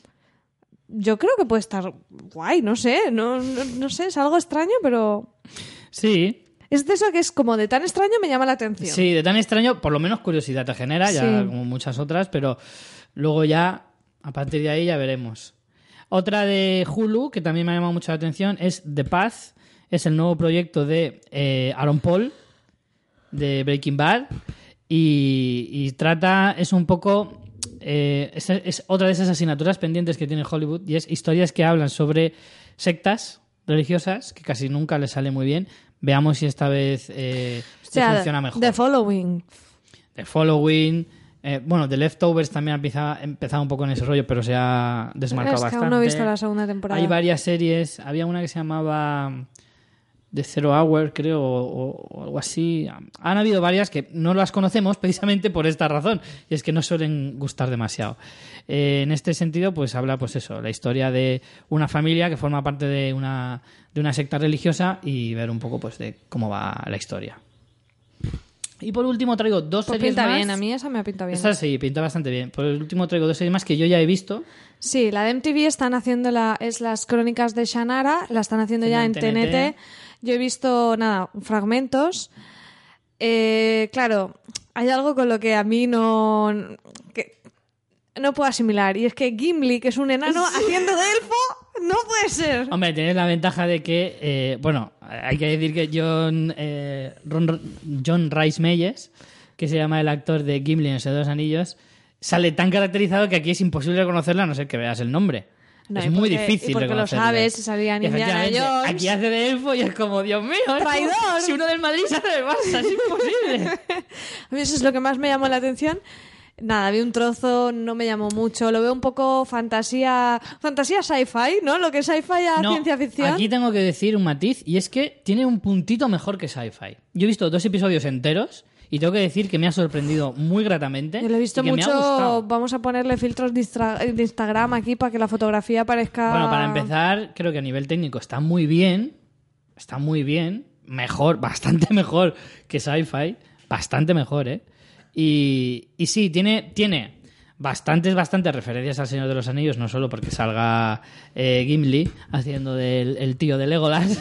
Yo creo que puede estar guay, no sé. No sé, es algo extraño, pero... Sí. Es de eso que es como de tan extraño me llama la atención. Sí, de tan extraño, por lo menos curiosidad te genera, ya Sí. como muchas otras, pero luego ya, a partir de ahí ya veremos. Otra de Hulu, que también me ha llamado mucho la atención, es The Path. Es el nuevo proyecto de Aaron Paul, de Breaking Bad, y trata, es un poco... es otra de esas asignaturas pendientes que tiene Hollywood, y es historias que hablan sobre sectas religiosas, que casi nunca les sale muy bien. Veamos si esta vez funciona mejor. The Following. The Following. The Leftovers también ha empezado un poco en ese rollo, pero se ha desmarcado Es que bastante. aún no he visto la segunda temporada. Hay varias series. Había una que se llamaba The Zero Hour, creo, o algo así. Han habido varias que no las conocemos precisamente por esta razón, y es que no suelen gustar demasiado. En este sentido, pues habla, pues eso, la historia de una familia que forma parte de una secta religiosa y ver un poco, pues, de cómo va la historia. Y por último traigo dos Pues series pinta más. bien, a mí esa me ha pintado bien. Esta sí, pinta bastante bien. Por último traigo dos series más que yo ya he visto. Sí, la de MTV están haciendo las crónicas de Shannara, la están haciendo ya en TNT. Yo he visto, fragmentos. Claro, hay algo con lo que a mí no puedo asimilar, y es que Gimli, que es un enano haciendo de elfo, no puede ser. Hombre, tienes la ventaja de que, hay que decir que John Rhys Meyers, que se llama el actor de Gimli en El Señor de los Anillos, sale tan caracterizado que aquí es imposible reconocerlo a no ser que veas el nombre. No, es muy difícil y porque lo reconocerle. sabes, si salía en Indiana Efectivamente, Jones. aquí hace de elfo y es como, Dios mío, es ¡Traidor! como si uno del Madrid se hace del Barça, es imposible. A mí eso es lo que más me llamó la atención. Nada, vi un trozo, no me llamó mucho. Lo veo un poco fantasía sci-fi, ¿no? Lo que es sci-fi a ciencia ficción. Aquí tengo que decir un matiz, y es que tiene un puntito mejor que sci-fi. Yo he visto 2 episodios enteros y tengo que decir que me ha sorprendido muy gratamente. Yo lo he visto y que me ha mucho. gustado. Vamos a ponerle filtros de Instagram aquí para que la fotografía parezca... Bueno, para empezar, creo que a nivel técnico está muy bien. Está muy bien. Mejor, bastante mejor que sci-fi. Bastante mejor, ¿eh? Y sí, tiene bastantes referencias al Señor de los Anillos, no solo porque salga Gimli haciendo el tío de Legolas,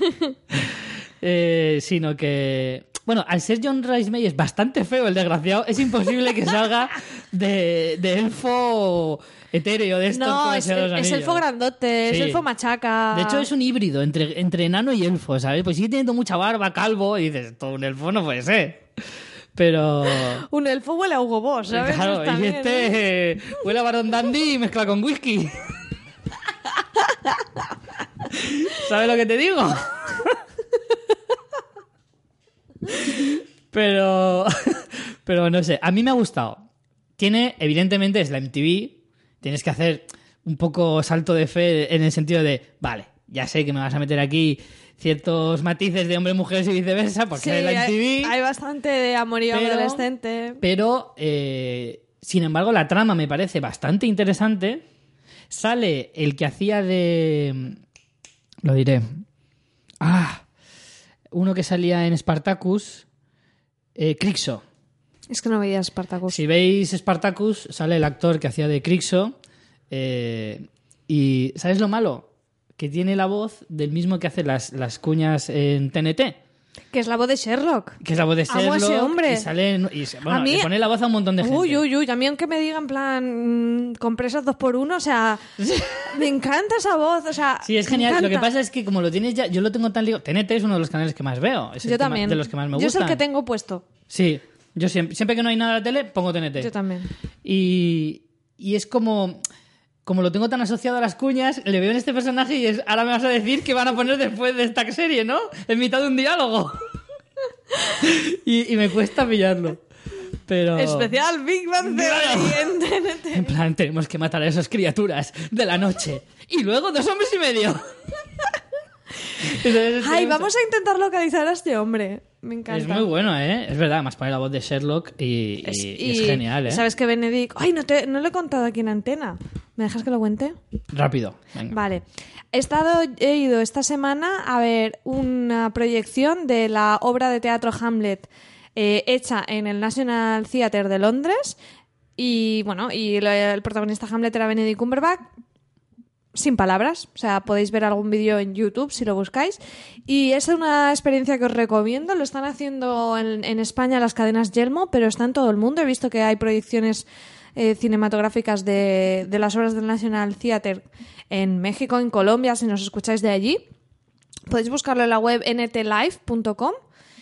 sino que... Bueno, al ser John Rhys Meyers bastante feo el desgraciado, es imposible que salga de elfo etéreo de estos. No, como es Señor de los Anillos. elfo grandote, Sí. es elfo machaca. De hecho, es un híbrido entre enano y elfo, ¿sabes? Pues sigue teniendo mucha barba, calvo, y dices, todo un elfo no puede ser. Pero... Un elfo huele a Hugo Boss, ¿sabes? Claro, Está y bien, este huele a Barón Dandy y mezcla con whisky. ¿Sabes lo que te digo? Pero no sé, a mí me ha gustado. Evidentemente es la MTV, tienes que hacer un poco salto de fe en el sentido de, vale, ya sé que me vas a meter aquí ciertos matices de hombres, mujeres y viceversa, porque Sí, es la MTV. hay bastante de amorío adolescente. Pero, sin embargo, la trama me parece bastante interesante. Sale el que hacía de... Lo diré. Uno que salía en Spartacus, Crixo. Es que no veía Spartacus. Si veis Spartacus, sale el actor que hacía de Crixo. Y ¿sabes lo malo? Que tiene la voz del mismo que hace las cuñas en TNT. Que es la voz de Sherlock. Que es la voz de Sherlock. Amo a ese hombre. Y sale, A mí- le pone la voz a un montón de gente. Uy, a mí aunque me digan en plan compresas 2x1, o sea, me encanta esa voz, o sea, Sí, es me genial. Lo que encanta. pasa es que como lo tienes ya, yo lo tengo tan ligado. TNT es uno de los canales que más veo. Es el Yo que también. de los que más me Yo es gustan. el que tengo puesto. Sí, yo siempre que no hay nada en la tele, pongo TNT. Yo también. Y es como como lo tengo tan asociado a las cuñas, le veo en este personaje y ahora me vas a decir que van a poner después de esta serie, ¿no? En mitad de un diálogo. y me cuesta pillarlo. Pero... Especial Big Bang Theory. En plan, tenemos que matar a esas criaturas de la noche. Y luego 2 hombres y medio. Entonces, Ay, vamos a intentar localizar a este hombre. Me encanta. Es muy bueno, ¿eh? Es verdad, además pone la voz de Sherlock y es genial, ¿eh? ¿Sabes que Benedict? Ay, no lo he contado aquí en antena. ¿Me dejas que lo cuente? Rápido, venga. Vale. He ido esta semana a ver una proyección de la obra de teatro Hamlet hecha en el National Theatre de Londres. Y bueno, el protagonista Hamlet era Benedict Cumberbatch. Sin palabras, o sea, podéis ver algún vídeo en YouTube si lo buscáis. Y es una experiencia que os recomiendo. Lo están haciendo en España las cadenas Yelmo, pero está en todo el mundo. He visto que hay proyecciones cinematográficas de las obras del National Theatre en México, en Colombia, si nos escucháis de allí. Podéis buscarlo en la web ntlive.com.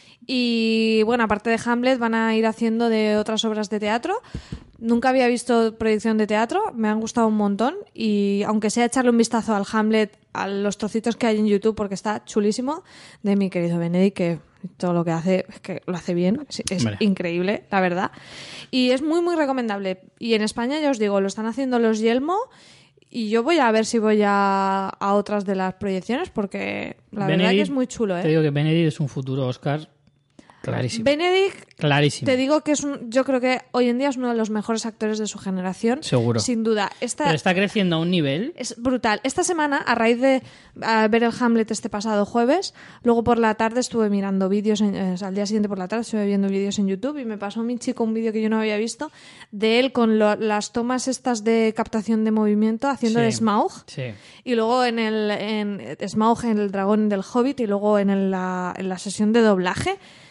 Y bueno, aparte de Hamlet van a ir haciendo de otras obras de teatro. Nunca había visto proyección de teatro, me han gustado un montón y aunque sea echarle un vistazo al Hamlet, a los trocitos que hay en YouTube, porque está chulísimo, de mi querido Benedict, que todo lo que hace, es que lo hace bien, es increíble, la verdad. Y es muy, muy recomendable. Y en España, ya os digo, lo están haciendo los Yelmo y yo voy a ver si voy a otras de las proyecciones porque la verdad que es muy chulo, ¿eh? Te digo que Benedict es un futuro Oscar. Clarísimo. Benedict, clarísimo. Te digo que yo creo que hoy en día es uno de los mejores actores de su generación. Seguro. Sin duda. Pero está creciendo a un nivel... Es brutal. Esta semana, a raíz de ver el Hamlet este pasado jueves, luego por la tarde estuve mirando vídeos, al día siguiente por la tarde estuve viendo vídeos en YouTube y me pasó mi chico un vídeo que yo no había visto de él con las tomas estas de captación de movimiento haciendo el Smaug. Sí. Y luego en Smaug, en el dragón del Hobbit y luego en la sesión de doblaje.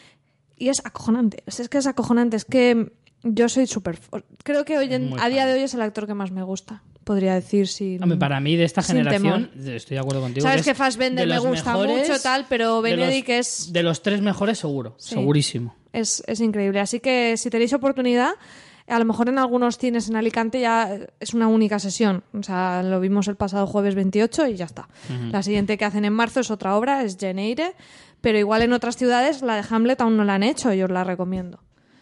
Y es acojonante, es que es acojonante, es que yo soy súper... Creo que a día de hoy es el actor que más me gusta, podría decir. Para mí de esta generación, estoy de acuerdo contigo. Sabes que Fassbender me gusta mucho, tal, pero Benedict es... De los 3 mejores seguro, sí, segurísimo. Es increíble, así que si tenéis oportunidad, a lo mejor en algunos cines en Alicante ya es una única sesión. O sea, lo vimos el pasado jueves 28 y ya está. Uh-huh. La siguiente que hacen en marzo es otra obra, es Jane Eyre. Pero igual en otras ciudades la de Hamlet aún no la han hecho y os la recomiendo.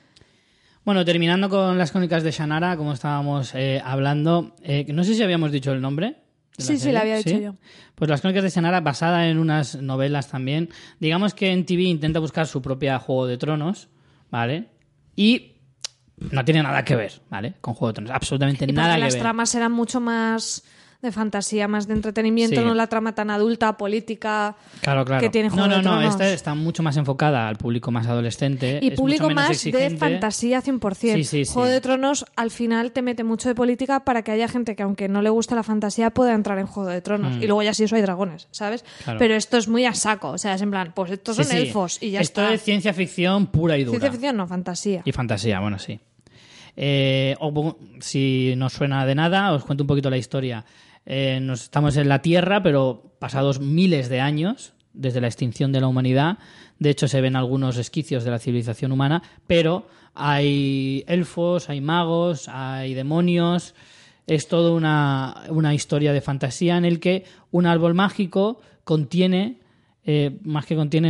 Bueno, terminando con las crónicas de Shannara, como estábamos hablando, no sé si habíamos dicho el nombre. Sí, la había dicho yo. Pues las crónicas de Shannara, basada en unas novelas también. Digamos que NTV intenta buscar su propia Juego de Tronos, ¿vale? Y no tiene nada que ver, ¿vale? Con Juego de Tronos, absolutamente nada que ver. Las tramas eran mucho más de fantasía, más de entretenimiento, no la trama tan adulta, política, claro. que tiene Juego de Tronos. Esta está mucho más enfocada al público más adolescente. Y es público mucho menos más exigente. de fantasía 100%. Sí. Juego de Tronos al final te mete mucho de política para que haya gente que aunque no le guste la fantasía pueda entrar en Juego de Tronos. Y luego ya sí eso hay dragones, ¿sabes? Claro. Pero esto es muy a saco, o sea, es en plan, pues estos son elfos y ya esto está. Esto es ciencia ficción pura y dura. Ciencia ficción no, fantasía. Y fantasía, bueno, sí. Si no suena de nada, os cuento un poquito la historia. Estamos en la Tierra, pero pasados miles de años desde la extinción de la humanidad. De hecho, se ven algunos resquicios de la civilización humana, pero hay elfos, hay magos, hay demonios. Es toda una historia de fantasía en el que un árbol mágico contiene, más que contiene,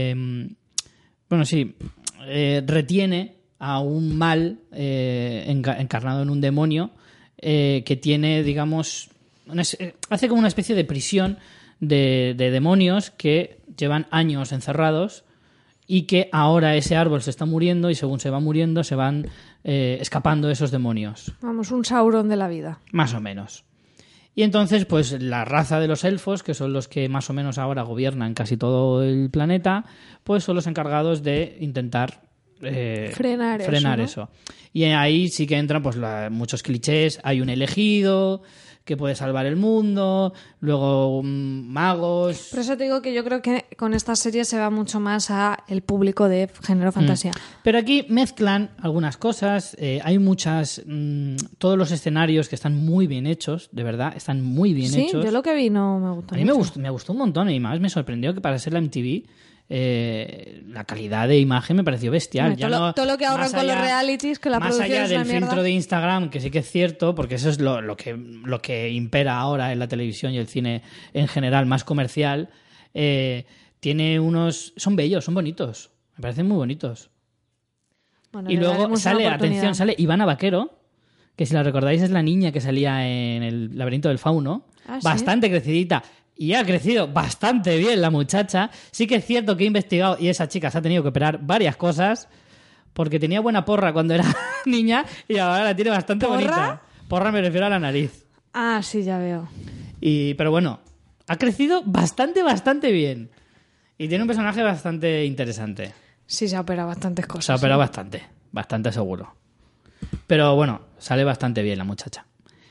retiene a un mal encarnado en un demonio que tiene, digamos... hace como una especie de prisión de demonios que llevan años encerrados y que ahora ese árbol se está muriendo y según se va muriendo se van escapando esos demonios. Vamos, un Sauron de la vida. Más o menos. Y entonces, pues la raza de los elfos, que son los que más o menos ahora gobiernan casi todo el planeta, pues son los encargados de intentar frenar eso. Y ahí sí que entran pues muchos clichés. Hay un elegido que puede salvar el mundo, luego magos... Por eso te digo que yo creo que con esta serie se va mucho más a el público de género fantasía. Pero aquí mezclan algunas cosas, hay muchas... todos los escenarios que están muy bien hechos, de verdad, están muy bien hechos. Sí, yo lo que vi no me gustó mucho. A mí me gustó un montón y más me sorprendió que para ser la MTV la calidad de imagen me pareció bestial. Bueno, todo lo que ahorran con los realities, que la más producción allá es una del mierda. filtro de Instagram, que sí que es cierto, porque eso es lo que impera ahora en la televisión y el cine en general, más comercial, tiene unos... Son bellos, son bonitos. Me parecen muy bonitos. Bueno, Y le luego daremos una sale, oportunidad. atención, sale Ivana Vaquero, que si la recordáis es la niña que salía en el laberinto del fauno. Ah, ¿sí? Bastante crecidita. Y ha crecido bastante bien la muchacha. Sí que es cierto que he investigado y esa chica se ha tenido que operar varias cosas porque tenía buena porra cuando era niña y ahora la tiene bastante ¿Porra? bonita. Porra me refiero a la nariz. Ah, sí, ya veo. Pero bueno, ha crecido bastante bien. Y tiene un personaje bastante interesante. Sí, se ha operado bastantes cosas. Se ha operado ¿eh? bastante seguro. Pero bueno, sale bastante bien la muchacha.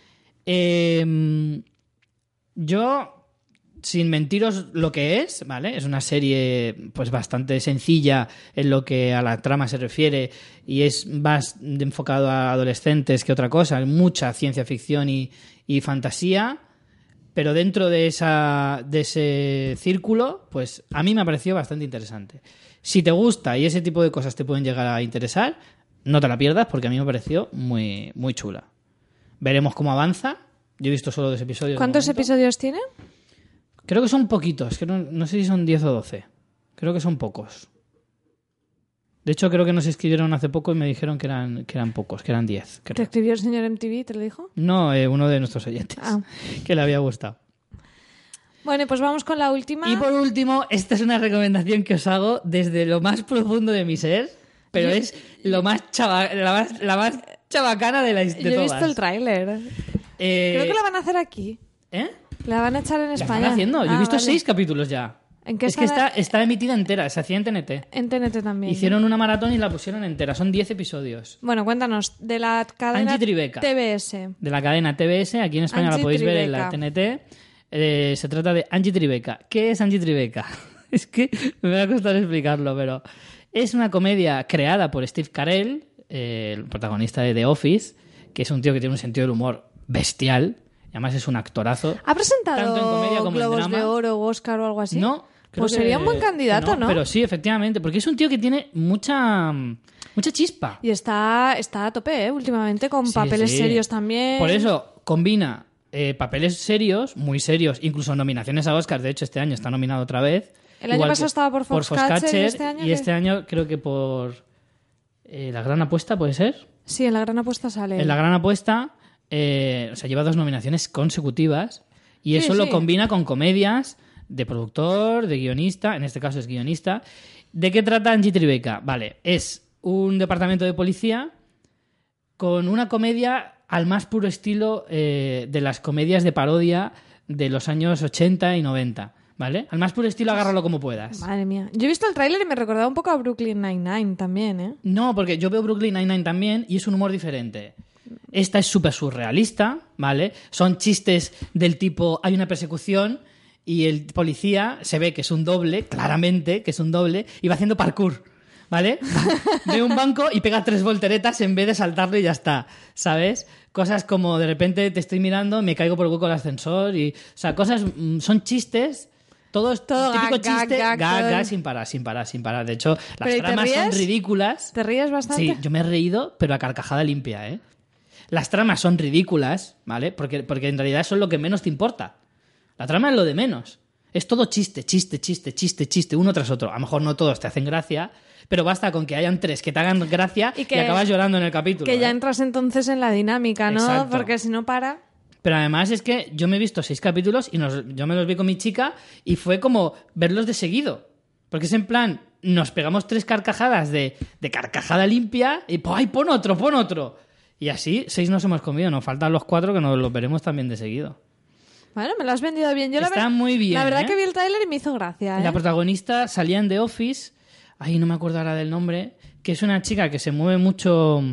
Yo, sin mentiros lo que es, ¿vale? Es una serie pues bastante sencilla en lo que a la trama se refiere y es más enfocado a adolescentes que otra cosa. Hay mucha ciencia ficción y fantasía, pero dentro de ese círculo, pues a mí me ha parecido bastante interesante. Si te gusta y ese tipo de cosas te pueden llegar a interesar, no te la pierdas porque a mí me pareció muy, muy chula. Veremos cómo avanza. Yo he visto solo 2 episodios. ¿Cuántos de momento. episodios tiene? Creo que son poquitos. Que no sé si son 10 o 12. Creo que son pocos. De hecho, creo que nos escribieron hace poco y me dijeron que eran pocos, que eran 10. Creo. ¿Te escribió el señor MTV? ¿Te lo dijo? No, uno de nuestros oyentes. Ah. Que le había gustado. Bueno, pues vamos con la última. Y por último, esta es una recomendación que os hago desde lo más profundo de mi ser, pero es lo más la más chabacana de Yo he todas. visto el tráiler. Creo que la van a hacer aquí. ¿Eh? La van a echar en La España. están haciendo. Yo he Ah, visto vale. 6 capítulos ya. ¿En qué es que sala? está emitida entera, se hacía en TNT. En TNT también. Hicieron una maratón y la pusieron entera. Son 10 episodios. Bueno, cuéntanos, de la cadena Angie Tribeca. TBS. De la cadena TBS, aquí en España Angie la podéis ver en Tribeca. la TNT. Se trata de Angie Tribeca. ¿Qué es Angie Tribeca? Es que me va a costar explicarlo, pero es una comedia creada por Steve Carell, el protagonista de The Office, que es un tío que tiene un sentido del humor bestial. Y además es un actorazo. ¿Ha presentado Tanto en comedia como en Globos drama. de Oro o Oscar o algo así? No. creo Pues que- sería un buen candidato, ¿no? Pero sí, efectivamente, porque es un tío que tiene mucha chispa. Y está a tope, ¿eh? Últimamente, con Sí, papeles sí. serios también. Por eso combina papeles serios, muy serios, incluso nominaciones a Oscar. De hecho, este año está nominado otra vez. El año Igual pasado que estaba por Foxcatcher, ¿y este año qué? creo que por La Gran Apuesta, ¿puede ser? Sí, en La Gran Apuesta sale. En La Gran Apuesta, lleva 2 nominaciones consecutivas y Sí, eso lo sí. combina con comedias de productor, de guionista, en este caso es guionista. ¿De qué trata Angie Tribeca? Vale, es un departamento de policía con una comedia al más puro estilo de las comedias de parodia de los años 80 y 90, ¿vale? Al más puro estilo, agárralo como puedas. Madre mía. Yo he visto el tráiler y me recordaba un poco a Brooklyn Nine-Nine también, ¿eh? No, porque yo veo Brooklyn Nine-Nine también y es un humor diferente. Esta es súper surrealista, ¿vale? Son chistes del tipo, hay una persecución y el policía se ve que es un doble, claramente que es un doble, y va haciendo parkour, ¿vale? Ve un banco y pega 3 volteretas en vez de saltarlo y ya está, ¿sabes? Cosas como de repente te estoy mirando, me caigo por el hueco del ascensor y... O sea, cosas... son chistes... Todo típico gag, chiste, gag, todo. gag, sin parar. De hecho, las ¿Pero y te tramas son ríes? ridículas. ¿Te ríes bastante? Sí, yo me he reído, pero a carcajada limpia, ¿eh? Las tramas son ridículas, ¿vale? Porque en realidad son lo que menos te importa. La trama es lo de menos. Es todo chiste, uno tras otro. A lo mejor no todos te hacen gracia, pero basta con que hayan 3 que te hagan gracia y, acabas llorando en el capítulo. Que ya ¿eh? entras entonces en la dinámica, ¿no? Exacto. Porque si no para... Pero además es que yo me he visto 6 capítulos y yo me los vi con mi chica y fue como verlos de seguido. Porque es en plan, nos pegamos 3 carcajadas de carcajada limpia y ¡ay, pon otro! Y así 6 nos hemos comido. Nos faltan los 4 que nos los veremos también de seguido. Bueno, me lo has vendido bien. Yo Está muy bien, La verdad ¿eh? que vi el tráiler y me hizo gracia, ¿eh? La protagonista salía en The Office, no me acuerdo ahora del nombre, que es una chica que se mueve mucho...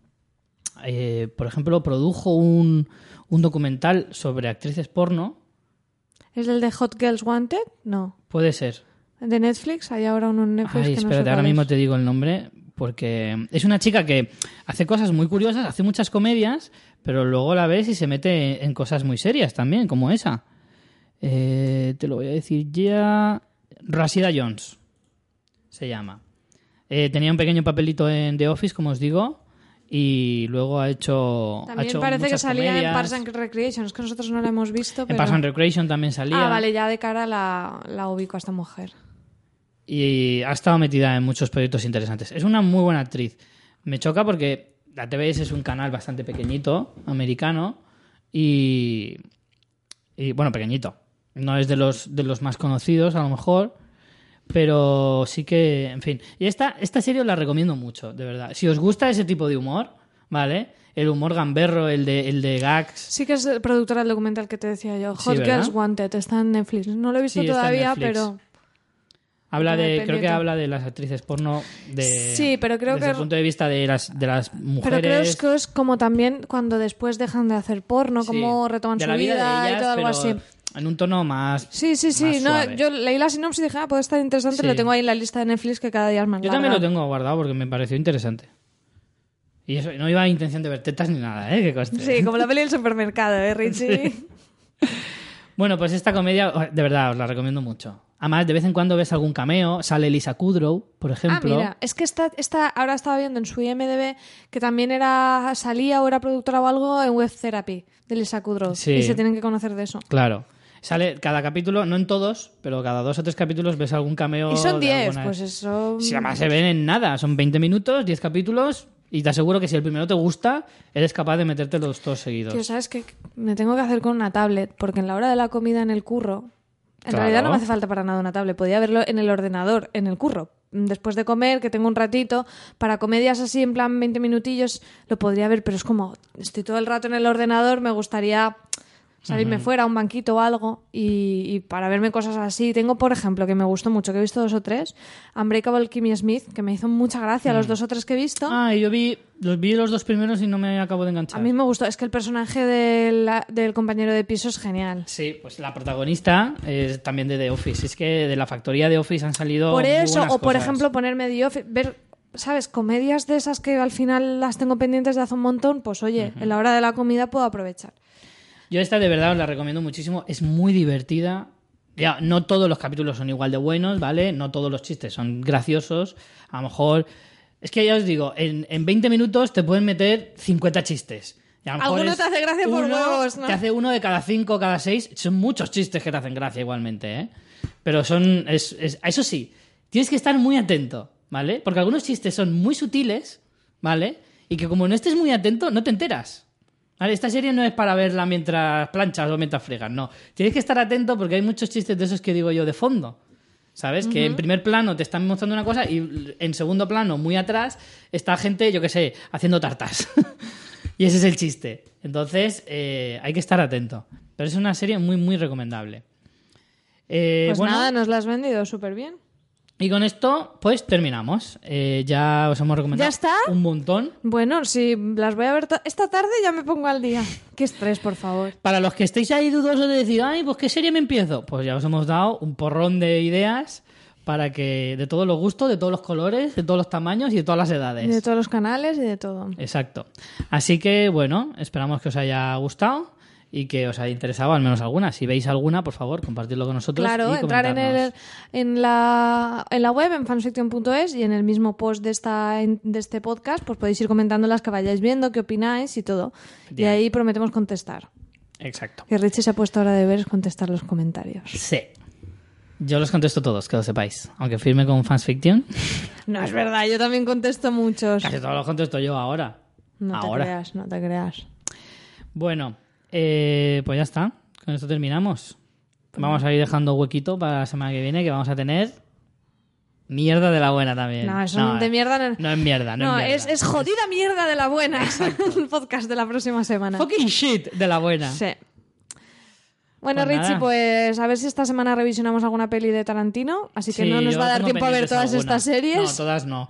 por ejemplo, produjo un documental sobre actrices porno. ¿Es el de Hot Girls Wanted? No. Puede ser. ¿De Netflix? Hay ahora uno en Netflix que no sé Espérate, ahora cuál mismo es. te digo el nombre, porque es una chica que hace cosas muy curiosas, hace muchas comedias, pero luego la ves y se mete en cosas muy serias también, como esa. Te lo voy a decir ya... Rashida Jones. se llama. Tenía un pequeño papelito en The Office, como os digo, y luego ha hecho También parece que salía comedias. en Parks and Recreation, es que nosotros no la hemos visto, pero... En Parks and Recreation también salía. Ah, vale, ya de cara la ubico a esta mujer. Y ha estado metida en muchos proyectos interesantes. Es una muy buena actriz. Me choca porque la TBS es un canal bastante pequeñito, americano, y bueno, pequeñito. No es de los más conocidos, a lo mejor, pero sí que, en fin. Y esta serie os la recomiendo mucho, de verdad. Si os gusta ese tipo de humor, ¿vale? El humor gamberro, el de gags. Sí que es productora del documental que te decía yo. Sí, Hot ¿verdad? Girls Wanted, está en Netflix. No lo he visto Sí, está en todavía, Netflix. pero... Creo que pendiente. habla de las actrices porno Sí, pero creo desde que... el punto de vista de las mujeres. Pero creo que es como también cuando después dejan de hacer porno, Sí, cómo retoman de su la vida de y ellas, todo algo pero así. en un tono más. Sí. más No, suave. yo leí la sinopsis y dije, puede estar interesante. Sí. Lo tengo ahí en la lista de Netflix que cada día es más Yo larga. también lo tengo guardado porque me pareció interesante. Y eso, no iba a intención de ver tetas ni nada, que conste. Sí, como la peli del supermercado, Richie? Sí. Bueno, pues esta comedia, de verdad, os la recomiendo mucho. Además, de vez en cuando ves algún cameo, sale Lisa Kudrow, por ejemplo. Ah, mira, es que esta ahora estaba viendo en su IMDb que también salía o era productora o algo en Web Therapy de Lisa Kudrow. Sí. Y se tienen que conocer de eso. Claro. Sale cada capítulo, no en todos, pero cada 2 o 3 capítulos ves algún cameo. Y son de 10, alguna- pues eso... Si además se ven en nada, son 20 minutos, 10 capítulos, y te aseguro que si el primero te gusta, eres capaz de meterte los todos seguidos. Tío, ¿sabes qué? Me tengo que hacer con una tablet, porque en la hora de la comida en el curro, en Claro. realidad no me hace falta para nada una tablet, podía verlo en el ordenador, en el curro. Después de comer, que tengo un ratito, para comedias así en plan 20 minutillos, lo podría ver, pero es como, estoy todo el rato en el ordenador, me gustaría salirme fuera a un banquito o algo y para verme cosas así. Tengo, por ejemplo, que me gustó mucho, que he visto 2 o 3, Unbreakable Kimmy Smith, que me hizo mucha gracia los 2 o 3 que he visto. Ah, y yo vi los 2 primeros y no me acabo de enganchar. A mí me gustó, es que el personaje del compañero de piso es genial. Sí, pues la protagonista es también de The Office. Es que de la factoría de Office han salido Por muy eso, buenas o por cosas. ejemplo ponerme The Office, ver, ¿sabes? Comedias de esas que al final las tengo pendientes de hace un montón, pues oye, en la hora de la comida puedo aprovechar. Yo esta de verdad os la recomiendo muchísimo. Es muy divertida. Ya, no todos los capítulos son igual de buenos, ¿vale? No todos los chistes son graciosos. A lo mejor... Es que ya os digo, en 20 minutos te pueden meter 50 chistes. Y a lo mejor Alguno es te hace gracia por uno- huevos, ¿no? Te hace uno de cada 5, cada 6. Son muchos chistes que te hacen gracia igualmente, ¿eh? Pero son... eso sí, tienes que estar muy atento, ¿vale? Porque algunos chistes son muy sutiles, ¿vale? Y que como no estés muy atento, no te enteras. ¿Vale? Esta serie no es para verla mientras planchas o mientras fregas, no. Tienes que estar atento porque hay muchos chistes de esos que digo yo de fondo. ¿Sabes? Que en primer plano te están mostrando una cosa y en segundo plano, muy atrás, está gente, yo qué sé, haciendo tartas. Y ese es el chiste. Entonces, hay que estar atento. Pero es una serie muy, muy recomendable. Pues bueno, nada, nos la has vendido súper bien. y con esto, pues terminamos. Ya os hemos recomendado ¿Ya está? un montón. Bueno, si las voy a ver esta tarde ya me pongo al día. Qué estrés, por favor. Para los que estéis ahí dudosos de decir, ay, pues ¿qué serie me empiezo? Pues ya os hemos dado un porrón de ideas para que de todos los gustos, de todos los colores, de todos los tamaños y de todas las edades. De todos los canales y de todo. Exacto. Así que, bueno, esperamos que os haya gustado y que os haya interesado al menos alguna. Si veis alguna, por favor, compartidlo con nosotros. Claro, y entrar comentarnos. en la web, en fansfiction.es, y en el mismo post de este podcast, pues podéis ir comentando las que vayáis viendo, qué opináis y todo. Y Bien. ahí prometemos contestar. Exacto. Que Richie se ha puesto ahora de ver contestar los comentarios. Sí. Yo los contesto todos, que lo sepáis. Aunque firme con Fans Fiction, No es verdad, yo también contesto muchos. casi todos los contesto yo ahora. No te ahora. creas, no te creas. Bueno, pues ya está. Con esto terminamos. Vamos a ir dejando huequito para la semana que viene, que vamos a tener mierda de la buena también. No, eso de mierda no. No es mierda, no, No, es mierda. es jodida mierda de la buena. El podcast de la próxima semana. Fucking shit de la buena. Sí. Bueno, Pues Richie, nada. pues a ver si esta semana revisionamos alguna peli de Tarantino. Así que Sí, no nos yo va a dar tengo tiempo a ver pendientes todas alguna. estas series. No, todas no.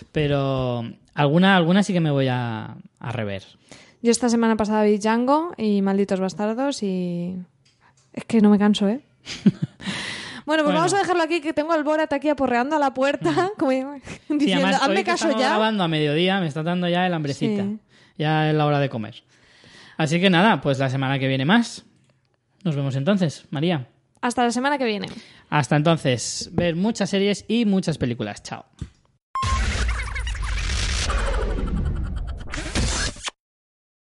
Pero alguna sí que me voy a rever. Yo esta semana pasada vi Django y Malditos Bastardos y... Es que no me canso, ¿eh? Bueno, pues Bueno. vamos a dejarlo aquí, que tengo al Borat aquí aporreando a la puerta, como Sí, diciendo, además, hoy hazme que caso estamos ya. grabando a mediodía, me está dando ya el hambrecita. Sí. Ya es la hora de comer. Así que nada, pues la semana que viene más. Nos vemos entonces, María. Hasta la semana que viene. Hasta entonces, ver muchas series y muchas películas. Chao.